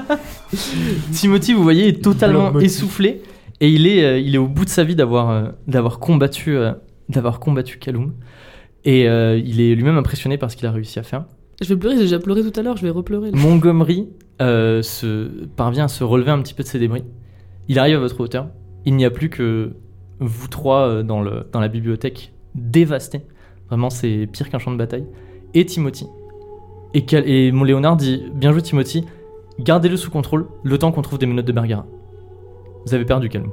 S1: Timothy, vous voyez, est totalement essoufflé, et il est au bout de sa vie d'avoir combattu Kaloum, et il est lui-même impressionné par ce qu'il a réussi à faire.
S4: Je vais pleurer, j'ai déjà pleuré tout à l'heure, je vais repleurer.
S1: Montgomery parvient à se relever un petit peu de ses débris. Il arrive à votre hauteur. Il n'y a plus que vous trois dans la bibliothèque, dévastée. Vraiment, c'est pire qu'un champ de bataille. Et Timothy. Et mon Léonard dit, bien joué Timothy, gardez-le sous contrôle le temps qu'on trouve des menottes de Bergara. Vous avez perdu Kaloum.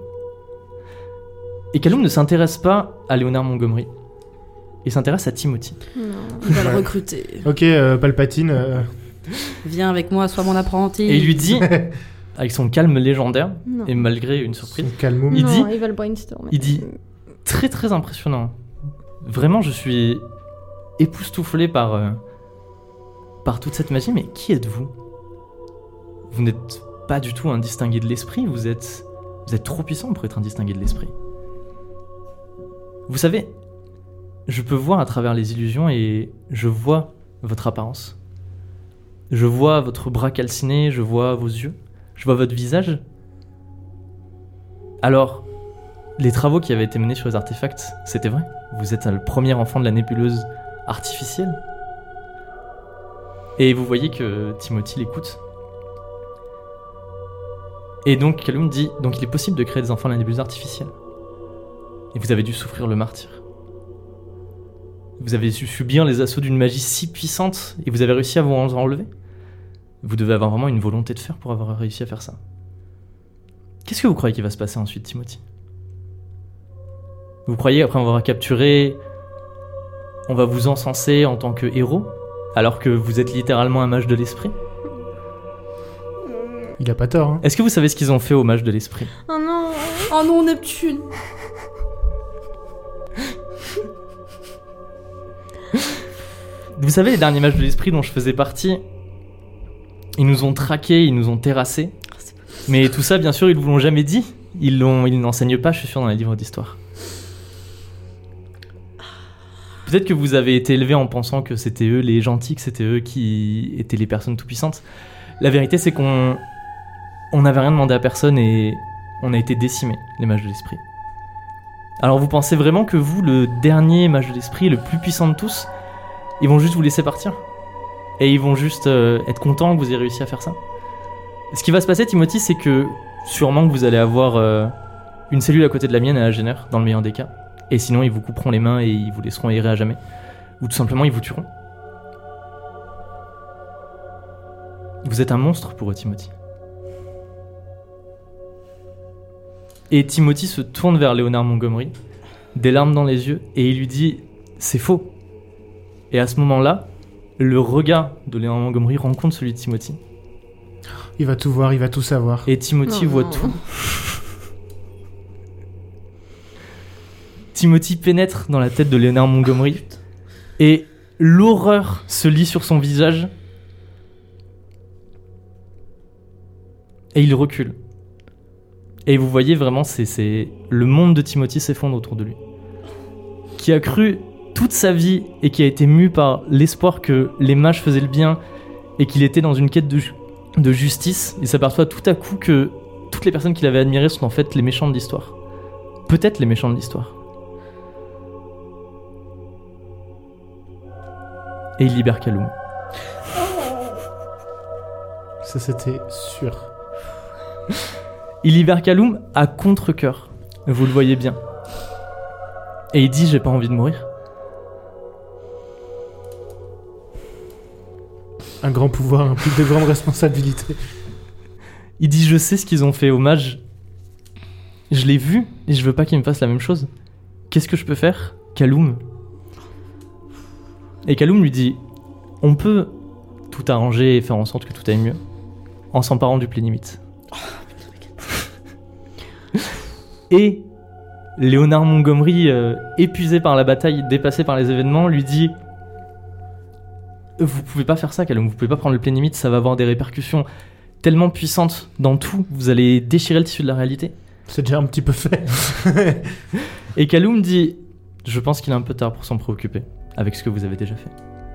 S1: Et Kaloum ne s'intéresse pas à Léonard Montgomery. Il s'intéresse à Timothy.
S3: Non.
S4: Il va le recruter.
S2: Ok, Palpatine.
S4: Viens avec moi, sois mon apprenti.
S1: Et il lui dit, avec son calme légendaire,
S3: Non.
S1: et malgré une surprise,
S2: Calmoum.
S1: il dit,
S3: il va le brainstormer.
S1: il dit, très très impressionnant. Vraiment, je suis époustouflé par toute cette magie, mais qui êtes-vous ? Vous n'êtes pas du tout un distingué de l'esprit, vous êtes trop puissant pour être un distingué de l'esprit. Vous savez, je peux voir à travers les illusions et je vois votre apparence. Je vois votre bras calciné, je vois vos yeux, je vois votre visage. Alors, les travaux qui avaient été menés sur les artefacts, c'était vrai. Vous êtes le premier enfant de la nébuleuse artificielle. Et vous voyez que Timothy l'écoute. Et donc Kaloum dit, donc il est possible de créer des enfants de la nébuleuse artificielle. Et vous avez dû souffrir le martyre. Vous avez su subir les assauts d'une magie si puissante et vous avez réussi à vous en enlever. Vous devez avoir vraiment une volonté de fer pour avoir réussi à faire ça. Qu'est-ce que vous croyez qu'il va se passer ensuite, Timothy ? Vous croyez, après avoir capturé, on va vous encenser en tant que héros, alors que vous êtes littéralement un mage de l'esprit ?
S2: Il a pas tort, hein.
S1: Est-ce que vous savez ce qu'ils ont fait au mage de l'esprit ?
S3: Oh non.
S4: Oh non, Neptune.
S1: Vous savez, les derniers mages de l'esprit dont je faisais partie, ils nous ont traqués, ils nous ont terrassés. Mais tout ça, bien sûr, ils vous l'ont jamais dit. Ils n'enseignent pas, je suis sûr, dans les livres d'histoire. Peut-être que vous avez été élevés en pensant que c'était eux les gentils, que c'était eux qui étaient les personnes tout-puissantes. La vérité, c'est qu'on n'avait rien demandé à personne et on a été décimés, les mages de l'esprit. Alors vous pensez vraiment que vous, le dernier mage de l'esprit, le plus puissant de tous, ils vont juste vous laisser partir ? Et ils vont juste être contents que vous ayez réussi à faire ça ? Ce qui va se passer, Timothy, c'est que sûrement que vous allez avoir une cellule à côté de la mienne à Agener, dans le meilleur des cas. Et sinon, ils vous couperont les mains et ils vous laisseront errer à jamais. Ou tout simplement, ils vous tueront. Vous êtes un monstre pour eux, Timothy. Et Timothy se tourne vers Léonard Montgomery, des larmes dans les yeux, et il lui dit « C'est faux !» Et à ce moment-là, le regard de Léonard Montgomery rencontre celui de Timothy.
S2: Il va tout voir, il va tout savoir.
S1: Et Timothy voit tout. Timothy pénètre dans la tête de Léonard Montgomery et l'horreur se lit sur son visage et il recule. Et vous voyez vraiment, c'est le monde de Timothy s'effondre autour de lui. Qui a cru toute sa vie et qui a été mu par l'espoir que les mages faisaient le bien et qu'il était dans une quête de justice, il s'aperçoit tout à coup que toutes les personnes qu'il avait admirées sont en fait les méchants de l'histoire. Peut-être les méchants de l'histoire. Et il libère Kaloum.
S2: Ça, c'était sûr.
S1: Il libère Kaloum à contre-cœur. Vous le voyez bien. Et il dit « J'ai pas envie de mourir ».
S2: Un grand pouvoir implique de grandes responsabilités.
S1: Il dit « Je sais ce qu'ils ont fait aux mages. Je l'ai vu et je veux pas qu'ils me fassent la même chose. Qu'est-ce que je peux faire, Kaloum ?» Et Kaloum lui dit « On peut tout arranger et faire en sorte que tout aille mieux en s'emparant du Plénimite. » Et Léonard Montgomery, épuisé par la bataille, dépassé par les événements, lui dit « Vous pouvez pas faire ça, Kaloum, vous pouvez pas prendre le Plénimite, ça va avoir des répercussions tellement puissantes dans tout, vous allez déchirer le tissu de la réalité. »
S2: C'est déjà un petit peu fait.
S1: Et Kaloum dit « Je pense qu'il est un peu tard pour s'en préoccuper avec ce que vous avez déjà fait. »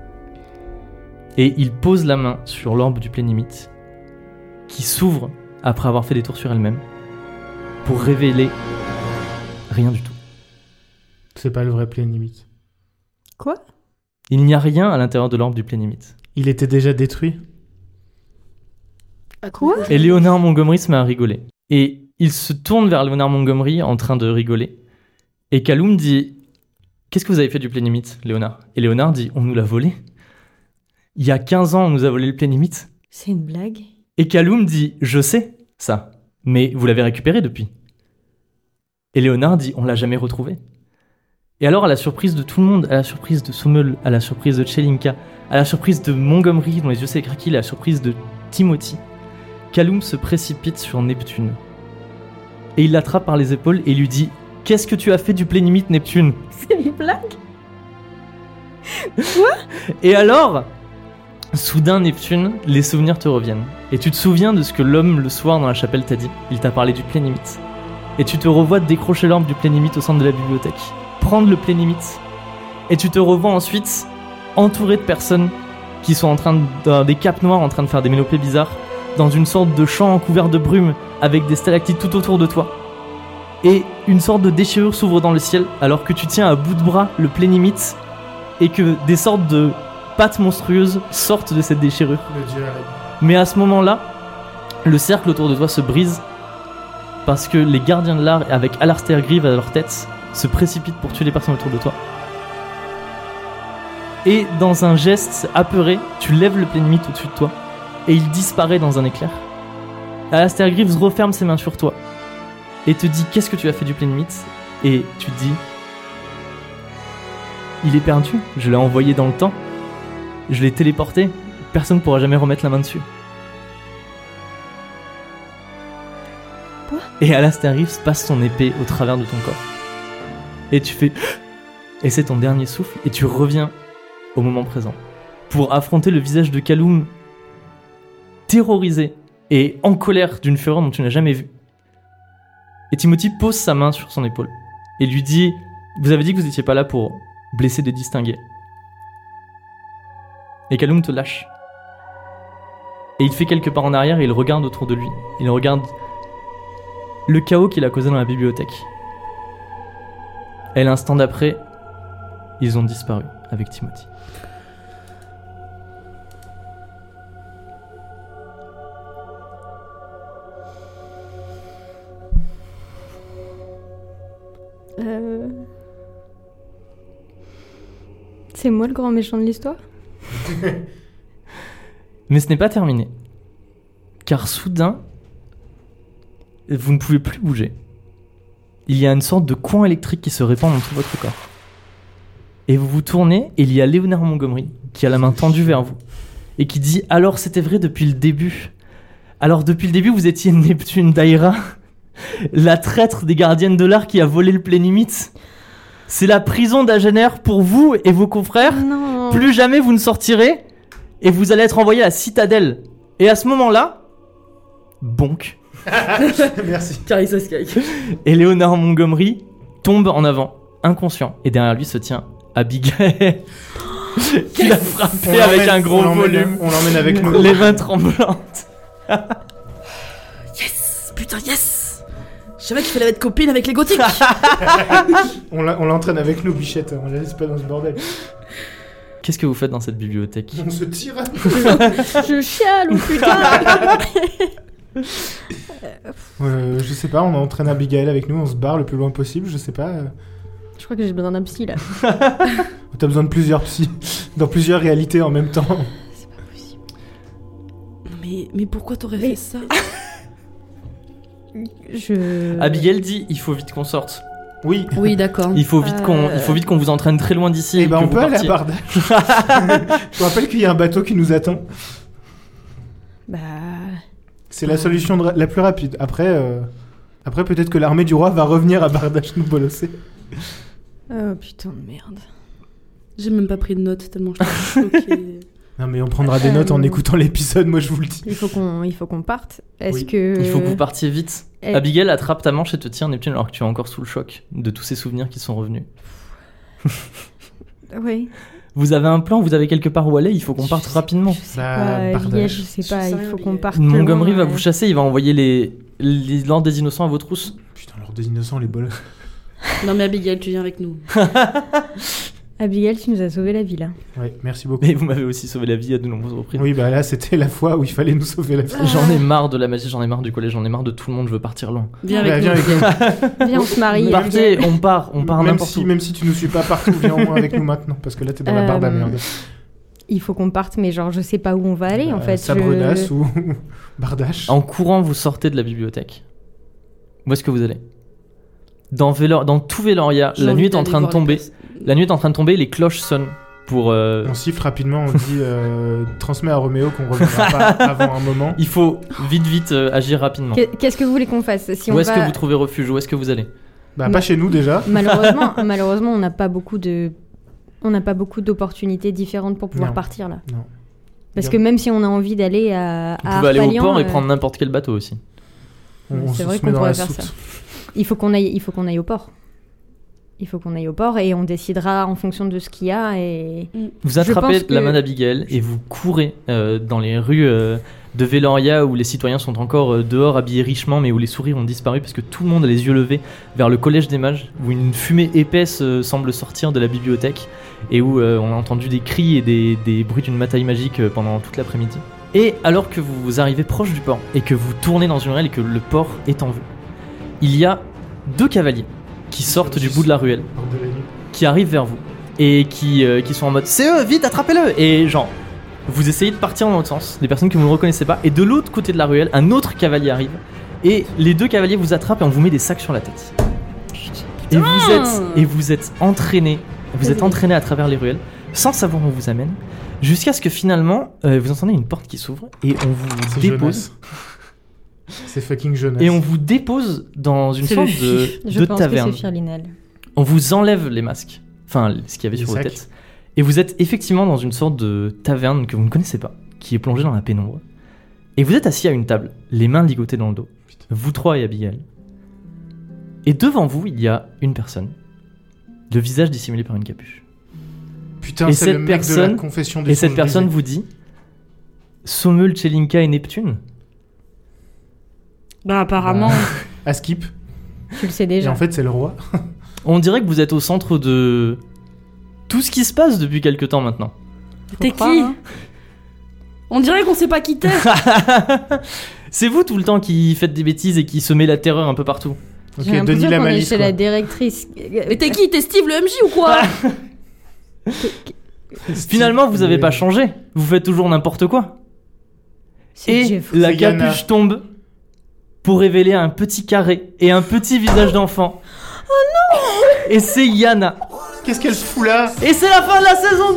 S1: Et il pose la main sur l'orbe du Plénimite, qui s'ouvre après avoir fait des tours sur elle-même, pour révéler rien du tout.
S2: C'est pas le vrai Plénimite.
S3: Quoi ?
S1: Il n'y a rien à l'intérieur de l'orbe du Plénimite.
S2: Il était déjà détruit.
S3: Quoi ?
S1: Et Léonard Montgomery se met à rigoler. Et il se tourne vers Léonard Montgomery en train de rigoler. Et Kaloum dit « Qu'est-ce que vous avez fait du Plénimite, Léonard ?» Et Léonard dit « On nous l'a volé. Il y a 15 ans, on nous a volé le Plénimite. »
S3: C'est une blague ?
S1: Et Kaloum dit « Je sais, ça. Mais vous l'avez récupéré depuis. » Et Léonard dit « On l'a jamais retrouvé. » Et alors, à la surprise de tout le monde, à la surprise de Sommel, à la surprise de Chelinka, à la surprise de Montgomery, dont les yeux s'écraquillent, à la surprise de Timothy, Kaloum se précipite sur Neptune. Et il l'attrape par les épaules et lui dit « Qu'est-ce que tu as fait du Plénimite, Neptune ?»
S3: C'est une blague ?
S1: Et alors, soudain, Neptune, les souvenirs te reviennent. Et tu te souviens de ce que l'homme, le soir, dans la chapelle t'a dit. Il t'a parlé du Plénimite. Et tu te revois décrocher l'orbe du Plénimite au centre de la bibliothèque. Prendre le Plénimite. Et tu te revois ensuite entouré de personnes qui sont en train dans des capes noires en train de faire des mélopées bizarres, dans une sorte de champ couvert de brume avec des stalactites tout autour de toi. Et une sorte de déchirure s'ouvre dans le ciel alors que tu tiens à bout de bras le Plénimite et que des sortes de pattes monstrueuses sortent de cette déchirure.
S2: Le dieu arrête.
S1: Mais à ce moment-là, le cercle autour de toi se brise parce que les gardiens de l'art, avec Alarster Grieve à leur tête, se précipitent pour tuer les personnes autour de toi. Et dans un geste apeuré, tu lèves le Plénimite au-dessus de toi et il disparaît dans un éclair. Alastair Greaves referme ses mains sur toi et te dit qu'est-ce que tu as fait du Plénimite et tu te dis il est perdu, je l'ai envoyé dans le temps, je l'ai téléporté, personne ne pourra jamais remettre la main dessus.
S3: Quoi ?
S1: Et Alastair Greaves passe son épée au travers de ton corps. Et tu fais et c'est ton dernier souffle et tu reviens au moment présent pour affronter le visage de Kaloum terrorisé et en colère d'une fureur dont tu n'as jamais vu. Et Timothy pose sa main sur son épaule et lui dit vous avez dit que vous n'étiez pas là pour blesser des distingués. Et Kaloum te lâche. Et il fait quelques pas en arrière et il regarde autour de lui. Il regarde le chaos qu'il a causé dans la bibliothèque. Et l'instant d'après, ils ont disparu avec Timothy.
S3: C'est moi le grand méchant de l'histoire ?
S1: Mais ce n'est pas terminé. Car soudain, vous ne pouvez plus bouger. Il y a une sorte de coin électrique qui se répand dans tout votre corps. Et vous vous tournez et il y a Léonard Montgomery qui a la main tendue vers vous et qui dit « Alors c'était vrai depuis le début. Alors depuis le début vous étiez Neptune Daïra, la traître des gardiennes de l'art qui a volé le Plénimite. C'est la prison d'Agener pour vous et vos confrères.
S3: Non.
S1: Plus jamais vous ne sortirez et vous allez être envoyé à la citadelle. Et à ce moment-là, bonk.
S2: Merci.
S4: Carissa Sky.
S1: Et Léonard Montgomery tombe en avant, inconscient. Et derrière lui se tient Abigail, qui l'a frappé avec un gros volume,
S2: On l'emmène avec nous.
S1: les mains tremblantes.
S4: Yes. Putain, yes. Je savais qu'il fallait être copine avec les gothiques.
S2: On l'entraîne avec nous, Bichette. On la laisse pas dans ce bordel.
S1: Qu'est-ce que vous faites dans cette bibliothèque ?
S2: On se tire.
S3: Je chiale ou putain.
S2: Je sais pas, on entraîne Abigail avec nous, on se barre le plus loin possible, je sais pas.
S3: Je crois que j'ai besoin d'un psy là.
S2: T'as besoin de plusieurs psys, dans plusieurs réalités en même temps.
S3: C'est pas possible.
S4: Mais pourquoi t'aurais fait ça?
S1: Abigail dit il faut vite qu'on sorte.
S2: Oui.
S4: Oui, d'accord.
S1: Il faut vite qu'on vous entraîne très loin d'ici.
S2: Et ben
S1: que
S2: on
S1: vous
S2: peut aller à
S1: partiez.
S2: Bardage. Je vous rappelle qu'il y a un bateau qui nous attend.
S3: Bah.
S2: C'est la solution la plus rapide. Après peut-être que l'armée du roi va revenir à Bardage nous bolosser.
S3: Oh putain de merde.
S4: J'ai même pas pris de notes tellement je suis choquée.
S2: Non mais on prendra des notes en écoutant l'épisode, moi je vous le dis.
S3: Il faut qu'on parte. Est-ce
S2: Oui.
S3: que.
S1: Il faut que vous partiez vite. Abigail attrape ta manche et te tire Neptune alors que tu es encore sous le choc de tous ces souvenirs qui sont revenus.
S3: Oui.
S1: Vous avez un plan, vous avez quelque part où aller, il faut qu'on parte rapidement.
S3: Je sais
S2: Bah,
S3: pas,
S2: Bardage.
S3: Abigail, je sais pas,
S4: Je sais
S3: il
S4: rien,
S3: faut
S4: Abigail.
S3: qu'on parte.
S1: Montgomery
S3: loin,
S1: va vous chasser, il va envoyer les Lords des Innocents à vos trousses.
S2: Putain, l'ordre des innocents, les bolos.
S4: Non mais Abigail, tu viens avec nous.
S3: Abigail, tu nous as sauvé la vie là.
S2: Oui, merci beaucoup.
S1: Mais vous m'avez aussi sauvé la vie à de nombreuses reprises.
S2: Oui, bah là c'était la fois où il fallait nous sauver la vie.
S1: J'en ai marre de la magie, j'en ai marre du collège, j'en ai marre de tout le monde, je veux partir loin.
S4: Viens
S2: Bah,
S4: avec
S2: viens
S4: nous.
S2: avec nous.
S3: Viens, on se marie.
S1: Partez, on part n'importe où.
S2: Même si tu nous suis pas partout, viens au moins avec nous maintenant, parce que là t'es dans la barre de la merde.
S3: Il faut qu'on parte, mais genre je sais pas où on va aller en fait.
S2: Sabrenas ou Bardache.
S1: En courant, vous sortez de la bibliothèque. Où est-ce que vous allez ? Dans tout Veloria,
S4: J'ai
S1: la
S4: envie
S1: nuit est en
S4: d'aller
S1: train de
S4: voir les
S1: tomber.
S4: personnes.
S1: La nuit est en train de tomber, les cloches sonnent pour...
S2: On siffle rapidement, on dit transmet à Roméo qu'on reviendra pas avant un moment.
S1: Il faut vite agir rapidement.
S3: Qu'est-ce que vous voulez qu'on fasse si
S1: Où
S3: on
S1: est-ce
S3: va...
S1: que vous trouvez refuge ? Où est-ce que vous allez ?
S2: Bah pas chez nous déjà.
S3: Malheureusement, on n'a pas beaucoup d'opportunités différentes pour pouvoir
S2: Non.
S3: partir là.
S2: Non.
S3: Parce que même si on a envie d'aller à
S1: Vous pouvez aller au
S3: Arthalion,
S1: port et prendre n'importe quel bateau aussi.
S2: On
S3: c'est
S2: se
S3: vrai
S2: met
S3: qu'on
S2: dans
S3: pourrait
S2: la
S3: faire
S2: soute.
S3: ça. Il faut qu'on aille au port. Il faut qu'on aille au port et on décidera en fonction de ce qu'il y a et...
S1: Vous attrapez
S3: pense que-
S1: la main d'Abigail et vous courez dans les rues de Veloria où les citoyens sont encore dehors habillés richement mais où les sourires ont disparu parce que tout le monde a les yeux levés vers le collège des mages où une fumée épaisse semble sortir de la bibliothèque et où on a entendu des cris et des bruits d'une bataille magique pendant toute l'après-midi. Et alors que vous arrivez proche du port et que vous tournez dans une ruelle et que le port est en vue, il y a deux cavaliers qui sortent du bout de la ruelle,
S2: Hors de la nuit.
S1: qui arrivent vers vous et qui sont en mode c'est eux, vite attrapez-le. Et genre vous essayez de partir dans l'autre sens, des personnes que vous ne reconnaissez pas, et de l'autre côté de la ruelle un autre cavalier arrive et les deux cavaliers vous attrapent et on vous met des sacs sur la tête. Et vous êtes entraînés à travers les ruelles sans savoir où on vous amène, jusqu'à ce que finalement vous entendez une porte qui s'ouvre et on vous dépose.
S2: C'est fucking Jonas.
S1: Et on vous dépose dans une sorte de taverne.
S3: Que c'est Firlinel.
S1: On vous enlève les masques, enfin ce qu'il y avait sur vos têtes, et vous êtes effectivement dans une sorte de taverne que vous ne connaissez pas, qui est plongée dans la pénombre. Et vous êtes assis à une table, les mains ligotées dans le dos, vous trois et Abigail. Et devant vous, il y a une personne, le visage dissimulé par une capuche.
S2: Putain, et c'est le mec de la confession des
S1: Et cette personne vous dit Sommel, Tchelinka et Neptune.
S4: Bah apparemment.
S2: À skip.
S3: Tu le sais déjà.
S2: Et en fait, c'est le roi.
S1: On dirait que vous êtes au centre de tout ce qui se passe depuis quelque temps maintenant.
S4: T'es qui On dirait qu'on sait pas qui t'es.
S1: C'est vous tout le temps qui faites des bêtises et qui semez la terreur un peu partout.
S3: Ok, Denis la malice. C'est la directrice.
S4: Mais t'es qui? T'es Steve le MJ ou quoi?
S1: Finalement, vous avez pas changé. Vous faites toujours n'importe quoi. Et la capuche tombe pour révéler un petit carré et un petit visage d'enfant.
S3: Oh non!
S1: Et c'est Yana.
S2: Qu'est-ce qu'elle se fout là?
S1: Et c'est la fin de la saison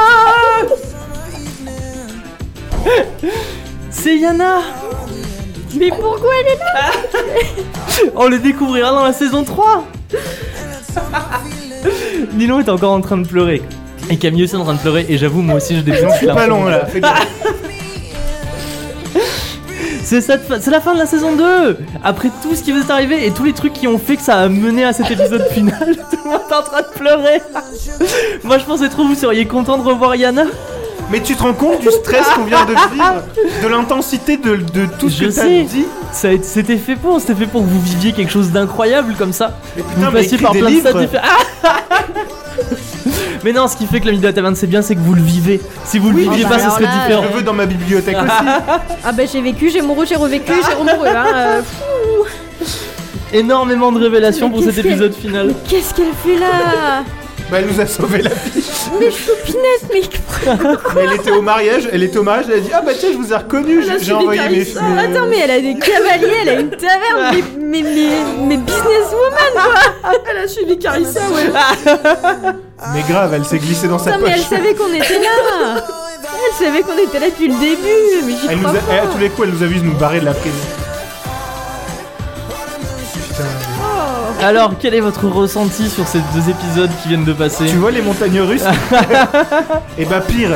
S1: 2. C'est Yana.
S3: Mais pourquoi elle est là?
S1: On le découvrira dans la saison 3. Nilon est encore en train de pleurer. Et Camille aussi est en train de pleurer. Et j'avoue, moi aussi, je déplore.
S2: Je suis pas long là.
S1: C'est la fin de la saison 2. Après tout ce qui vous est arrivé et tous les trucs qui ont fait que ça a mené à cet épisode final, tout le monde est en train de pleurer. Moi je pensais trop vous seriez content de revoir Yana.
S2: Mais tu te rends compte du stress qu'on vient de vivre, de l'intensité de tout ce que t'as dit.
S1: C'était fait pour que vous viviez quelque chose d'incroyable comme ça.
S2: Mais putain,
S1: vous passiez par plein de stades différents. Mais non, ce qui fait que le Mythe de la Taverne c'est bien, c'est que vous le vivez. Si vous le viviez pas, ce serait différent.
S2: Je le veux dans ma bibliothèque aussi.
S3: Ah bah j'ai vécu, j'ai mouru, j'ai revécu, j'ai remouru. Hein,
S1: Énormément de révélations pour cet épisode final.
S3: Mais qu'est-ce qu'elle fait là?
S2: Bah elle nous a sauvé la vie.
S3: Mais choupinette, mais
S2: elle était au mariage, elle a dit ah bah tiens je vous ai reconnu, j'ai envoyé mes filles.
S3: Attends mais elle a des cavaliers, elle a une taverne, mais businesswoman quoi.
S4: Elle a suivi Carissa ouais.
S2: Mais grave, elle s'est glissée dans sa poche.
S3: Mais elle savait qu'on était là. Elle savait qu'on était là depuis le début, mais j'y crois pas.
S2: À tous les coups elle nous a vu nous barrer de la prison.
S1: Alors, quel est votre ressenti sur ces deux épisodes qui viennent de passer?
S2: Tu vois les montagnes russes? Et bah pire.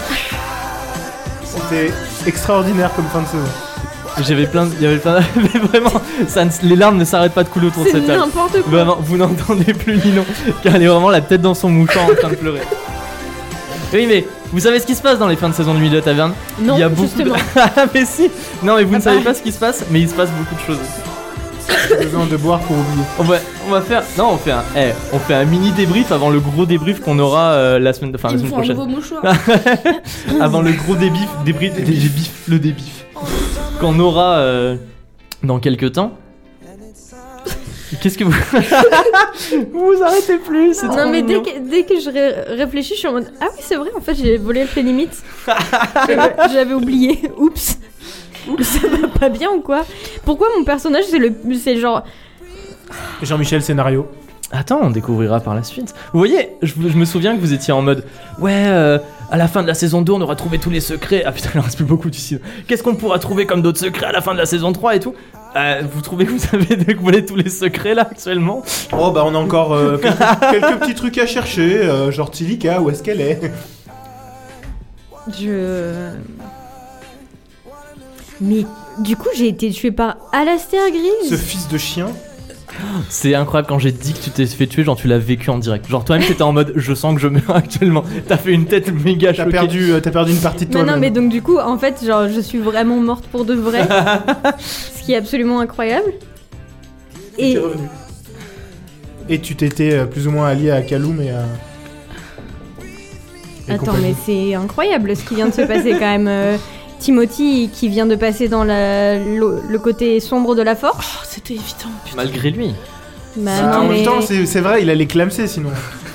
S2: C'était extraordinaire comme fin de saison.
S1: Il y avait plein mais vraiment, les larmes ne s'arrêtent pas de couler autour de cette table.
S3: C'est n'importe quoi.
S1: Vraiment, vous n'entendez plus Nilon, car elle est vraiment la tête dans son mouchoir en train de pleurer. Oui, mais vous savez ce qui se passe dans les fins de saison de Mythe de la Taverne?
S3: Non,
S1: il y a beaucoup
S3: justement.
S1: Mais si. Non, mais vous ne savez pas ce qui se passe, mais il se passe beaucoup de choses.
S2: J'ai besoin de boire pour oublier.
S1: On va faire. Non, on fait un mini débrief avant le gros débrief qu'on aura la semaine prochaine.
S4: Un nouveau mouchoir.
S1: Avant le gros débrief, le débrief qu'on aura dans quelques temps. Qu'est-ce que vous vous arrêtez plus? C'est
S3: non mais dès que je réfléchis, je suis en mode ah oui c'est vrai en fait j'ai volé le play limite. J'avais oublié. Oups. Ça va pas bien ou quoi? Pourquoi mon personnage c'est genre
S2: Jean-Michel scénario?
S1: Attends, on découvrira par la suite. Vous voyez, je me souviens que vous étiez en mode ouais, à la fin de la saison 2, on aura trouvé tous les secrets. Ah putain, il en reste plus beaucoup d'ici. Qu'est-ce qu'on pourra trouver comme d'autres secrets à la fin de la saison 3 et tout? Vous trouvez que vous avez découvert tous les secrets là actuellement?
S2: Oh bah on a encore quelques petits trucs à chercher, genre Tilika, où est-ce qu'elle est?
S3: Mais du coup j'ai été tué par Alastair Greaves.
S2: Ce fils de chien.
S1: C'est incroyable quand j'ai dit que tu t'es fait tuer, genre tu l'as vécu en direct. Genre toi-même t'étais en mode je sens que je meurs actuellement. T'as fait une tête méga choquée.
S2: T'as perdu une partie de toi-même.
S3: Non mais donc du coup en fait genre je suis vraiment morte pour de vrai. Ce qui est absolument incroyable.
S2: Et t'es revenu. Et tu t'étais plus ou moins allié à Kaloum et à...
S3: Attends mais c'est incroyable ce qui vient de se passer quand même. Timothy qui vient de passer dans le côté sombre de la force.
S4: Oh, c'était évident. Putain.
S1: Malgré lui.
S3: Bah,
S2: en même temps, c'est vrai, il allait clamser sinon.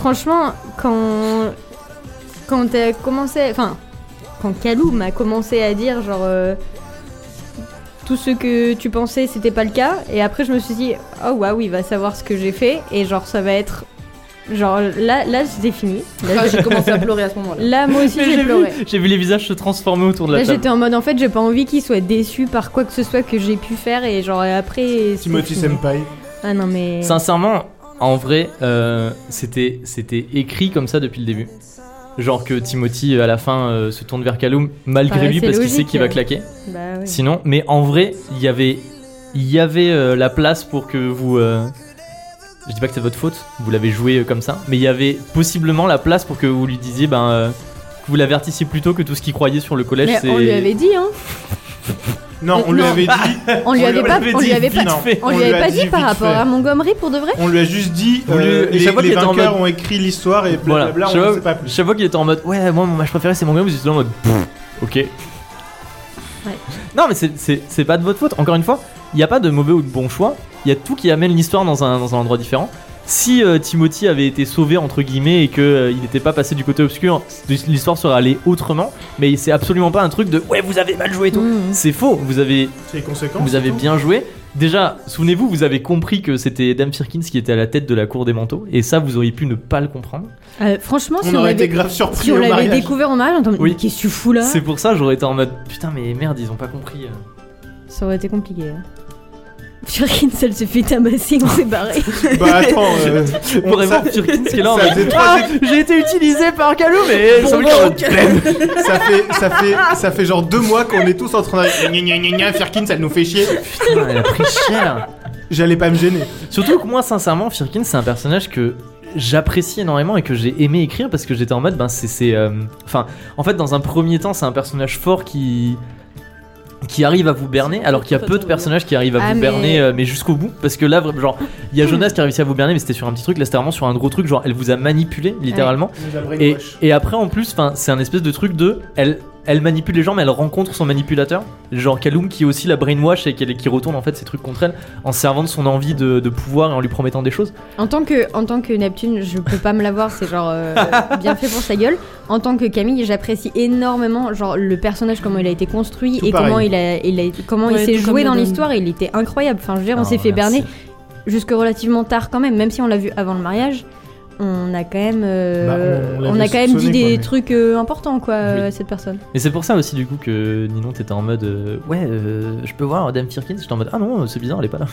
S3: franchement, quand t'as commencé, enfin, quand Kaloum a commencé à dire genre tout ce que tu pensais c'était pas le cas, et après je me suis dit oh waouh, il va savoir ce que j'ai fait, et genre ça va être genre là c'était fini. Là,
S4: J'ai commencé à pleurer à ce moment-là.
S3: là moi aussi j'ai pleuré.
S1: J'ai vu les visages se transformer autour de la
S3: Là
S1: table.
S3: j'étais en mode en fait j'ai pas envie qu'il soit déçu par quoi que ce soit que j'ai pu faire, et genre après
S2: Timothy
S3: c'est fini.
S2: Senpai.
S3: Ah non mais
S1: Sincèrement, en vrai, c'était écrit comme ça depuis le début. Genre que Timothy à la fin se tourne vers Kaloum malgré
S3: Bah,
S1: lui
S3: c'est
S1: parce qu'il sait
S3: logique,
S1: qu'il va claquer.
S3: bah oui.
S1: Sinon, mais en vrai, il y avait la place pour que vous. Je dis pas que c'est votre faute, vous l'avez joué comme ça, mais il y avait possiblement la place pour que vous lui disiez, que vous l'avertissiez plus tôt que tout ce qu'il croyait sur le collège.
S3: Mais
S1: c'est...
S3: on lui avait dit hein.
S2: Non, on lui
S3: Non.
S2: avait dit.
S3: On lui avait pas
S1: dit
S3: on lui avait
S1: vite
S3: pas
S1: fait.
S3: on lui
S2: lui
S3: avait
S2: a
S3: pas
S2: dit
S3: dit par
S2: vite
S3: rapport
S2: fait.
S3: à Montgomery pour de vrai.
S2: On lui a juste dit
S1: Vous lui-
S2: les
S1: chaque fois qu'il était en
S2: vainqueurs
S1: mode-
S2: ont écrit l'histoire et
S1: Voilà,
S2: blablabla, on ne sait pas plus.
S1: chaque fois qu'il était en mode ouais, moi mon match préféré c'est mon game, vous étiez en mode ok. Non, mais c'est pas de votre faute. Encore une fois, il n'y a pas de mauvais ou de bon choix. Il y a tout qui amène l'histoire dans un endroit différent. Si Timothy avait été sauvé entre guillemets et qu'il n'était pas passé du côté obscur, l'histoire serait allée autrement. Mais c'est absolument pas un truc de ouais, vous avez mal joué et tout. C'est faux. Vous avez
S2: C'est les conséquences.
S1: Vous avez bien joué. Déjà, souvenez-vous, vous avez compris que c'était Dame Firkins qui était à la tête de la cour des manteaux. Et ça, vous auriez pu ne pas le comprendre.
S3: Franchement,
S2: On aurait été grave
S3: si
S2: surpris
S3: on
S2: au
S3: l'avait
S2: mariage.
S3: découvert au mariage, on t'en
S1: Oui.
S3: mais qu'est-ce que tu fous là?
S1: C'est pour ça, j'aurais été en mode putain, mais merde, ils ont pas compris.
S3: Ça aurait été compliqué. Hein. Firkins, elle se fait tabasser, on s'est barré.
S2: Bah attends,
S1: On pourrait voir Firkins qui est là en
S2: ça
S1: mode
S2: faisait
S1: ah, j'ai été utilisé par Kaloum, mais ça veut dire
S2: ça fait genre 2 mois qu'on est tous en train de gna gna gna gna, Firkins, elle nous fait chier.
S1: putain, elle a pris cher.
S2: J'allais pas me gêner.
S1: Surtout que moi, sincèrement, Firkins, c'est un personnage que j'apprécie énormément et que j'ai aimé écrire parce que j'étais en mode, enfin, en fait, dans un premier temps, c'est un personnage fort qui arrive à vous berner, alors qu'il y a peu de personnages qui arrivent à vous berner, mais jusqu'au bout. Parce que là, genre, il y a Jonas qui a réussi à vous berner, mais c'était sur un petit truc. Là, c'était vraiment sur un gros truc. Genre, elle vous a manipulé, littéralement. Et après, en plus, c'est un espèce de truc de. Elle manipule les gens, mais elle rencontre son manipulateur. Genre Kaloum qui est aussi la brainwash et qui retourne en fait ses trucs contre elle en servant de son envie de pouvoir et en lui promettant des choses.
S3: En tant que Neptune, je peux pas me l'avoir, c'est genre bien fait pour sa gueule. En tant que Camille, j'apprécie énormément genre le personnage, comment il a été construit
S2: Tout
S3: et
S2: pareil.
S3: comment il
S4: Ouais,
S3: s'est
S4: tout
S3: joué
S4: comme
S3: dans
S4: Eden.
S3: l'histoire. Il était incroyable. Enfin, je veux dire, on
S1: Non,
S3: s'est fait
S1: merci.
S3: berner jusque relativement tard quand même si on l'a vu avant le mariage. On a quand même,
S2: on
S3: on a quand même dit
S2: soupçonné,
S3: des
S2: quoi, mais-
S3: trucs importants quoi
S1: Oui.
S3: à cette personne.
S1: Et c'est pour ça aussi du coup que Ninon t'étais en mode je peux voir Dame Firkins. J'étais en mode ah non, c'est bizarre, elle est pas là.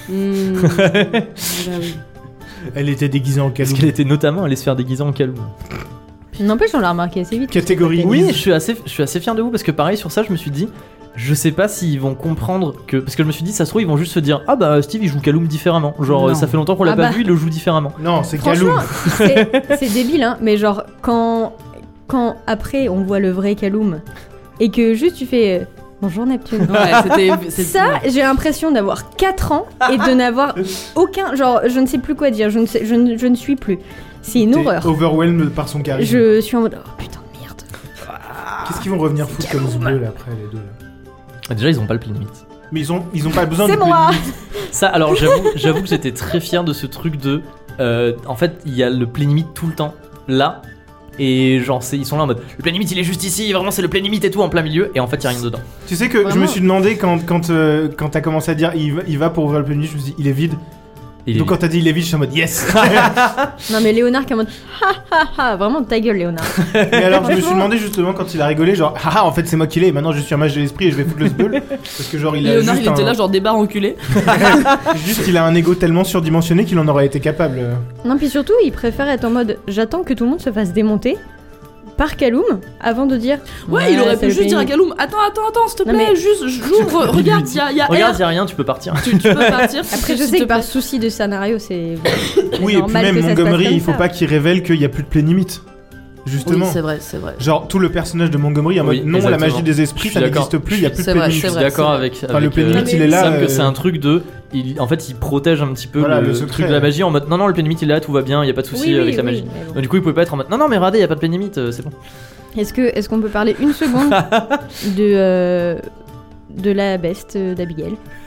S4: Bah oui.
S2: Elle était déguisée en
S1: Parce
S2: Kaloum.
S1: qu'elle était notamment allée se faire déguiser en Kaloum.
S3: N'empêche, on l'a remarqué assez vite.
S2: Catégorie
S1: Oui,
S2: Is.
S1: je suis assez fier de vous parce que pareil sur ça, je me suis dit, je sais pas s'ils vont comprendre que. Parce que je me suis dit, ça se trouve, ils vont juste se dire, ah bah Steve il joue Kaloum différemment. Genre,
S4: Non.
S1: ça fait longtemps qu'on l'a
S3: Ah
S1: pas
S3: bah.
S1: vu, il le joue différemment.
S2: Non, c'est
S3: Franchement,
S2: Kaloum.
S3: c'est débile, hein, mais genre, quand après on voit le vrai Kaloum et que juste tu fais bonjour Neptune.
S4: Ouais, c'était.
S3: Ça, j'ai l'impression d'avoir 4 ans et de n'avoir aucun. Genre, je ne sais plus quoi dire, je ne suis plus. C'est une
S2: T'es
S3: horreur.
S2: overwhelmed par son charisme.
S3: Je suis en mode oh putain de merde.
S2: Qu'est-ce qu'ils vont revenir foutre comme ce bleu là après les deux là.
S1: Ah, déjà, ils ont pas le play limit.
S2: Mais ils ont pas besoin de
S3: C'est
S2: plus
S3: moi.
S2: de limite.
S1: Ça, alors j'avoue que j'étais très fier de ce truc de. En fait, il y a le play limit tout le temps là. Et genre, ils sont là en mode le play limit il est juste ici, vraiment c'est le play limit et tout en plein milieu. Et en fait, il y a rien dedans.
S2: Tu sais que je
S3: Vraiment.
S2: me suis demandé quand t'as commencé à dire il va pour ouvrir le limite, je me suis dit il est vide.
S1: Et
S2: Donc quand t'as dit il est vide, je suis en mode yes.
S3: Non mais Léonard qui est en mode ha ha ha, vraiment ta gueule Léonard.
S2: Mais alors je me suis
S3: Franchement.
S2: demandé justement quand il a rigolé genre haha en fait c'est moi qui l'ai et maintenant je suis un mage de l'esprit et je vais foutre le sbeul parce que genre il a
S4: Léonard,
S2: juste
S4: il était là, genre des barres enculés.
S2: juste il a un ego tellement surdimensionné qu'il en aurait été capable.
S3: Non puis surtout il préfère être en mode j'attends que tout le monde se fasse démonter par Kaloum avant de dire
S4: Ouais, il aurait
S3: ça
S4: pu
S3: le
S4: juste dire à
S3: fait
S4: Kaloum attends, s'il te
S3: Non,
S4: plaît,
S3: mais-
S4: juste j'ouvre, regarde, il y a
S1: Regarde,
S4: air.
S1: y a rien, tu peux partir.
S4: Tu peux partir.
S3: Après, je
S4: s'il
S3: sais
S4: te
S3: que par
S4: plaît.
S3: souci de scénario, c'est.
S2: Oui et puis
S3: normal
S2: même
S3: que ça se passe
S2: Montgomery
S3: comme
S2: il faut
S3: ça.
S2: pas qu'il révèle qu'il y a plus de play limite. Justement.
S4: Oui, c'est vrai, c'est vrai.
S2: Genre tout le personnage de Montgomery en
S1: Oui,
S2: mode non la
S1: exactement.
S2: magie des esprits
S1: Je
S2: ça
S1: suis d'accord.
S2: n'existe plus, il y a plus de
S4: C'est
S2: play
S4: vrai,
S2: limite.
S1: Je suis
S4: vrai,
S1: d'accord
S4: c'est
S1: avec.
S2: Enfin, le play limite
S3: mais
S2: il est là.
S1: Sam que c'est un truc de. En fait, il protège un petit peu
S2: Voilà,
S1: le
S2: le secret.
S1: truc de la magie en mode non, le play limit il est là, tout va bien, y a pas de souci
S3: Oui,
S1: avec la
S3: oui,
S1: magie.
S3: mais bon.
S1: Donc, du coup, il pouvait pas être en mode non, mais regardez, y a pas de play limit, c'est bon.
S3: Est-ce qu'on peut parler une seconde de la best d'Abigail?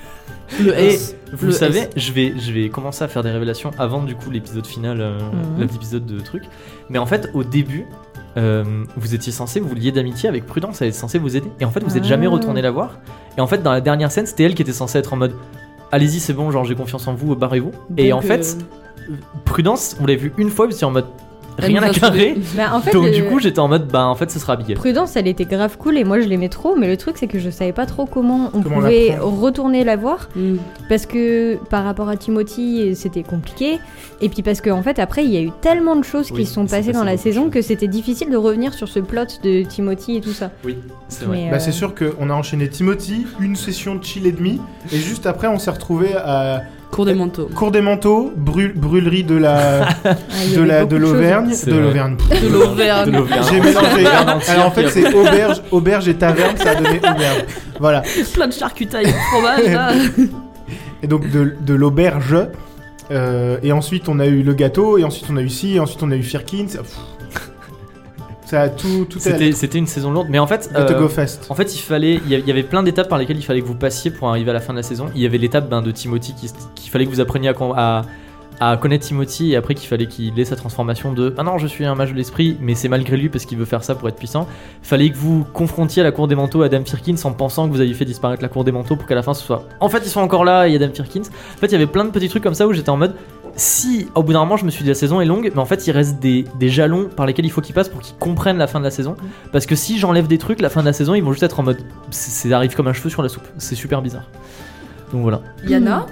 S1: Et vous savez, je vais commencer à faire des révélations avant du coup l'épisode final, l'épisode de truc. Mais en fait, au début, vous étiez censé vous lier d'amitié avec Prudence, elle était censée vous aider. Et en fait, vous êtes jamais retourné la voir. Et en fait, dans la dernière scène, c'était elle qui était censée être en mode allez-y, c'est bon, genre j'ai confiance en vous, barrez-vous. Et en fait, Prudence, on l'a vu une fois, vous étiez en mode rien à carrer.
S3: En fait,
S1: donc du coup, j'étais en mode en fait, ce sera Abigail.
S3: Prudence, elle était grave cool et moi je l'aimais trop, mais le truc c'est que je savais pas trop comment on pouvait retourner la voir parce que par rapport à Timothy, c'était compliqué et puis parce que en fait après il y a eu tellement de choses qui se sont passées dans la saison que c'était difficile de revenir sur ce plot de Timothy et tout ça.
S1: Oui, c'est vrai.
S2: C'est sûr qu'on a enchaîné Timothy, une session de chill et demi et juste après on s'est retrouvé à
S4: Cours des manteaux.
S2: Cours des manteaux, brûlerie de l'Auvergne.
S4: De l'Auvergne.
S2: J'ai mélangé. Alors en fait, c'est auberge et taverne, ça a donné auberge. Voilà.
S4: Plein de charcutailles et de fromage là.
S2: Et donc de l'auberge. Et ensuite, on a eu le gâteau, et ensuite, on a eu ci, et ensuite, on a eu Firkin. Ça a tout
S1: c'était une saison lourde, mais en fait,
S2: en
S1: fait, il y avait plein d'étapes par lesquelles il fallait que vous passiez pour arriver à la fin de la saison. Il y avait l'étape de Timothy qu'il fallait que vous appreniez à connaître Timothy, et après qu'il fallait qu'il ait sa transformation de non, je suis un mage de l'esprit, mais c'est malgré lui parce qu'il veut faire ça pour être puissant. Il fallait que vous confrontiez à la cour des manteaux Adam Firkins en pensant que vous aviez fait disparaître la cour des manteaux pour qu'à la fin ce soit en fait ils sont encore là et Adam Firkins. En fait, il y avait plein de petits trucs comme ça où j'étais en mode si au bout d'un moment je me suis dit la saison est longue, mais en fait il reste des jalons par lesquels il faut qu'ils passent pour qu'ils comprennent la fin de la saison, parce que si j'enlève des trucs, la fin de la saison ils vont juste être en mode ça arrive comme un cheveu sur la soupe, c'est super bizarre. Donc voilà.
S4: Yana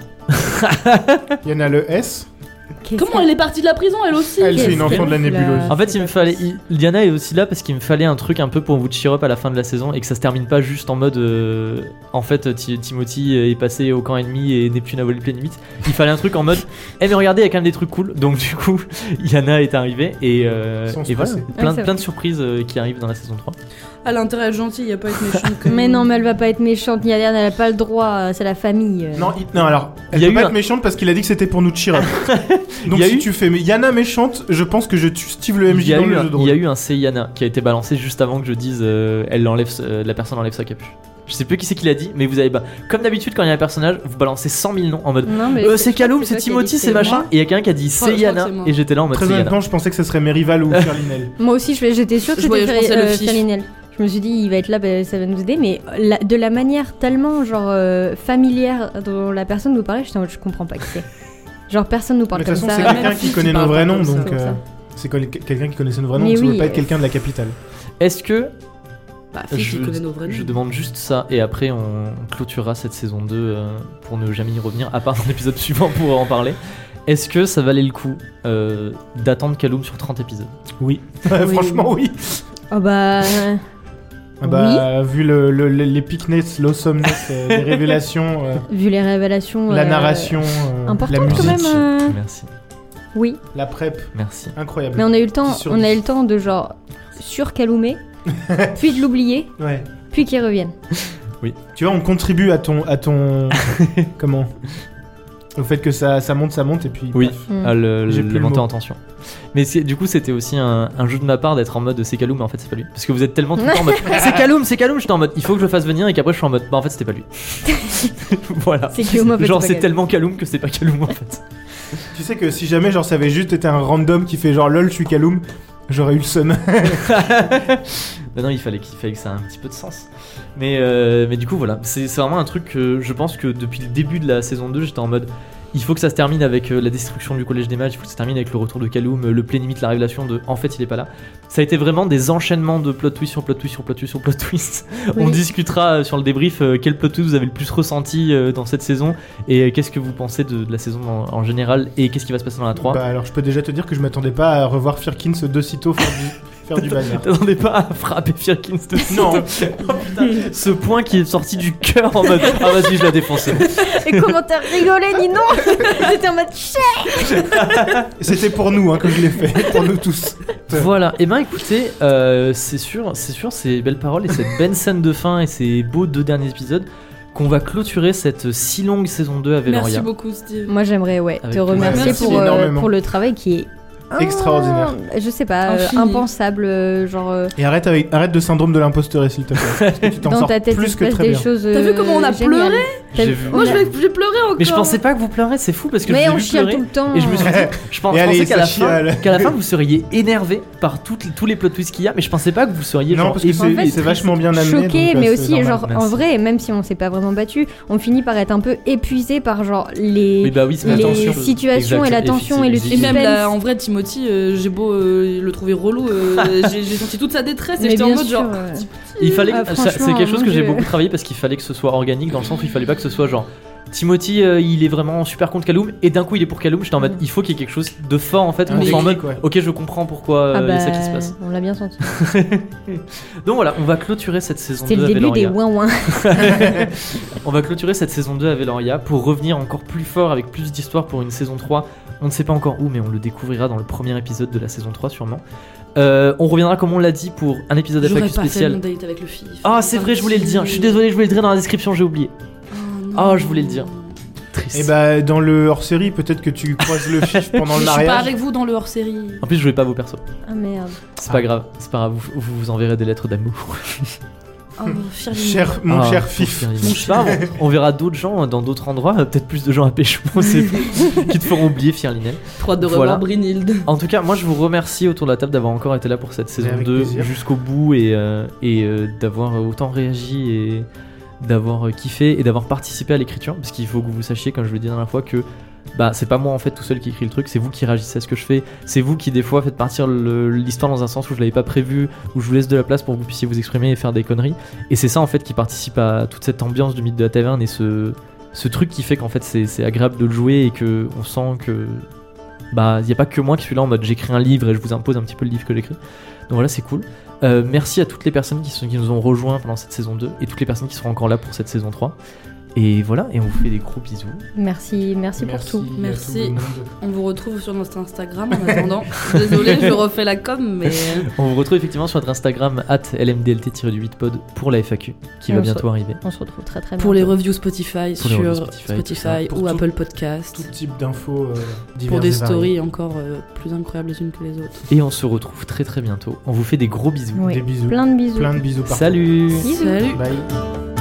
S2: Yana le S.
S4: Comment elle est partie de la prison elle aussi?
S2: Elle c'est une enfant de la nébuleuse.
S1: En fait il me fallait Diana est aussi là parce qu'il me fallait un truc un peu pour vous cheer up à la fin de la saison et que ça se termine pas juste en mode en fait Timothy est passé au camp ennemi et Neptune a volé plein limite. Il fallait un truc en mode mais regardez il y a quand même des trucs cool. Donc du coup Yana est arrivée et voilà plein de surprises qui arrivent dans la saison 3.
S4: Elle a intérêt à être gentille, il a pas à être méchante.
S3: Mais non, mais elle va pas être méchante, Yana, elle a pas le droit, c'est la famille.
S2: Non, alors, elle peut pas être méchante parce qu'il a dit que c'était pour nous cheer up. Donc si tu fais Yana méchante, je pense que je tue Steve le MJ dans le jeu de rôle.
S1: Il y a eu un C'est Yana qui a été balancé juste avant que je dise la personne enlève sa capuche. Je sais plus qui c'est qui l'a dit, mais vous avez comme d'habitude quand il y a un personnage, vous balancez 100 000 noms en mode c'est Kaloum, c'est Timothy, c'est machin, et il y a quelqu'un qui a dit c'est Yana, et j'étais là en mode
S2: très honnêtement, je pensais que ce serait Merival ou Ferlinel.
S3: Moi aussi, j'étais sûre que c'était Ferlinel. Je me suis dit, il va être là, ça va nous aider, mais de la manière tellement genre familière dont la personne nous parlait, je comprends pas qui c'est. Genre personne nous parle comme ça.
S2: De toute façon, c'est quelqu'un qui connaît nos vrais noms, donc c'est quelqu'un qui connaissait nos vrais noms, donc ça ne peut pas être quelqu'un de la capitale.
S1: Est-ce que
S4: je
S1: demande juste ça et après on clôturera cette saison 2 pour ne jamais y revenir, à part dans l'épisode suivant pour en parler. Est-ce que ça valait le coup d'attendre Kaloum sur 30 épisodes?
S2: Oui. Franchement, oui.
S3: Oh bah...
S2: oui. Vu l'epicness, l'awesomeness des révélations...
S3: vu les révélations...
S2: la narration,
S3: importante
S2: la musique.
S3: Quand même,
S1: Merci.
S3: Oui.
S2: La prep.
S1: Merci.
S2: Incroyable.
S3: Mais on a eu le temps de genre surcaloumer, puis de l'oublier, puis qu'il revienne.
S1: Oui.
S2: Tu vois, on contribue à ton comment? Au fait que ça monte et puis...
S1: Oui, le monter en tension. Mais du coup, c'était aussi un jeu de ma part d'être en mode c'est Kaloum, mais en fait, c'est pas lui. Parce que vous êtes tellement tout le temps en mode c'est Kaloum, j'étais en mode il faut que je le fasse venir et qu'après je suis en mode en fait, c'était pas lui. Voilà.
S3: C'est Kaloum, en fait,
S1: genre, c'est tellement Kaloum que c'est pas Kaloum en fait.
S2: Tu sais que si jamais genre ça avait juste été un random qui fait genre lol, je suis Kaloum, j'aurais eu le seum.
S1: Bah non, il fallait que ça ait un petit peu de sens. Mais du coup, voilà. C'est vraiment un truc que je pense que depuis le début de la saison 2, j'étais en mode il faut que ça se termine avec la destruction du collège des mages, il faut que ça se termine avec le retour de Kaloum, le plein limite, la révélation de en fait il est pas là. Ça a été vraiment des enchaînements de plot twist sur plot twist sur plot twist sur plot twist. Oui. On discutera sur le débrief quel plot twist vous avez le plus ressenti dans cette saison et qu'est-ce que vous pensez de la saison en général et qu'est-ce qui va se passer dans la 3.
S2: Bah alors je peux déjà te dire que je m'attendais pas à revoir Firkins de sitôt faire du bazar.
S1: T'attendais pas à frapper Firkins de sitôt?
S2: Non.
S1: Oh putain, ce point qui est sorti du cœur en mode ah vas-y je la défonce.
S3: Et comment t'as rigolé, dis non. J'étais en mode
S2: C'était pour nous que je l'ai fait, pour nous tous.
S1: Voilà, et ben écoutez, c'est sûr, ces belles paroles et cette belle scène de fin et ces beaux 2 derniers épisodes qu'on va clôturer cette si longue saison 2 avec Veloria.
S4: Merci beaucoup Steve.
S3: Moi j'aimerais te remercier pour le travail qui est
S2: extraordinaire.
S3: Je sais pas,
S4: Infini.
S3: impensable, genre.
S2: Et arrête de syndrome de l'imposteur, s'il te plaît. Parce que tu t'en
S3: Dans
S2: sors
S3: ta tête,
S2: plus
S3: il se
S2: que
S3: passe
S2: très
S3: des
S2: bien.
S3: choses.
S4: T'as vu comment on a
S3: géniales.
S4: pleuré
S3: T'as-
S1: J'ai vu.
S3: on
S4: Moi,
S3: a-
S4: je vais pleurer encore.
S1: Mais je pensais pas que vous pleurez, c'est fou parce que
S3: Mais
S1: je vous
S3: on
S1: ai vu
S3: chiale
S1: pleurer.
S3: tout le temps.
S1: Et je me suis dit, je
S2: Et
S1: pensais
S2: allez,
S1: qu'à la
S2: ça chiale.
S1: qu'à la fin vous seriez énervé par tous les plot twists qu'il y a, mais je pensais pas que vous seriez
S2: Non,
S1: genre
S2: parce que
S3: en fait,
S2: c'est vachement bien amené.
S3: choqué,
S2: donc,
S3: mais
S2: c'est
S3: aussi
S2: normal.
S3: genre en
S1: Merci.
S3: vrai, même si on s'est pas vraiment battu, on finit par être un peu épuisé par genre les
S1: Oui, bah oui, c'est la
S3: les
S1: tension.
S3: situations et la tension et le
S4: Et
S3: suspense.
S4: même là, en vrai, Timothy, j'ai beau le trouver relou, j'ai senti toute sa détresse et
S3: Mais
S4: j'étais en
S3: bien
S4: mode
S3: sûr,
S4: genre.
S1: Il fallait,
S3: Ah,
S1: c'est
S3: franchement,
S1: quelque chose
S3: mon
S1: que j'ai
S3: Dieu.
S1: beaucoup travaillé parce qu'il fallait que ce soit organique dans le sens où il fallait pas que ce soit genre Timothy il est vraiment super contre Kaloum et d'un coup il est pour Kaloum. J'étais en mode il faut qu'il y ait quelque chose de fort en fait.
S2: Un
S1: Qu'on soit en mode
S2: déclic, ouais.
S1: ok je comprends pourquoi
S3: Ah
S1: il y a ça qui se passe.
S3: on l'a bien senti.
S1: Donc voilà, on va clôturer cette saison
S3: C'était
S1: 2
S3: le
S1: avec
S3: début des
S1: Veloria.
S3: ouin-ouin.
S1: On va clôturer cette saison 2 à Veloria pour revenir encore plus fort avec plus d'histoire pour une saison 3. On ne sait pas encore où, mais on le découvrira dans le premier épisode de la saison 3 sûrement. On reviendra comme on l'a dit pour un épisode
S4: J'aurais
S1: FAQ
S4: pas fait
S1: spécial.
S4: mon date avec le fif.
S1: Ah c'est vrai, je voulais le dire. Je suis désolé, je voulais le dire dans la description, j'ai oublié.
S4: Oh,
S1: je voulais le dire. Triste.
S2: Et bah, dans le hors-série, peut-être que tu croises le fif pendant le
S4: Je suis pas
S2: mariage.
S4: avec vous dans le hors-série.
S1: En plus, je jouais pas vos persos.
S3: Ah merde.
S1: C'est pas grave, c'est pas grave. Vous enverrez des lettres d'amour.
S4: Oh,
S2: Mon
S1: Ah,
S2: cher
S1: pauvre
S2: fif.
S1: Firlin. Je sais pas, on verra d'autres gens dans d'autres endroits, peut-être plus de gens à pécho, on sait pas, qui te feront oublier Firlinel.
S4: Trop hâte de
S1: Voilà.
S4: revoir Brynhilde.
S1: En tout cas, moi je vous remercie autour de la table d'avoir encore été là pour cette saison
S2: avec
S1: 2
S2: plaisir.
S1: jusqu'au bout et d'avoir autant réagi et d'avoir kiffé et d'avoir participé à l'écriture parce qu'il faut que vous sachiez, comme je le disais la dernière fois, que bah c'est pas moi en fait tout seul qui écrit le truc, c'est vous qui réagissez à ce que je fais, c'est vous qui des fois faites partir l'histoire dans un sens où je l'avais pas prévu, où je vous laisse de la place pour que vous puissiez vous exprimer et faire des conneries, et c'est ça en fait qui participe à toute cette ambiance du mythe de la taverne et ce truc qui fait qu'en fait c'est agréable de le jouer et que on sent que bah y a pas que moi qui suis là en mode j'écris un livre et je vous impose un petit peu le livre que j'écris. Donc voilà, c'est cool. Merci à toutes les personnes qui nous ont rejoints pendant cette saison 2 et toutes les personnes qui seront encore là pour cette saison 3. Et voilà, et on vous fait des gros bisous.
S3: Merci pour tout.
S2: à tout
S4: Merci.
S2: le monde.
S4: On vous retrouve sur notre Instagram en attendant. Désolée, je refais la com, mais.
S1: On vous retrouve effectivement sur notre Instagram @lmdlt-8pod pour la FAQ qui
S3: Et
S1: va
S3: on se-
S1: bientôt arriver.
S3: On se retrouve très très bien.
S4: Pour les reviews Spotify
S1: Pour les reviews
S4: sur
S1: Spotify,
S4: Spotify,
S1: tout ça.
S2: Pour
S4: ou
S2: tout-
S4: Apple Podcast.
S2: Tout type d'infos diverses
S4: Pour des
S2: et variées.
S4: stories encore plus incroyables les unes que les autres.
S1: Et on se retrouve très très bientôt. On vous fait des gros bisous.
S3: Oui.
S2: Des bisous.
S3: Plein de bisous.
S2: Plein de bisous partout.
S1: Salut.
S3: Bisous.
S4: Salut!
S2: Bye.